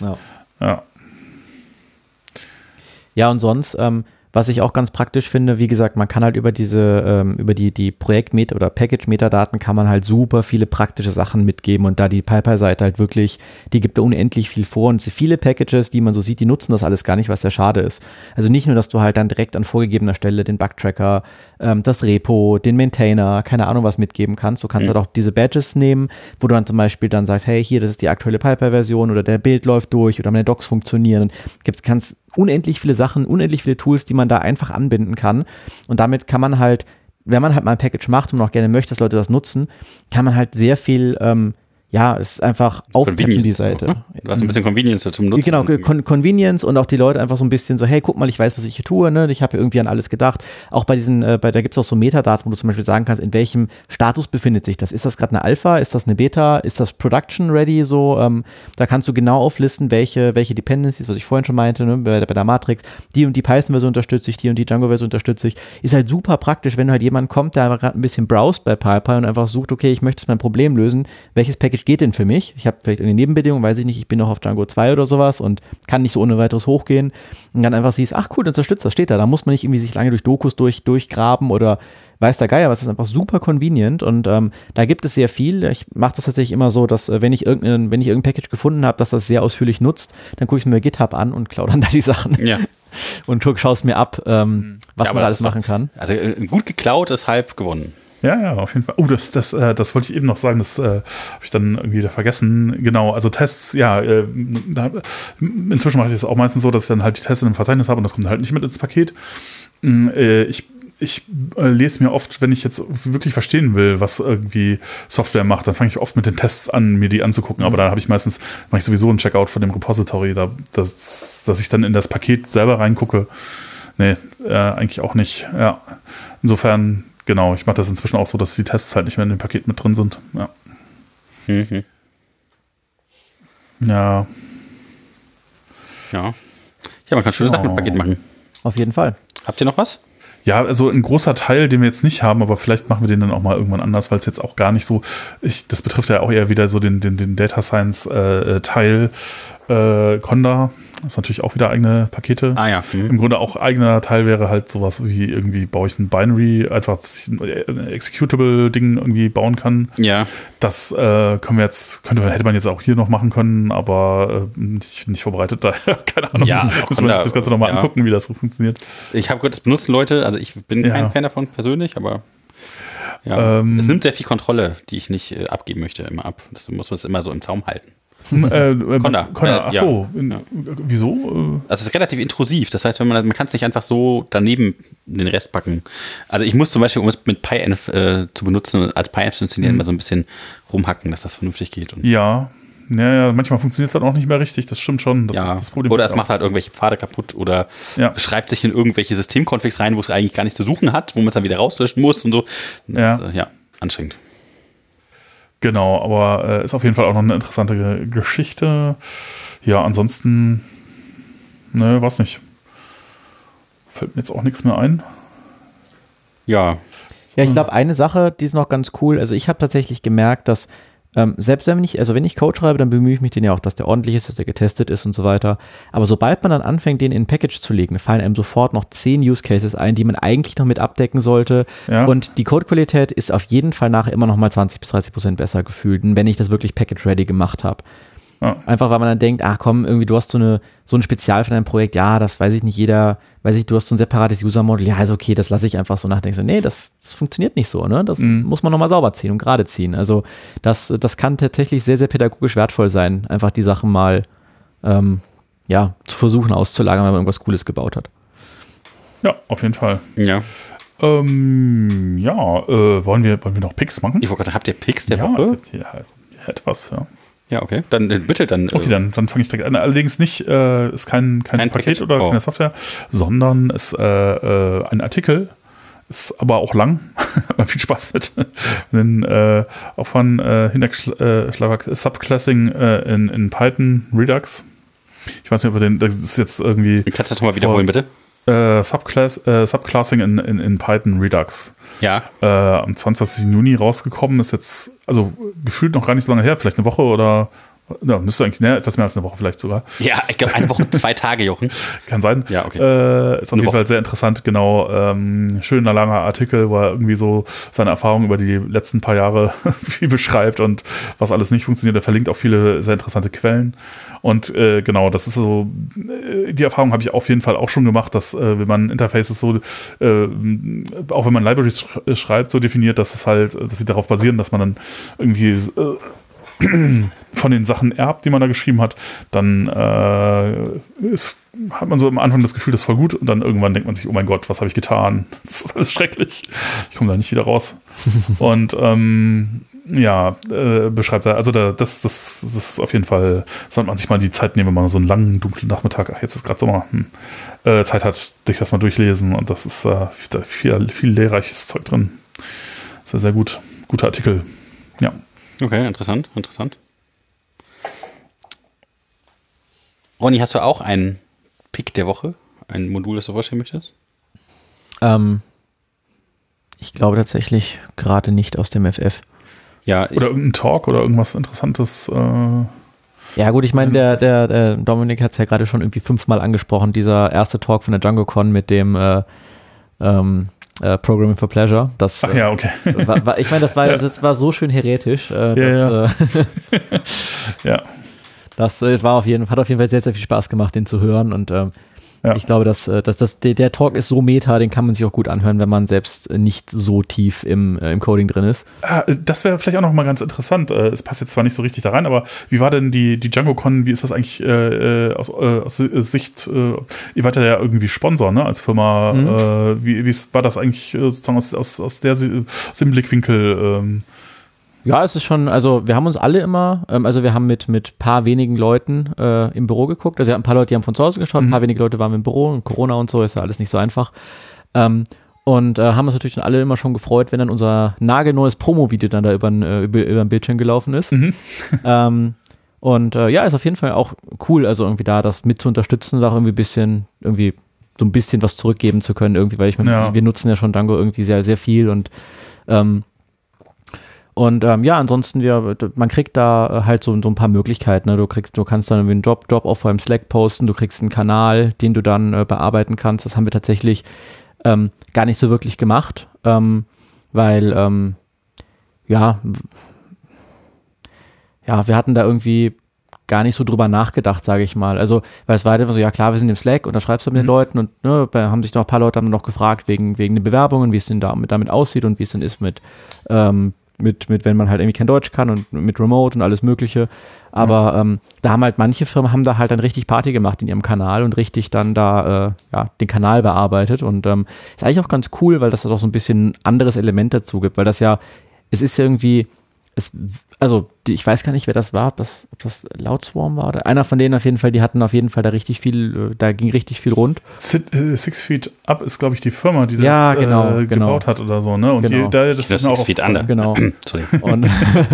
Ja, und sonst, was ich auch ganz praktisch finde, wie gesagt, man kann halt über die Projektmeta- oder Package-Metadaten kann man halt super viele praktische Sachen mitgeben, und da die PyPy-Seite halt wirklich, die gibt da unendlich viel vor, und viele Packages, die man so sieht, die nutzen das alles gar nicht, was sehr schade ist. Also nicht nur, dass du halt dann direkt an vorgegebener Stelle den Bug-Tracker, das Repo, den Maintainer, keine Ahnung was mitgeben kannst. Du kannst halt auch diese Badges nehmen, wo du dann zum Beispiel dann sagst, hey, hier, das ist die aktuelle PyPy-Version, oder der Bild läuft durch, oder meine Docs funktionieren. Kannst unendlich viele Sachen, unendlich viele Tools, die man da einfach anbinden kann, und damit kann man halt, wenn man halt mal ein Package macht und auch gerne möchte, dass Leute das nutzen, kann man halt sehr viel, es ist einfach aufpeppen, die Seite. So, ne? Du hast ein bisschen Convenience zum Nutzen. Genau, Convenience, und auch die Leute einfach so ein bisschen so, hey, guck mal, ich weiß, was ich hier tue, ne? Ich habe irgendwie an alles gedacht. Auch bei diesen, da gibt es auch so Metadaten, wo du zum Beispiel sagen kannst, in welchem Status befindet sich das? Ist das gerade eine Alpha? Ist das eine Beta? Ist das Production ready? So, da kannst du genau auflisten, welche Dependencies, was ich vorhin schon meinte, ne? bei der Matrix, die und die Python-Version unterstütze ich, die und die Django-Version unterstütze ich. Ist halt super praktisch, wenn halt jemand kommt, der einfach gerade ein bisschen browst bei PyPy und einfach sucht, okay, ich möchte jetzt mein Problem lösen, welches Package geht denn für mich? Ich habe vielleicht eine Nebenbedingung, weiß ich nicht, ich bin noch auf Django 2 oder sowas und kann nicht so ohne weiteres hochgehen, und dann einfach siehst, ach cool, unterstützt, das steht da muss man nicht irgendwie sich lange durch Dokus durchgraben oder weiß der Geier, was ist einfach super convenient, und da gibt es sehr viel. Ich mache das tatsächlich immer so, dass wenn ich irgendein Package gefunden habe, das das sehr ausführlich nutzt, dann gucke ich es mir bei GitHub an und klaue dann da die Sachen. Ja. Und schaue es mir ab, was man da alles machen kann. Also gut geklaut ist halb gewonnen. Ja, auf jeden Fall. Oh, das wollte ich eben noch sagen, das habe ich dann irgendwie wieder vergessen. Genau, also Tests, inzwischen mache ich das auch meistens so, dass ich dann halt die Tests in einem Verzeichnis habe und das kommt halt nicht mit ins Paket. Ich lese mir oft, wenn ich jetzt wirklich verstehen will, was irgendwie Software macht, dann fange ich oft mit den Tests an, mir die anzugucken. Aber da mache ich sowieso einen Checkout von dem Repository, dass ich dann in das Paket selber reingucke. Nee, eigentlich auch nicht. Ja, insofern, genau, ich mache das inzwischen auch so, dass die Tests halt nicht mehr in dem Paket mit drin sind. Ja. Ja. Ja, man kann schöne Sachen mit Paket machen. Auf jeden Fall. Habt ihr noch was? Ja, also ein großer Teil, den wir jetzt nicht haben, aber vielleicht machen wir den dann auch mal irgendwann anders, weil es jetzt auch gar nicht so, das betrifft ja auch eher wieder so den Data Science Teil. Conda ist natürlich auch wieder eigene Pakete. Ja. Im Grunde auch eigener Teil wäre halt sowas wie irgendwie baue ich ein Binary, einfach, dass ich ein Executable-Ding irgendwie bauen kann. Ja. Das hätte man jetzt auch hier noch machen können, aber nicht vorbereitet, daher keine Ahnung. Ja, müssen wir das Ganze nochmal angucken, wie das so funktioniert. Ich habe gehört, das benutzen Leute, also ich bin kein Fan davon persönlich, aber es nimmt sehr viel Kontrolle, die ich nicht abgeben möchte, immer ab. Das muss man immer so im Zaum halten. Conda. Achso, wieso? Also es ist relativ intrusiv, das heißt, man kann es nicht einfach so daneben den Rest packen. Also ich muss zum Beispiel, um es mit PyEnv zu benutzen, als PyEnv zu installieren, mal so ein bisschen rumhacken, dass das vernünftig geht. Und ja, manchmal funktioniert es dann auch nicht mehr richtig, das stimmt schon. Das Problem oder es macht halt irgendwelche Pfade kaputt oder schreibt sich in irgendwelche Systemconfigs rein, wo es eigentlich gar nichts zu suchen hat, wo man es dann wieder rauslöschen muss und so. Anstrengend. Genau, aber ist auf jeden Fall auch noch eine interessante Geschichte. Ja, ansonsten, weiß nicht. Fällt mir jetzt auch nichts mehr ein. Ja. Ja, ich glaube, eine Sache, die ist noch ganz cool. Also ich habe tatsächlich gemerkt, dass selbst wenn ich Code schreibe, dann bemühe ich mich den ja auch, dass der ordentlich ist, dass der getestet ist und so weiter. Aber sobald man dann anfängt, den in ein Package zu legen, fallen einem sofort noch 10 Use Cases ein, die man eigentlich noch mit abdecken sollte. Ja. Und die Codequalität ist auf jeden Fall nachher immer noch mal 20-30% besser gefühlt, wenn ich das wirklich Package-ready gemacht habe. Ja. Einfach, weil man dann denkt, ach komm, irgendwie du hast so ein Spezial für dein Projekt, ja, das weiß ich nicht, du hast so ein separates User-Model, ja, ist okay, das lasse ich einfach so nachdenken. So, nee, das funktioniert nicht so, ne? Das muss man nochmal sauber ziehen und gerade ziehen. Also das kann tatsächlich sehr, sehr pädagogisch wertvoll sein, einfach die Sachen mal zu versuchen auszulagern, wenn man irgendwas Cooles gebaut hat. Ja, auf jeden Fall. Ja. Wollen wir noch Picks machen? Ich wollte gerade, habt ihr Picks der Woche? Ja, etwas, ja. Ja, okay. Dann bitte dann. Okay, dann fange ich direkt an. Allerdings nicht, ist kein Paket oder keine Software, sondern ist ein Artikel, ist aber auch lang, hat man viel Spaß mit. Auch von Subclassing in Python Redux. Ich weiß nicht, ob das ist jetzt irgendwie. Kannst du das nochmal wiederholen, bitte? Subclassing in Python Redux. Ja. Am 20. Juni rausgekommen, ist jetzt, also gefühlt noch gar nicht so lange her, vielleicht eine Woche oder, müsste eigentlich, etwas mehr als eine Woche vielleicht sogar. Ja, ich glaube 1 Woche, 2 Tage, Jochen. Kann sein. Ja, okay. Ist auf jeden Fall sehr interessant, genau. Schöner, langer Artikel, wo er irgendwie so seine Erfahrungen über die letzten paar Jahre viel beschreibt und was alles nicht funktioniert. Er verlinkt auch viele sehr interessante Quellen. Und genau, das ist so, die Erfahrung habe ich auf jeden Fall auch schon gemacht, dass wenn man Interfaces so, auch wenn man Libraries schreibt, so definiert, dass sie darauf basieren, dass man dann irgendwie von den Sachen erbt, die man da geschrieben hat, dann hat man so am Anfang das Gefühl, das ist voll gut und dann irgendwann denkt man sich, oh mein Gott, was habe ich getan? Das ist alles schrecklich. Ich komme da nicht wieder raus. Und beschreibt er, also das ist auf jeden Fall, sollte man sich mal die Zeit nehmen, wenn man so einen langen, dunklen Nachmittag, jetzt ist gerade Sommer, Zeit hat, sich das mal durchlesen und das ist viel lehrreiches Zeug drin. Sehr, sehr gut. Guter Artikel. Ja. Okay, interessant. Ronny, hast du auch einen Pick der Woche? Ein Modul, das du vorstellen möchtest? Ich glaube tatsächlich gerade nicht aus dem FF. Ja, oder irgendein Talk oder irgendwas Interessantes. Ja gut, ich meine, der Dominik hat es ja gerade schon irgendwie 5-mal angesprochen, dieser erste Talk von der DjangoCon mit dem Programming for Pleasure. Das, ach ja, okay. Ich meine, das war so schön heretisch. Ja. Das hat auf jeden Fall sehr, sehr viel Spaß gemacht, den zu hören und ich glaube, dass der Talk ist so meta, den kann man sich auch gut anhören, wenn man selbst nicht so tief im Coding drin ist. Das wäre vielleicht auch noch mal ganz interessant. Es passt jetzt zwar nicht so richtig da rein, aber wie war denn die DjangoCon, wie ist das eigentlich aus Sicht, ihr wart ja irgendwie Sponsor, ne, als Firma. Wie war das eigentlich sozusagen aus dem Blickwinkel? Ja, es ist schon, also wir haben uns alle immer, wir haben mit paar wenigen Leuten im Büro geguckt, also wir hatten ein paar Leute, die haben von zu Hause geschaut, ein paar wenige Leute waren im Büro und Corona und so, ist ja alles nicht so einfach. Und haben uns natürlich dann alle immer schon gefreut, wenn dann unser nagelneues Promo-Video dann da über den Bildschirm gelaufen ist. Ist auf jeden Fall auch cool, also irgendwie da das mit zu unterstützen, da auch irgendwie ein bisschen irgendwie so ein bisschen was zurückgeben zu können irgendwie, weil ich meine, wir nutzen ja schon Django irgendwie sehr, sehr viel und ansonsten man kriegt da halt so ein paar Möglichkeiten. Ne? Du kannst dann irgendwie einen Job auf einem Slack posten, du kriegst einen Kanal, den du dann bearbeiten kannst. Das haben wir tatsächlich gar nicht so wirklich gemacht, weil wir hatten da irgendwie gar nicht so drüber nachgedacht, sage ich mal. Also, weil es war halt immer so, ja klar, wir sind im Slack und da schreibst du mit den Leuten und haben sich noch ein paar Leute noch gefragt wegen den Bewerbungen, wie es denn damit aussieht und wie es denn ist mit wenn man halt irgendwie kein Deutsch kann und mit Remote und alles Mögliche. Aber da haben halt manche Firmen haben da halt dann richtig Party gemacht in ihrem Kanal und richtig dann da den Kanal bearbeitet und ist eigentlich auch ganz cool, weil das auch so ein bisschen anderes Element dazu gibt, weil es ist irgendwie, ich weiß gar nicht, wer das war, ob das Loudswarm war oder einer von denen auf jeden Fall, die hatten auf jeden Fall da richtig viel, da ging richtig viel rund. 6 Feet Up ist, glaube ich, die Firma, die das gebaut hat oder so, ne? Und das ist auch 6 Feet Under. Genau. Und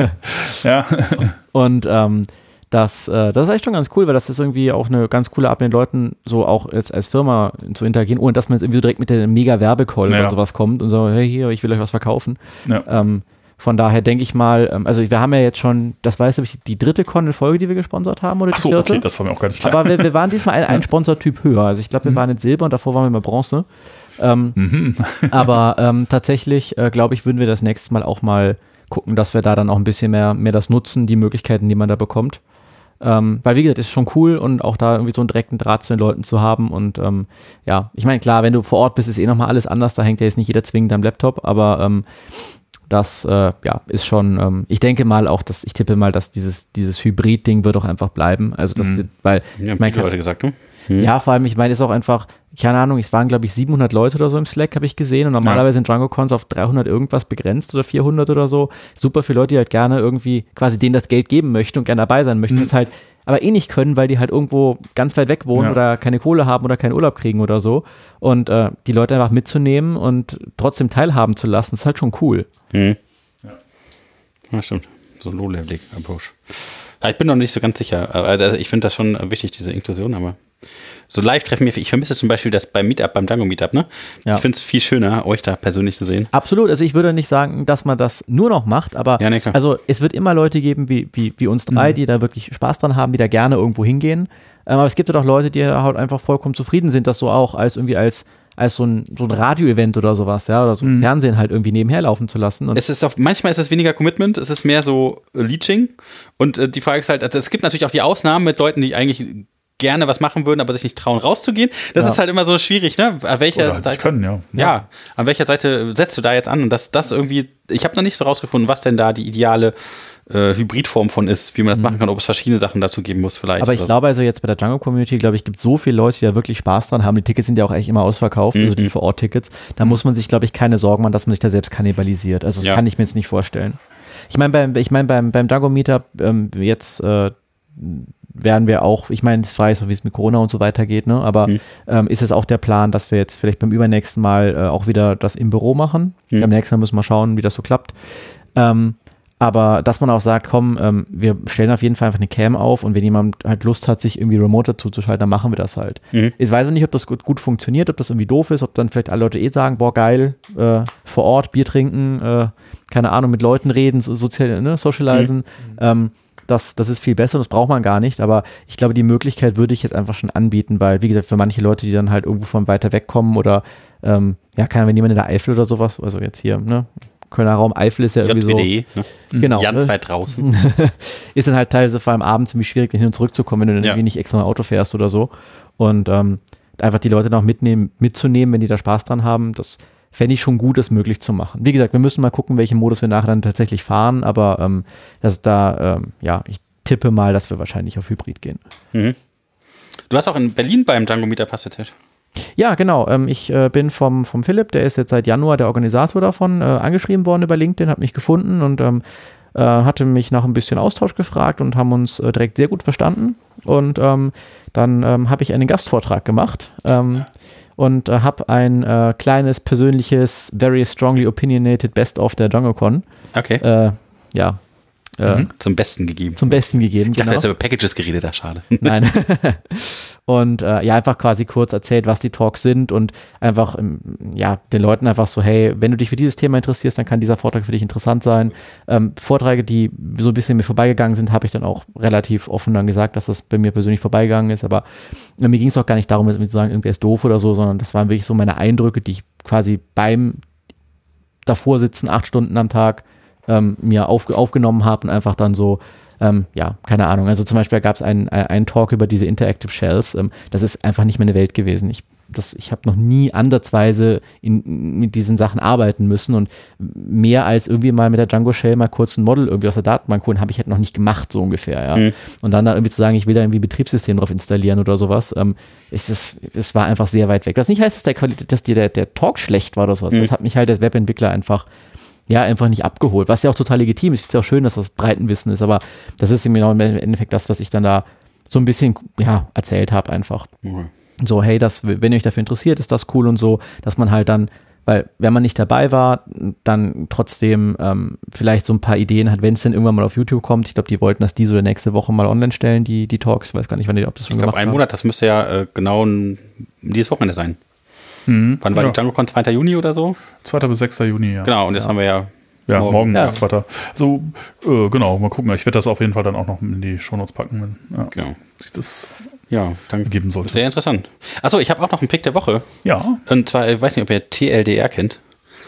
das ist echt schon ganz cool, weil das ist irgendwie auch eine ganz coole Art, mit den Leuten so auch jetzt als Firma zu interagieren, ohne dass man jetzt irgendwie so direkt mit der mega Werbecall oder sowas kommt und so, hey, hier, ich will euch was verkaufen. Ja. Von daher denke ich mal, also wir haben ja jetzt schon, das weiß ich, die 3. Con in Folge, die wir gesponsert haben, oder die 4. Okay, das war mir auch gar nicht klar. Aber wir waren diesmal ein Sponsortyp höher. Also ich glaube, wir waren jetzt Silber und davor waren wir mal Bronze. Aber tatsächlich, glaube ich, würden wir das nächste Mal auch mal gucken, dass wir da dann auch ein bisschen mehr das nutzen, die Möglichkeiten, die man da bekommt. Weil, wie gesagt, ist schon cool und auch da irgendwie so einen direkten Draht zu den Leuten zu haben und ich meine, klar, wenn du vor Ort bist, ist nochmal alles anders, da hängt ja jetzt nicht jeder zwingend am Laptop, aber das ist schon, ich denke mal auch, ich tippe mal, dass dieses Hybrid-Ding wird auch einfach bleiben. Also das weil viele Leute gesagt, du? Ja, vor allem, ich meine, ist auch einfach, keine Ahnung, es waren, glaube ich, 700 Leute oder so im Slack, habe ich gesehen. Und normalerweise sind DrangoCons auf 300 irgendwas begrenzt oder 400 oder so. Super viele Leute, die halt gerne irgendwie quasi denen das Geld geben möchten und gerne dabei sein möchten. Das halt aber nicht können, weil die halt irgendwo ganz weit weg wohnen oder keine Kohle haben oder keinen Urlaub kriegen oder so. Und die Leute einfach mitzunehmen und trotzdem teilhaben zu lassen, ist halt schon cool. Ja, stimmt. So ein Low-Level-Approach. Ja, ich bin noch nicht so ganz sicher. Also ich finde das schon wichtig, diese Inklusion, aber so Live-Treffen, ich vermisse zum Beispiel das beim Meetup, beim Django-Meetup, ne? Ja. Ich finde es viel schöner, euch da persönlich zu sehen. Absolut, also ich würde nicht sagen, dass man das nur noch macht, aber also es wird immer Leute geben wie uns drei, die da wirklich Spaß dran haben, die da gerne irgendwo hingehen. Aber es gibt ja auch Leute, die da halt einfach vollkommen zufrieden sind, dass so auch als so ein Radio-Event oder sowas, oder so ein Fernsehen halt irgendwie nebenher laufen zu lassen. Und manchmal ist es weniger Commitment, es ist mehr so Leeching. Und die Frage ist halt, also es gibt natürlich auch die Ausnahmen mit Leuten, die eigentlich gerne was machen würden, aber sich nicht trauen, rauszugehen. Das ist halt immer so schwierig, ne? An welcher halt Seite? Können, an welcher Seite setzt du da jetzt an? Und das irgendwie, ich habe noch nicht so rausgefunden, was denn da die ideale Hybridform von ist, wie man das machen kann, ob es verschiedene Sachen dazu geben muss vielleicht. Aber ich glaube also jetzt bei der Django-Community, glaube ich, gibt es so viele Leute, die da wirklich Spaß dran haben. Die Tickets sind ja auch echt immer ausverkauft, also die Vor-Ort-Tickets. Da muss man sich, glaube ich, keine Sorgen machen, dass man sich da selbst kannibalisiert. Also das kann ich mir jetzt nicht vorstellen. Ich meine, beim Django-Meetup jetzt werden wir auch, ich meine, es weiß auch, wie es mit Corona und so weitergeht, ne? Aber ist es auch der Plan, dass wir jetzt vielleicht beim übernächsten Mal auch wieder das im Büro machen? Beim nächsten Mal müssen wir schauen, wie das so klappt. Aber dass man auch sagt, komm, wir stellen auf jeden Fall einfach eine Cam auf und wenn jemand halt Lust hat, sich irgendwie remote dazu zu schalten, dann machen wir das halt. Ich weiß auch nicht, ob das gut funktioniert, ob das irgendwie doof ist, ob dann vielleicht alle Leute sagen, boah, geil, vor Ort Bier trinken, keine Ahnung, mit Leuten reden, socialisen, das ist viel besser, das braucht man gar nicht, aber ich glaube, die Möglichkeit würde ich jetzt einfach schon anbieten, weil, wie gesagt, für manche Leute, die dann halt irgendwo von weiter weg kommen oder, wenn jemand in der Eifel oder sowas, also jetzt hier, ne, Kölner Raum Eifel ist ja irgendwie JWD, so. Genau. Ganz weit draußen. Ist dann halt teilweise vor allem abends ziemlich schwierig, hin und zurück zu kommen, wenn du dann irgendwie nicht extra ein Auto fährst oder so. Und einfach die Leute noch mitzunehmen, wenn die da Spaß dran haben, das fände ich schon gut, das möglich zu machen. Wie gesagt, wir müssen mal gucken, welchen Modus wir nachher dann tatsächlich fahren, aber ich tippe mal, dass wir wahrscheinlich auf Hybrid gehen. Du hast auch in Berlin beim Django Meetup erzählt. Ja, genau. Ich bin vom Philipp, der ist jetzt seit Januar der Organisator davon, angeschrieben worden über LinkedIn, hat mich gefunden und hatte mich nach ein bisschen Austausch gefragt und haben uns direkt sehr gut verstanden. Und dann habe ich einen Gastvortrag gemacht und habe ein kleines, persönliches, very strongly opinionated Best-of der DjangoCon. Okay. zum Besten gegeben. Zum Besten gegeben, Ich dachte, jetzt über Packages geredet, da schade. Nein. Und einfach quasi kurz erzählt, was die Talks sind und einfach den Leuten einfach so, hey, wenn du dich für dieses Thema interessierst, dann kann dieser Vortrag für dich interessant sein. Vorträge, die so ein bisschen mir vorbeigegangen sind, habe ich dann auch relativ offen dann gesagt, dass das bei mir persönlich vorbeigegangen ist, aber mir ging es auch gar nicht darum, zu sagen, irgendwer ist doof oder so, sondern das waren wirklich so meine Eindrücke, die ich quasi beim davor sitzen, 8 Stunden am Tag mir aufgenommen habe und einfach dann so keine Ahnung. Also zum Beispiel gab es einen Talk über diese Interactive Shells. Das ist einfach nicht meine Welt gewesen. Ich habe noch nie ansatzweise mit diesen Sachen arbeiten müssen und mehr als irgendwie mal mit der Django Shell mal kurz ein Model irgendwie aus der Datenbank holen, habe ich halt noch nicht gemacht, so ungefähr. Ja. Und dann da irgendwie zu sagen, ich will da irgendwie Betriebssystem drauf installieren oder sowas, es war einfach sehr weit weg. Das nicht heißt, dass der Talk schlecht war oder sowas. Das hat mich halt als Webentwickler einfach nicht abgeholt, was ja auch total legitim ist. Ich finde es auch schön, dass das Breitenwissen ist, aber das ist genau im Endeffekt das, was ich dann da so ein bisschen erzählt habe einfach. So, hey, wenn ihr euch dafür interessiert, ist das cool und so, dass man halt dann, weil wenn man nicht dabei war, dann trotzdem vielleicht so ein paar Ideen hat, wenn es denn irgendwann mal auf YouTube kommt. Ich glaube, die wollten das diese oder nächste Woche mal online stellen, die Talks. Ich weiß gar nicht, ob das schon gemacht haben. Ich glaube, 1 Monat, das müsste ja genau dieses Wochenende sein. Wann war die DjangoCon? 2. Juni oder so? 2. bis 6. Juni, ja. Genau, und jetzt haben wir ja morgen ist 2. Also, genau, mal gucken. Ich werde das auf jeden Fall dann auch noch in die Shownotes packen, wenn sich das geben sollte. Sehr interessant. Achso, ich habe auch noch einen Pick der Woche. Ja. Und zwar, ich weiß nicht, ob ihr TLDR kennt.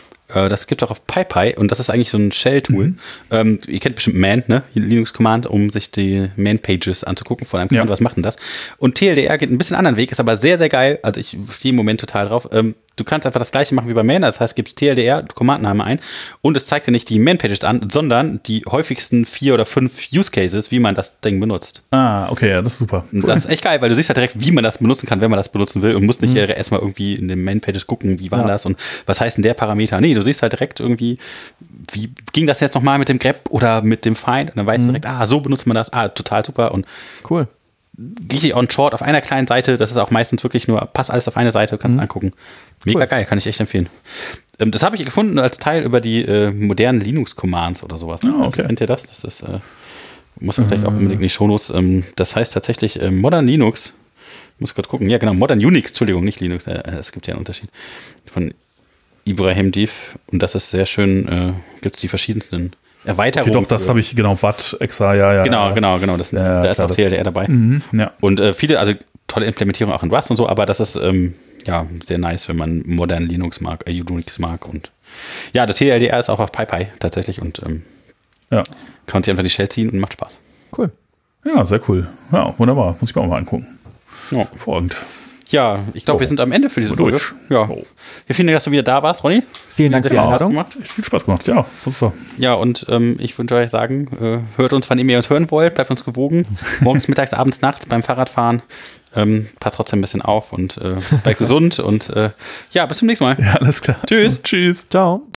Das gibt es auch auf PyPy und das ist eigentlich so ein Shell-Tool. Ihr kennt bestimmt Man, ne? Linux-Command, um sich die Man-Pages anzugucken von einem Command. Was macht denn das? Und TLDR geht ein bisschen anderen Weg, ist aber sehr, sehr geil. Also ich stehe im Moment total drauf. Du kannst einfach das gleiche machen wie bei Man. Das heißt, gibst TLDR, Command-Name ein und es zeigt dir nicht die Man-Pages an, sondern die häufigsten 4 oder 5 Use-Cases, wie man das Ding benutzt. Okay, ja, das ist super. Cool. Das ist echt geil, weil du siehst halt direkt, wie man das benutzen kann, wenn man das benutzen will und musst nicht erstmal irgendwie in den Man-Pages gucken, wie war das und was heißt denn der Parameter. Nee, du siehst halt direkt irgendwie, wie ging das jetzt nochmal mit dem grep oder mit dem find und dann weißt du direkt, so benutzt man das, total super und cool. Richtig on short auf einer kleinen Seite, das ist auch meistens wirklich nur, passt alles auf eine Seite, kannst angucken. Mega geil, kann ich echt empfehlen. Das habe ich gefunden als Teil über die modernen Linux-Commands oder sowas. Okay. Also, kennt ihr das? Das ist, muss man vielleicht auch unbedingt in die Shownotes. Das heißt tatsächlich Modern Linux. Ich muss kurz gucken. Ja, genau, Modern Unix, Entschuldigung, nicht Linux. Es gibt ja einen Unterschied. Von Ibrahim Deef. Und das ist sehr schön, gibt es die verschiedensten Erweiterungen. Okay, doch, das habe ich, BAT, Exa, ja. Genau. Da ist auch TLDR dabei. Und viele, also tolle Implementierung auch in Rust und so, aber das ist sehr nice, wenn man modern Linux mag, Unix mag. Und ja, der TLDR ist auch auf PyPy tatsächlich und kann man sich einfach die Shell ziehen und macht Spaß. Cool. Ja, sehr cool. Ja, wunderbar. Muss ich mir auch mal angucken. Ja. Hervorragend. Ja, ich glaube, wir sind am Ende für diese Folge. Ja, vielen Dank, dass du wieder da warst, Ronny. Vielen Dank für die Einladung. Viel Spaß gemacht, ja. Super. Ja, und ich würde euch sagen, hört uns, wann ihr uns hören wollt, bleibt uns gewogen. Morgens, mittags, abends, nachts beim Fahrradfahren. Passt trotzdem ein bisschen auf und bleibt gesund und bis zum nächsten Mal. Ja, alles klar. Tschüss. Tschüss. Ciao.